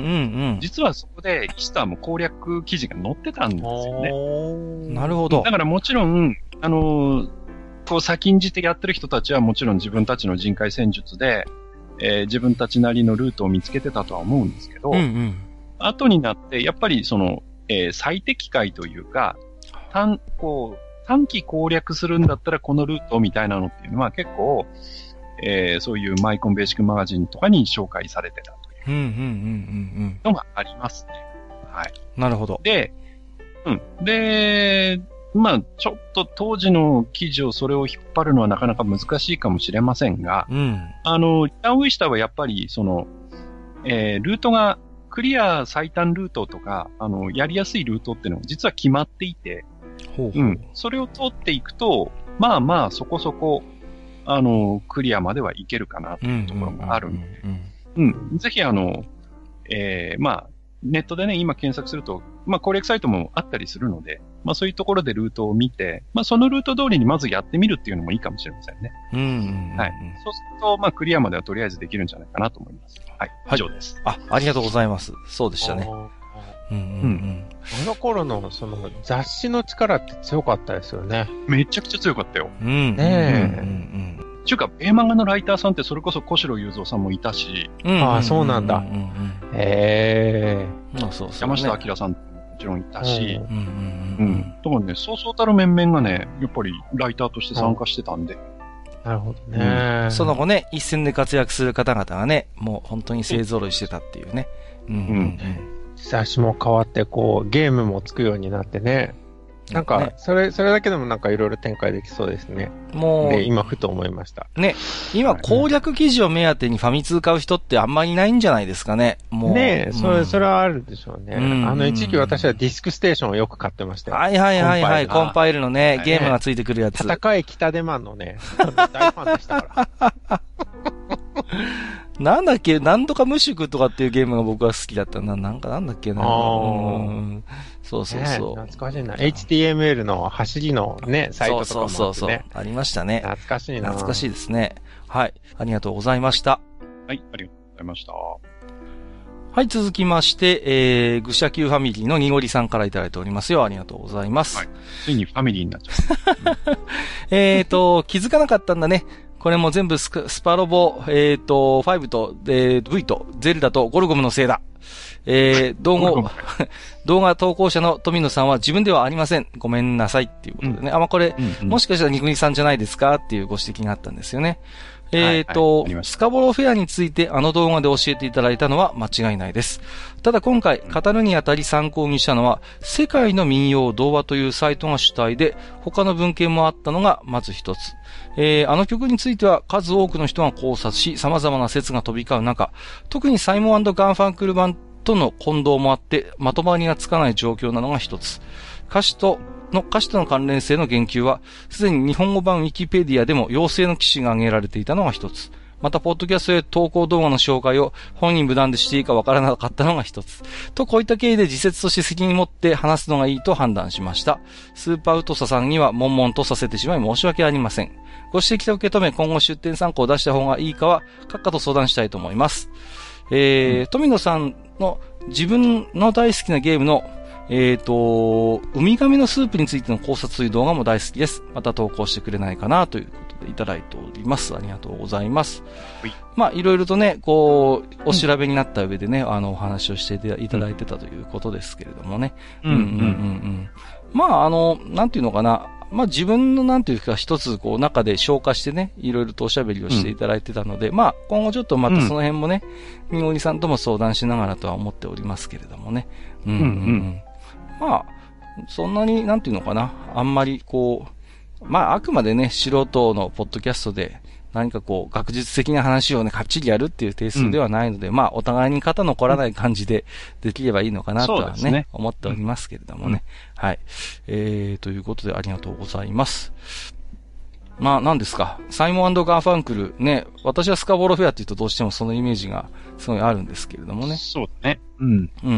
実はそこでイシターも攻略記事が載ってたんですよね。 なるほど。 だからもちろん、あの、こう先んじてやってる人たちはもちろん自分たちの人海戦術で、えー、自分たちなりのルートを見つけてたとは思うんですけど、うんうん、後になってやっぱりその、えー、最適解というか、短、こう、短期攻略するんだったらこのルートみたいなのっていうのは結構、えー、そういうマイコンベーシックマガジンとかに紹介されてたというのがありますね。はい。 なるほど。 で、うん。で、まあ、ちょっと当時の記事をそれを引っ張るのはなかなか難しいかもしれませんが、うん、あの、タウンウィスターはやっぱり、その、えー、ルートが、クリア最短ルートとか、あの、やりやすいルートっていうのが実は決まっていて、 ほうほう。 うん。それを通っていくと、まあまあそこそこ、あの、クリアまではいけるかなというところがあるんで、うん。ぜひあの、えー、まあ、ネットでね、今検索すると、まあ攻略サイトもあったりするので、まあそういうところでルートを見て、まあそのルート通りにまずやってみるっていうのもいいかもしれませんね。 うんうんうん、 はい。そうすると、まあクリアまではとりあえずできるんじゃないかなと思います。はい。以上です。 はい、あ、ありがとうございます。そうでしたね。 うんうんうん、あの頃のその雑誌の力って強かったですよね。 めちゃくちゃ強かったよ。 うん。 ねえ。 うんうん。ちゅうか、絵漫画のライターさんってそれこそ小城雄三さんもいたし。 うん、ああ、そうなんだ。へえ。 そうそうそう、ね。 山下明さんももちろんいたし。 うん。うん。 うん。だからね、そうそうたる面々がね、やっぱりライターとして参加してたんで。 なるほどね、 うん。その後ね、一線で活躍する方々がね、もう本当に勢揃いしてたっていうね。うん。うん。うん雑誌も変わって、こう、ゲームもつくようになってね。なんか、それ、それだけでもなんかいろいろ展開できそうですね。もう。で、今ふと思いました。 ね。今、攻略記事を目当てにファミ通買う人ってあんまりいないんじゃないですかね。もう。 ねえ、それ、それはあるでしょうね。うん、あの、一時期私はディスクステーションをよく買ってましたよ。 はいはいはいはい。コンパイルのね、ゲームがついてくるやつ。 戦い北出マンのね、大ファンでしたから。 なんだっけ、なんとか無宿とかっていうゲームが僕は好きだったな。なんかなんだっけな。うん、そうそうそう、 ね。懐かしいな。エイチティーエムエル の走りのね、サイトとかもあって、ね。そうそうそう。 ありましたね。 懐かしいな。 懐かしいですね。はい。ありがとうございました。 はい、ありがとうございました。 はい、続きまして、えー、愚者級ファミリーのにごりさんからいただいておりますよ。ありがとうございます。はい。 ついにファミリーになっちゃう。 えーと、気づかなかったんだね。これも全部ス, スパロボ、えっ、ー、と、ごと、えー、V と、ゼルダとゴルゴムのせいだ。えー、動画、動画投稿者の富野さんは自分ではありません。ごめんなさいっていうことでね。うん、あ、まあ、これ、うんうん、もしかしたらニグニさんじゃないですかっていうご指摘があったんですよね。えっ、ー、と、はいはい、スカボロフェアについてあの動画で教えていただいたのは間違いないです。ただ今回語るにあたり参考にしたのは、世界の民謡童話というサイトが主体で、他の文献もあったのがまず一つ。えー、あの曲については数多くの人が考察し、様々な説が飛び交う中、特にサイモン&ガンファンクル版との混同もあって、まとまりがつかない状況なのが一つ。歌詞との歌詞との関連性の言及は、すでに日本語版ウィキペディアでも陽性の記事が挙げられていたのが一つ。また、ポッドキャストへ投稿動画の紹介を本人無断でしていいかわからなかったのが一つ。と、こういった経緯で自説として責任を持って話すのがいいと判断しました。スーパーウトサさんには悶々とさせてしまい申し訳ありません。ご指摘と受け止め、今後出展参考を出した方がいいかは、閣下と相談したいと思います。えー、うん、富野さんの自分の大好きなゲームのえっ、ー、と、ウミガメのスープについての考察という動画も大好きです。また投稿してくれないかなということでいただいております。ありがとうございます。はい、まあ、いろいろとね、こう、お調べになった上でね、うん、あの、お話をしていただいてたということですけれどもね。うん、うん、うん、うん。まあ、あの、なんていうのかな。まあ、自分のなんていうか一つ、こう、中で消化してね、いろいろとおしゃべりをしていただいてたので、うん、まあ、今後ちょっとまたその辺もね、みごりさんとも相談しながらとは思っておりますけれどもね。うん、うん、うん。まあ、そんなに、なんていうのかな、あんまりこう、まあ、あくまでね、素人のポッドキャストで、何かこう、学術的な話をね、かっちりやるっていうテイストではないので、うん、まあ、お互いに肩残らない感じでできればいいのかなとはね、ね思っておりますけれどもね。うん、はい。えー、ということでありがとうございます。まあ、何ですか。サイモン&ガーファンクル、ね、私はスカボロフェアって言うとどうしてもそのイメージがすごいあるんですけれどもね。 そうだね。うん。 うんうんうんうん。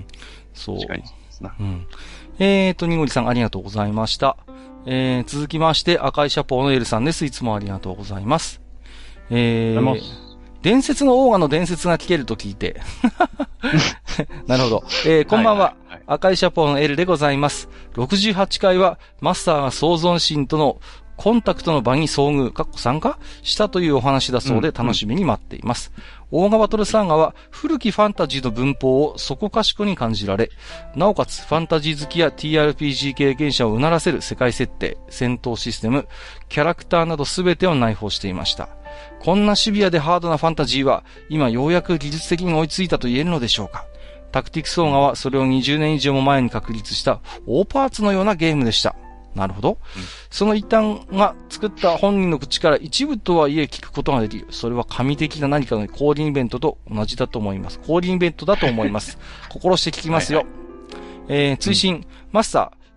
そう。 確かにですな。 うん。えーと、にごりさんありがとうございました。えー、続きまして、赤いシャポーのエルさんです。いつもありがとうございます。えー、伝説のオーガの伝説が聞けると聞いて。なるほど。えー、こんばんは、はいはいはい。赤いシャポーのエルでございます。ろくじゅうはちかいは、マスターが創造神とのコンタクトの場に遭遇、かっこ参加したというお話だそうで楽しみに待っています。うんうん、オーガバトルサーガは古きファンタジーの文法をそこかしこに感じられ、なおかつファンタジー好きや ティーアールピージー 経験者をうならせる世界設定、戦闘システム、キャラクターなどすべてを内包していました。こんなシビアでハードなファンタジーは今ようやく技術的に追いついたと言えるのでしょうか。タクティクスオーガはそれをにじゅうねん以上も前に確立した大パーツのようなゲームでした。なるほど、うん。その一端が作った本人の口から一部とはいえ聞くことができる。それは神的な何かの降臨イベントと同じだと思います。降臨イベントだと思います。心して聞きますよ。はいはい、えー、追伸、うん、マスター、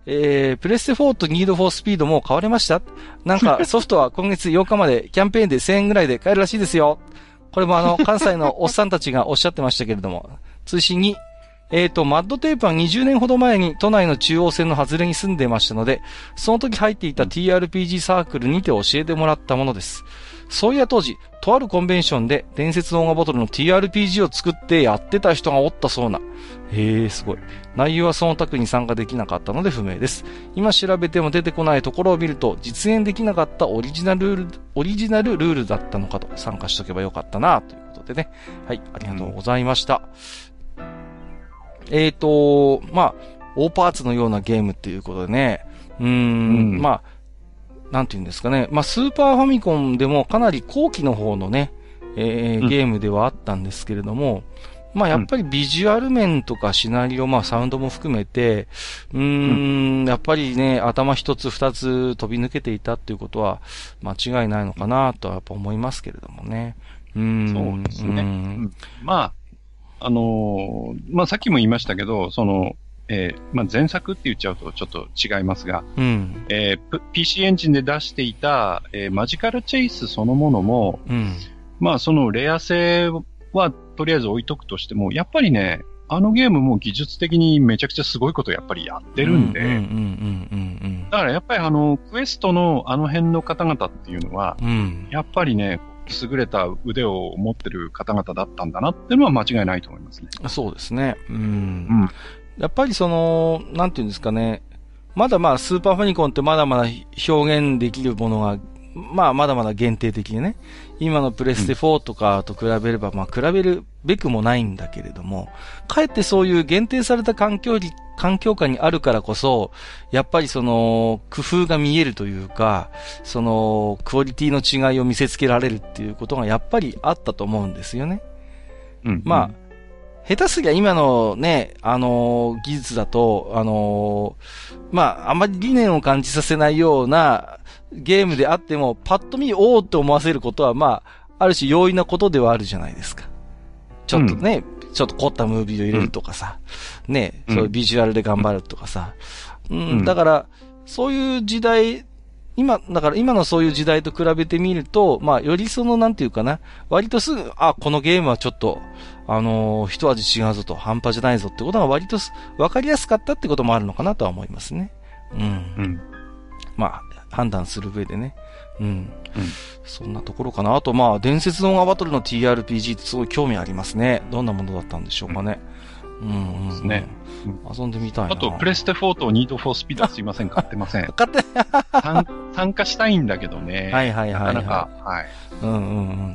えー、プレステフォーとニードフォースピードも買われました？なんかソフトは今月ようかまでキャンペーンでせんえんぐらいで買えるらしいですよ。これもあの、関西のおっさんたちがおっしゃってましたけれども、通信に、えーと、マッドテープはにじゅうねんほど前に都内の中央線の外れに住んでましたので、その時入っていた ティーアールピージー サークルにて教えてもらったものです。そういや当時、とあるコンベンションで伝説のオーガボトルの ティーアールピージー を作ってやってた人がおったそうな。へえ、すごい。内容はそのタクに参加できなかったので不明です。今調べても出てこないところを見ると、実現できなかったオリジナルルール、オリジナルルールだったのかと、参加しとけばよかったな、ということでね。はい、ありがとうございました。うん、えーと、まあ、大パーツのようなゲームっていうことでね。うーん、うん、まあ、なんていうんですかね。まあ、スーパーファミコンでもかなり後期の方のね、えー、ゲームではあったんですけれども、うん、まあ、やっぱりビジュアル面とかシナリオ、まあ、サウンドも含めて、うーん、うん、やっぱりね、頭一つ二つ飛び抜けていたっていうことは間違いないのかなとはやっぱ思いますけれどもね。うーん。 そうですね。うん、まあ、あのー、まあ、さっきも言いましたけど、その、えー、まあ、前作って言っちゃうとちょっと違いますが、 うん、 えー、ピーシー エンジンで出していた、えー、マジカルチェイスそのものも、 うん、 まあそのレア性はとりあえず置いとくとしても、やっぱりね、あのゲームも技術的にめちゃくちゃすごいことをやっぱりやってるんで、だからやっぱりあのクエストのあの辺の方々っていうのは、 うん、 やっぱりね、優れた腕を持ってる方々だったんだなっていうのは間違いないと思いますね。 そうですね。うん。 うんやっぱりその、なんていうんですかね。まだまあスーパーファミコンってまだまだ表現できるものが、まあまだまだ限定的にね。今のプレステフォーとかと比べれば、まあ比べるべくもないんだけれども、かえってそういう限定された環境に、環境下にあるからこそ、やっぱりその、工夫が見えるというか、その、クオリティの違いを見せつけられるっていうことがやっぱりあったと思うんですよね。 うん。 まあ、下手すりゃ今のね、あのー、技術だと、あのー、まあ、あまり理念を感じさせないようなゲームであっても、パッと見、おーって思わせることは、まあ、ある種容易なことではあるじゃないですか。ちょっとね、うん、ちょっと凝ったムービーを入れるとかさ、うん、ね、そういうビジュアルで頑張るとかさ。うん、うん、だから、そういう時代、今、だから今のそういう時代と比べてみると、まあ、よりその、なんていうかな、割とすぐ、あ、このゲームはちょっと、あのー、一味違うぞと、半端じゃないぞってことが割と分かりやすかったってこともあるのかなとは思いますね。うん。うん。まあ、判断する上でね。うん。うん。そんなところかな。あと、まあ、伝説のオーガバトルの ティーアールピージー ってすごい興味ありますね。どんなものだったんでしょうかね。うん、うん、うん。ですね。遊んでみたいな。 あと、プレステフォーとニードフォースピードすいません、買ってません。 買って参加したいんだけどね。 はいはいはい、はい。 なかなか、はい。 うんうんうん。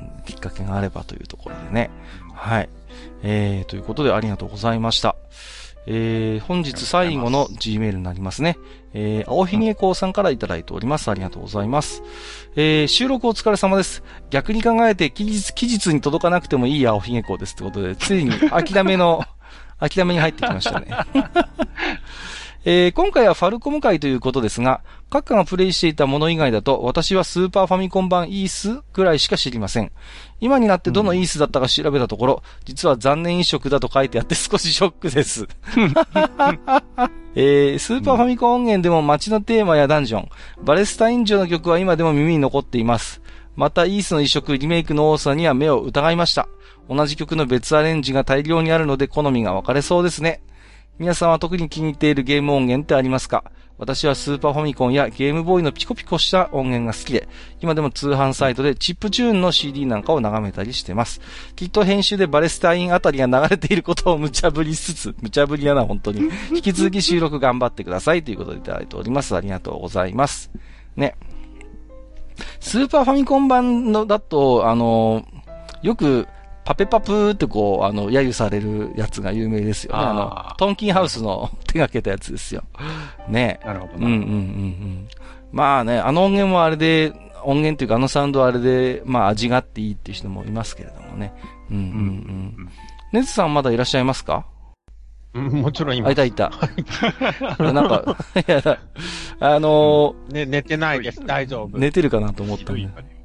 きっかけがあればというところでね。はい。えー、ということでありがとうございました。えー、本日最後の G メールになりますね。えー、青ひげこうさんからいただいております。ありがとうございます。えー、収録お疲れ様です。逆に考えて期日、期日に届かなくてもいい青ひげこうですってことで、ついに諦めの、諦めに入ってきましたね。えー、今回はファルコム会ということですが、閣下がプレイしていたもの以外だと、私はスーパーファミコン版イースくらいしか知りません。今になってどのイースだったか調べたところ、うん、実は残念移植だと書いてあって少しショックです。えー、スーパーファミコン音源でも街のテーマやダンジョン、バレスタイン城の曲は今でも耳に残っています。またイースの移植、リメイクの多さには目を疑いました。同じ曲の別アレンジが大量にあるので好みが分かれそうですね。皆さんは特に気に入っているゲーム音源ってありますか？私はスーパーファミコンやゲームボーイのピコピコした音源が好きで、今でも通販サイトでチップチューンの シーディー なんかを眺めたりしてます。きっと編集でバレスタインあたりが流れていることを無茶ぶりしつつ、無茶ぶりだな本当に。引き続き収録頑張ってくださいということでいただいております。ありがとうございます。ね。スーパーファミコン版のだと、あの、よく、パペパプーってこう、あの、揶揄されるやつが有名ですよね。あ, あの、トンキンハウスの手掛けたやつですよ。ね。 なるほどな。うんうんうんうん。まあね、あの音源もあれで、音源っていうかあのサウンドはあれで、まあ味があっていいっていう人もいますけれどもね。うんうんうん。うん、ネズさんまだいらっしゃいますか？ うん、もちろん今。 あ、いたいた。なんか、いや、あのー、ね、寝てないです。大丈夫。 寝てるかなと思ったんで。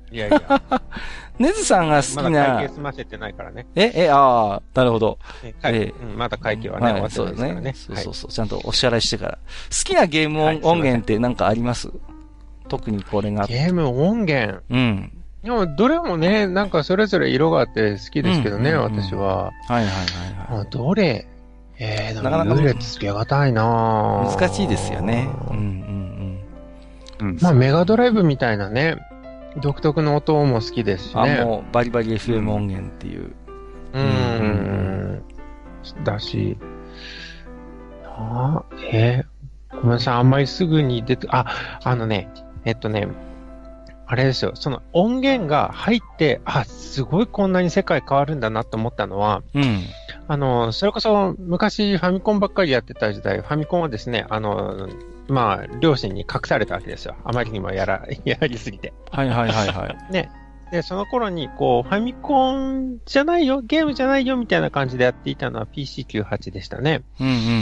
いやいや。 ネズさんが好きな。 まだ会計済ませてないからね。 え、え、ああ、なるほど。 ええうん、まだ会計はね、終わってないですからね。 そうそうそう。ちゃんとお支払いしてから。好きなゲーム音,、音源って何かあります？特にこれが。 ゲーム音源うん。 でも、どれもね、なんかそれぞれ色があって好きですけどね、うんうんうん、私は。 はいはいはいはい。 どれえー、でも優劣つけがたいなぁ。 難しいですよね。うんうんうん。まあ、メガドライブみたいなね、独特の音も好きですしね。 あ、もうバリバリ エフエム 音源っていう。 うん。うんうんうん、だし、あえー、ごめんなさい、あんまりすぐに出て、あ、あのね、えっとね、あれですよ、その音源が入って、あ、すごいこんなに世界変わるんだなと思ったのは、 うん。 あの、それこそ昔ファミコンばっかりやってた時代、ファミコンはですね、あの、まあ、両親に隠されたわけですよ。あまりにもやら、やりすぎて。 はいはいはいはい。 ね。で、その頃に、こう、ファミコンじゃないよ、ゲームじゃないよ、みたいな感じでやっていたのは ピーシーきゅうじゅうはち でしたね。 うんうんうんうん。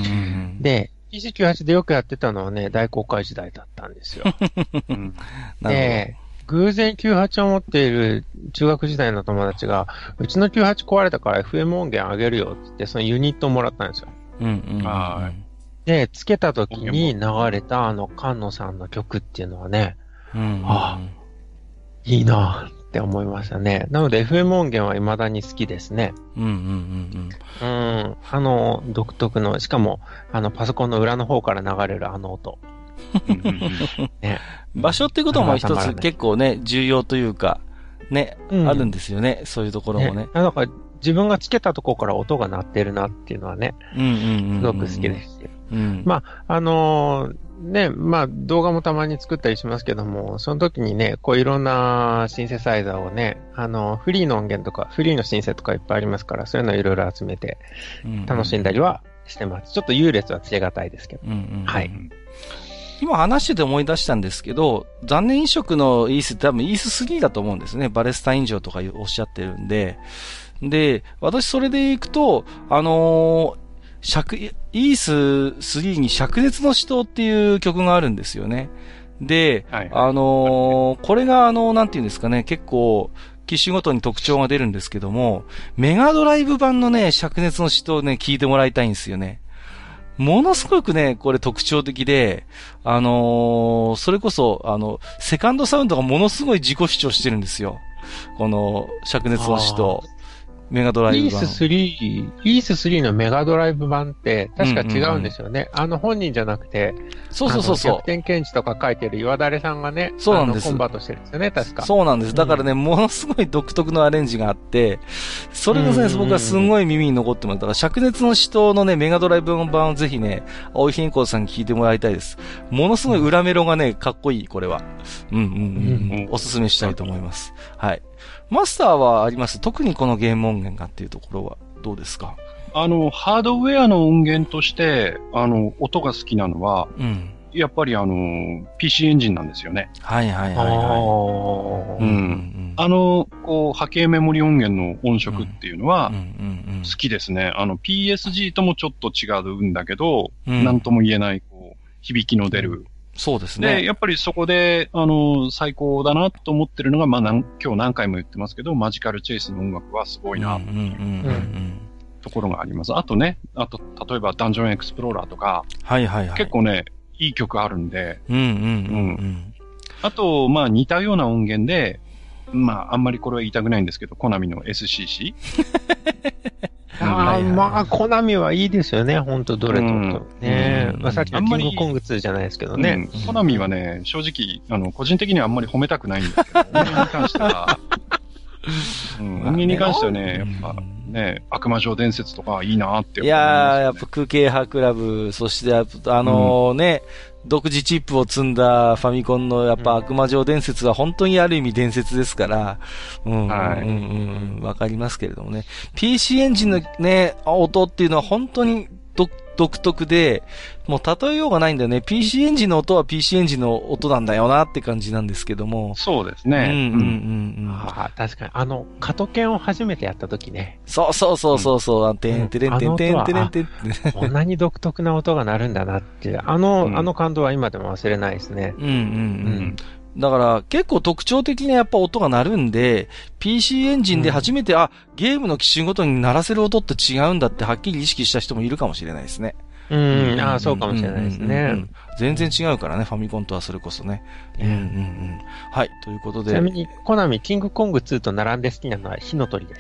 で、ピーシーきゅうじゅうはち でよくやってたのはね、大公開時代だったんですよ。うん、で、偶然きゅうじゅうはちを持っている中学時代の友達が、うちのきゅうじゅうはち壊れたから エフエム 音源あげるよって言って、そのユニットをもらったんですよ。 うんうんうん、はい。 で、つけた時に流れたあの、菅野さんの曲っていうのはね、 うんうんうん、 ああ、いいなって思いましたね。なので エフエム 音源は未だに好きですね。 うんうんうんうん。 うん。あの、独特の、しかも、あの、パソコンの裏の方から流れるあの音。 ね、場所っていうことも一つ結構ね、重要というか、ね、うん、あるんですよね。そういうところもね。 ねなんか自分がつけたところから音が鳴ってるなっていうのはね、 うんうんうんうん、 すごく好きですし。 うん、 まあ、あのー、ね、まあ動画もたまに作ったりしますけども、その時にね、こういろんなシンセサイザーをね、あの、フリーの音源とか、フリーのシンセとかいっぱいありますから、そういうのをいろいろ集めて楽しんだりはしてます。うんうん、ちょっと優劣はつけがたいですけど。 うんうんうん、 はい。 今話してて思い出したんですけど、残念移植のイースって多分イーススリーだと思うんですね。バレスタイン城とかおっしゃってるんで。で、私それで行くと、あのー、灼、イーススリーに灼熱の死闘っていう曲があるんですよね。で、はいはい、あのー、これがあの、なんていうんですかね、結構、機種ごとに特徴が出るんですけども、メガドライブ版のね、灼熱の死闘をね、聞いてもらいたいんですよね。ものすごくね、これ特徴的で、あのー、それこそ、あの、セカンドサウンドがものすごい自己主張してるんですよ。この、灼熱の死闘。メガドライブ版。イーススリー、イーススリーのメガドライブ版って、確か違うんですよね。うんうんうん、あの本人じゃなくて、 そうそうそうそう。 キャプテンケンチとか書いてる岩垂さんがね、 そうなんです。 コンバートしてるんですよね、確か。 そうなんです。だからね、うん、ものすごい独特のアレンジがあって、それがね、僕はすごい耳に残ってます。だから、灼熱の死闘のね、メガドライブ版をぜひね、青井変更さんに聞いてもらいたいです。ものすごい裏メロがね、かっこいい、これは。うんうんうん。うん、おすすめしたいと思います。はい。マスターはあります？特にこのゲーム音源がっていうところはどうですか？ あの、ハードウェアの音源として、あの、音が好きなのは、うん、やっぱりあの、ピーシー エンジンなんですよね。 はいはいはいはい。 うん。あの、こう、波形メモリ音源の音色っていうのは、好きですね。あの、ピーエスジー ともちょっと違うんだけど、うん、なんとも言えない、こう、響きの出る、うんそうですね。 で、やっぱりそこで、あの、最高だなと思ってるのが、まあ、今日何回も言ってますけど、マジカルチェイスの音楽はすごいな、ところがあります。あとね、あと、例えばダンジョンエクスプローラーとか、 はいはいはい。 結構ね、いい曲あるんで、 うんうんうん、うん。 あと、まあ、似たような音源で、まあ、あんまりこれは言いたくないんですけど、コナミの エスシーシーああ、まあ、コナミはいいですよね、ほんと、どれとと。ねえ。まあ、さっきのキングコングツーじゃないですけどね。 コナミはね、正直、あの、個人的にはあんまり褒めたくないんですけど、音源に関しては、うん、音源に関してはね、やっぱ、ね、悪魔城伝説とかいいなって思います、ね。 いやー、やっぱ空景派クラブ、そして、あのー、ね、独自チップを積んだファミコンのやっぱ悪魔城伝説は本当にある意味伝説ですから、うん、はい、うん、うん、わかりますけれどもね。ピーシー エンジンのね、音っていうのは本当に独特で、もう例えようがないんだよね。ピーシー エンジンの音は ピーシー エンジンの音なんだよなって感じなんですけども。 そうですね。 うんうんうんうん。 ああ、確かに。あの、カトケンを初めてやった時ね。 そうそうそうそうそう。てんてれんてんてんてれんてん。 こんなに独特な音が鳴るんだなっていう。あの、うん、あの感動は今でも忘れないですね。 うんうんうん。 だから結構特徴的なやっぱ音が鳴るんで、ピーシー エンジンで初めて、うん、あ、ゲームの機種ごとに鳴らせる音って違うんだってはっきり意識した人もいるかもしれないですね。 うん、うん、ああ、そうかもしれないですね、うんうんうん。 全然違うからね、ファミコンとはそれこそね。うんうんうん。はい、ということで。 ちなみに、コナミ、キングコングツーと並んで好きなのは火の鳥です。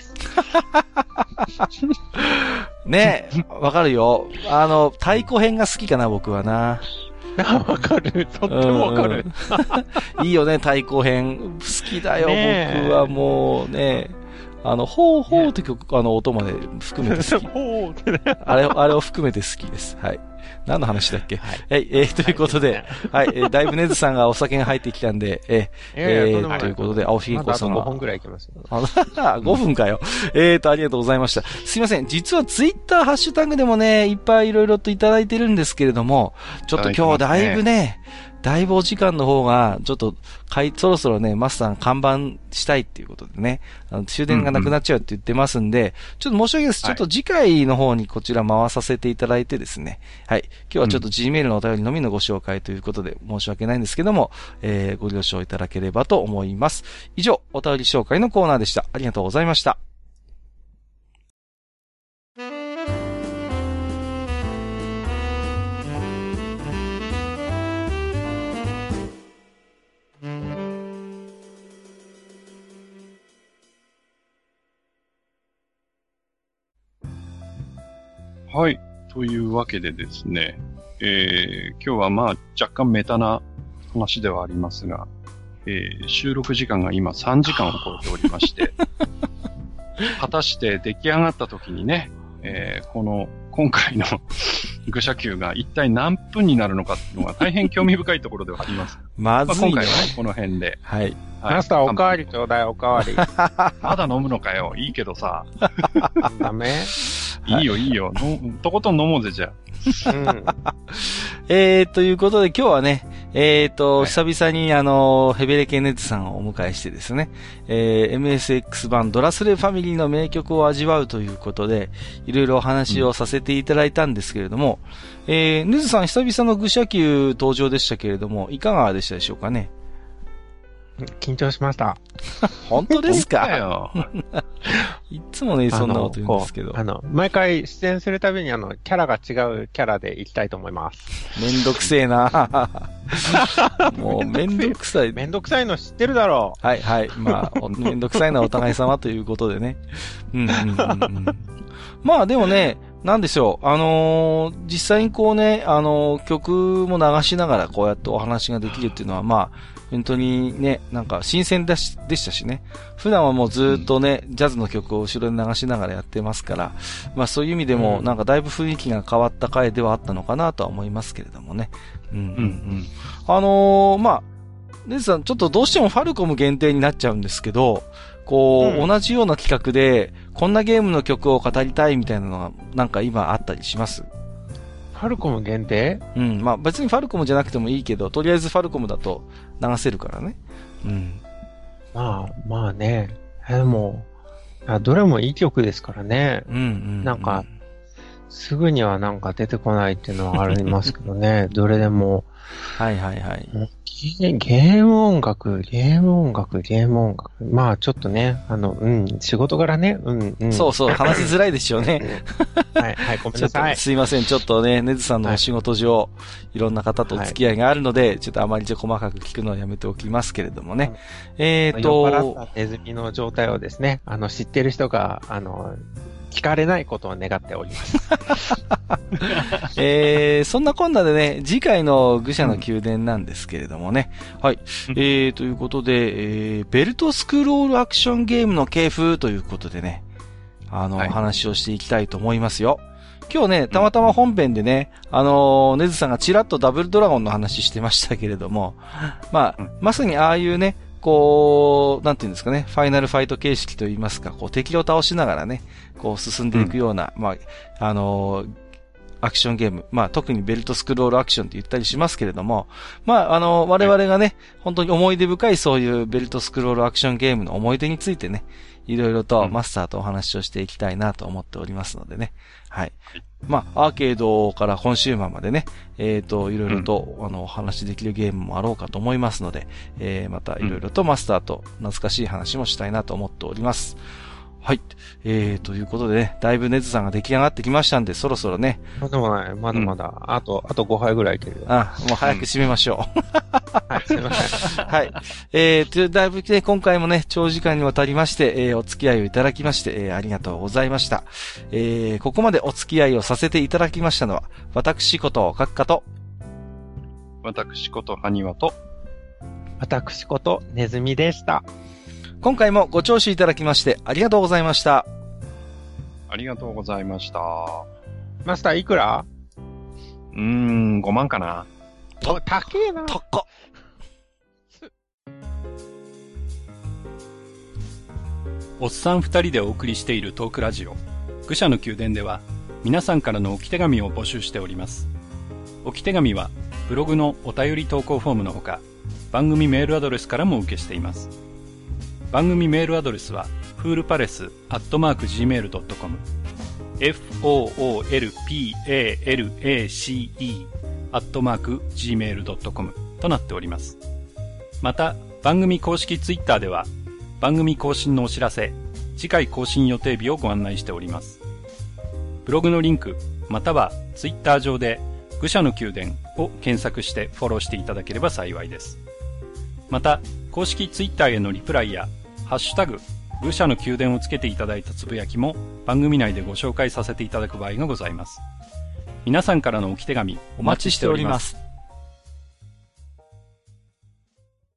ねえ、わかるよ。あの、太鼓編が好きかな、僕はな。 あ、わかる。とってもわかる。 いいよね、太鼓編。好きだよ、僕はもうね。あの、ほうほうって曲、あの、音まで含めて好き。ほうってね。あれ、あれを含めて好きです。はい。何の話だっけ、はい、えー、えー、ということで、はい、えー、だいぶネズさんがお酒が入ってきたんで、えー、えー、ということで、青ひげこさんは。 まだごふんくらいいきますよ。 ごふんかよ。えーと、ありがとうございました。すいません。実はツイッターハッシュタグでもね、いっぱいいろいろといただいてるんですけれども、ちょっと今日だいぶね、だいぶお時間の方が、ちょっと、かい、そろそろね、マスター看板したいっていうことでね、あの終電がなくなっちゃうって言ってますんで、うんうん、ちょっと申し訳ないです。ちょっと次回の方にこちら回させていただいてですね、はい。今日はちょっと Gmail のお便りのみのご紹介ということで、申し訳ないんですけども、えー、ご了承いただければと思います。以上、お便り紹介のコーナーでした。ありがとうございました。 はい。というわけでですね、えー、今日はまあ若干メタな話ではありますが、えー、収録時間が今さんじかんを超えておりまして、果たして出来上がった時にね、えー、この今回の愚者級が一体何分になるのかっていうのが大変興味深いところではあります。 まずいね。 まあ、今回はね、この辺で。 はい。 マスターおかわりちょうだい、おかわり。 まだ飲むのかよ。いいけどさ。 ダメいいよ、いいよ。とことん飲もうぜ、じゃあ。うん、 えー、ということで今日はね、えーと、はい、久々にあの、ヘベレケネッツさんをお迎えしてですね、えー、エムエスエックス 版ドラスレファミリーの名曲を味わうということで、いろいろお話をさせていただいたんですけれども、うん、えー、ヌズさん久々の愚者級登場でしたけれども、いかがでしたでしょうかね。 緊張しました。 本当ですかいつもね、そんなこと言うんですけど。 あの、毎回出演するたびにあの、キャラが違うキャラで行きたいと思います。 めんどくせえなもうめんどくさい。 めんどくさいの知ってるだろう。はいはい。まあ、めんどくさいのはお互い様ということでね。うんうんうんうん、まあでもね、なんでしょう。あのー、実際にこうね、あのー、曲も流しながらこうやってお話ができるっていうのは、まあ、本当にね、なんか新鮮でし、でしたしね。普段はもうずっとね、うん、ジャズの曲を後ろで流しながらやってますから、まあそういう意味でも、なんかだいぶ雰囲気が変わった回ではあったのかなとは思いますけれどもね。うんうんうん。あのー、まあ、ネズさん、ちょっとどうしてもファルコム限定になっちゃうんですけど、こう、うん、同じような企画で、こんなゲームの曲を語りたいみたいなのが、なんか今あったりします？ ファルコム限定？ うん。まあ別にファルコムじゃなくてもいいけど、とりあえずファルコムだと流せるからね。うん。 まあ、まあね。でも、どれもいい曲ですからね。 うんうん、うん。 なんか、すぐにはなんか出てこないっていうのはありますけどね。どれでも。 はいはいはい。 ゲ, ゲーム音楽、ゲーム音楽、ゲーム音楽。まあちょっとね、あの、うん、仕事柄ね、うんうん。 そうそう、話しづらいですよね。 はい、はい、ごめんなさい。 すいません、ちょっとね、ネズさんのお仕事上、はい、いろんな方とお付き合いがあるので、はい、ちょっとあまり細かく聞くのはやめておきますけれどもね。うん、えっ、ー、と、 酔っ払ったネズミの状態をですね、あの、知ってる人が、あの、聞かれないことを願っております。 えー、そんなこんなでね、次回の愚者の宮殿なんですけれどもね。うん、はい。えー、ということで、えー、ベルトスクロールアクションゲームの系譜ということでね、あの、はい、話をしていきたいと思いますよ。今日ね、たまたま本編でね、あのー、ネズさんがちらっとダブルドラゴンの話してましたけれども、まあ、うん、まさにああいうね、こう、なんていうんですかね、ファイナルファイト形式といいますか、こう敵を倒しながらね、こう進んでいくような、うん、まあ、あのー、 アクションゲーム。まあ特にベルトスクロールアクションって言ったりしますけれども、まああの、我々がね、本当に思い出深いそういうベルトスクロールアクションゲームの思い出についてね、いろいろとマスターとお話をしていきたいなと思っておりますのでね。はい。まあ、アーケードからコンシューマーまでね、えっと、いろいろと、うん、あの、お話しできるゲームもあろうかと思いますので、えー、またいろいろとマスターと懐かしい話もしたいなと思っております。はい。えー、ということでね、だいぶネズさんが出来上がってきましたんで、そろそろね。 まだまだ、まだまだ、うん、あと、あとごはいぐらいいけるよ。 あ、もう早く締めましょう。 はい、すいません。 はい。えー、と、だいぶね、今回もね、長時間にわたりまして、えー、お付き合いをいただきまして、えー、ありがとうございました。えー、ここまでお付き合いをさせていただきましたのは、私こと、閣下と、 私こと、埴輪と、 私こと、ネズミでした。 今回もご聴取いただきましてありがとうございました。 ありがとうございました。 マスターいくら？ うーん、ごまんかな。 お、高えな。 高っ。 おっさん二人でお送りしているトークラジオ、愚者の宮殿では皆さんからの置き手紙を募集しております。置き手紙はブログのお便り投稿フォームのほか、番組メールアドレスからも受けしています。番組メールアドレスはフールパレスアットマーク ジーメールドットコム フォーオーエルピーエーエルエーシーイー アットマーク ジーメールドットコム となっております。また番組公式ツイッターでは番組更新のお知らせ、次回更新予定日をご案内しております。ブログのリンクまたはツイッター上で愚者の宮殿を検索してフォローしていただければ幸いです。また公式ツイッターへのリプライやハッシュタグ愚者の宮殿をつけていただいたつぶやきも番組内でご紹介させていただく場合がございます。皆さんからの置き手紙お待ちしております。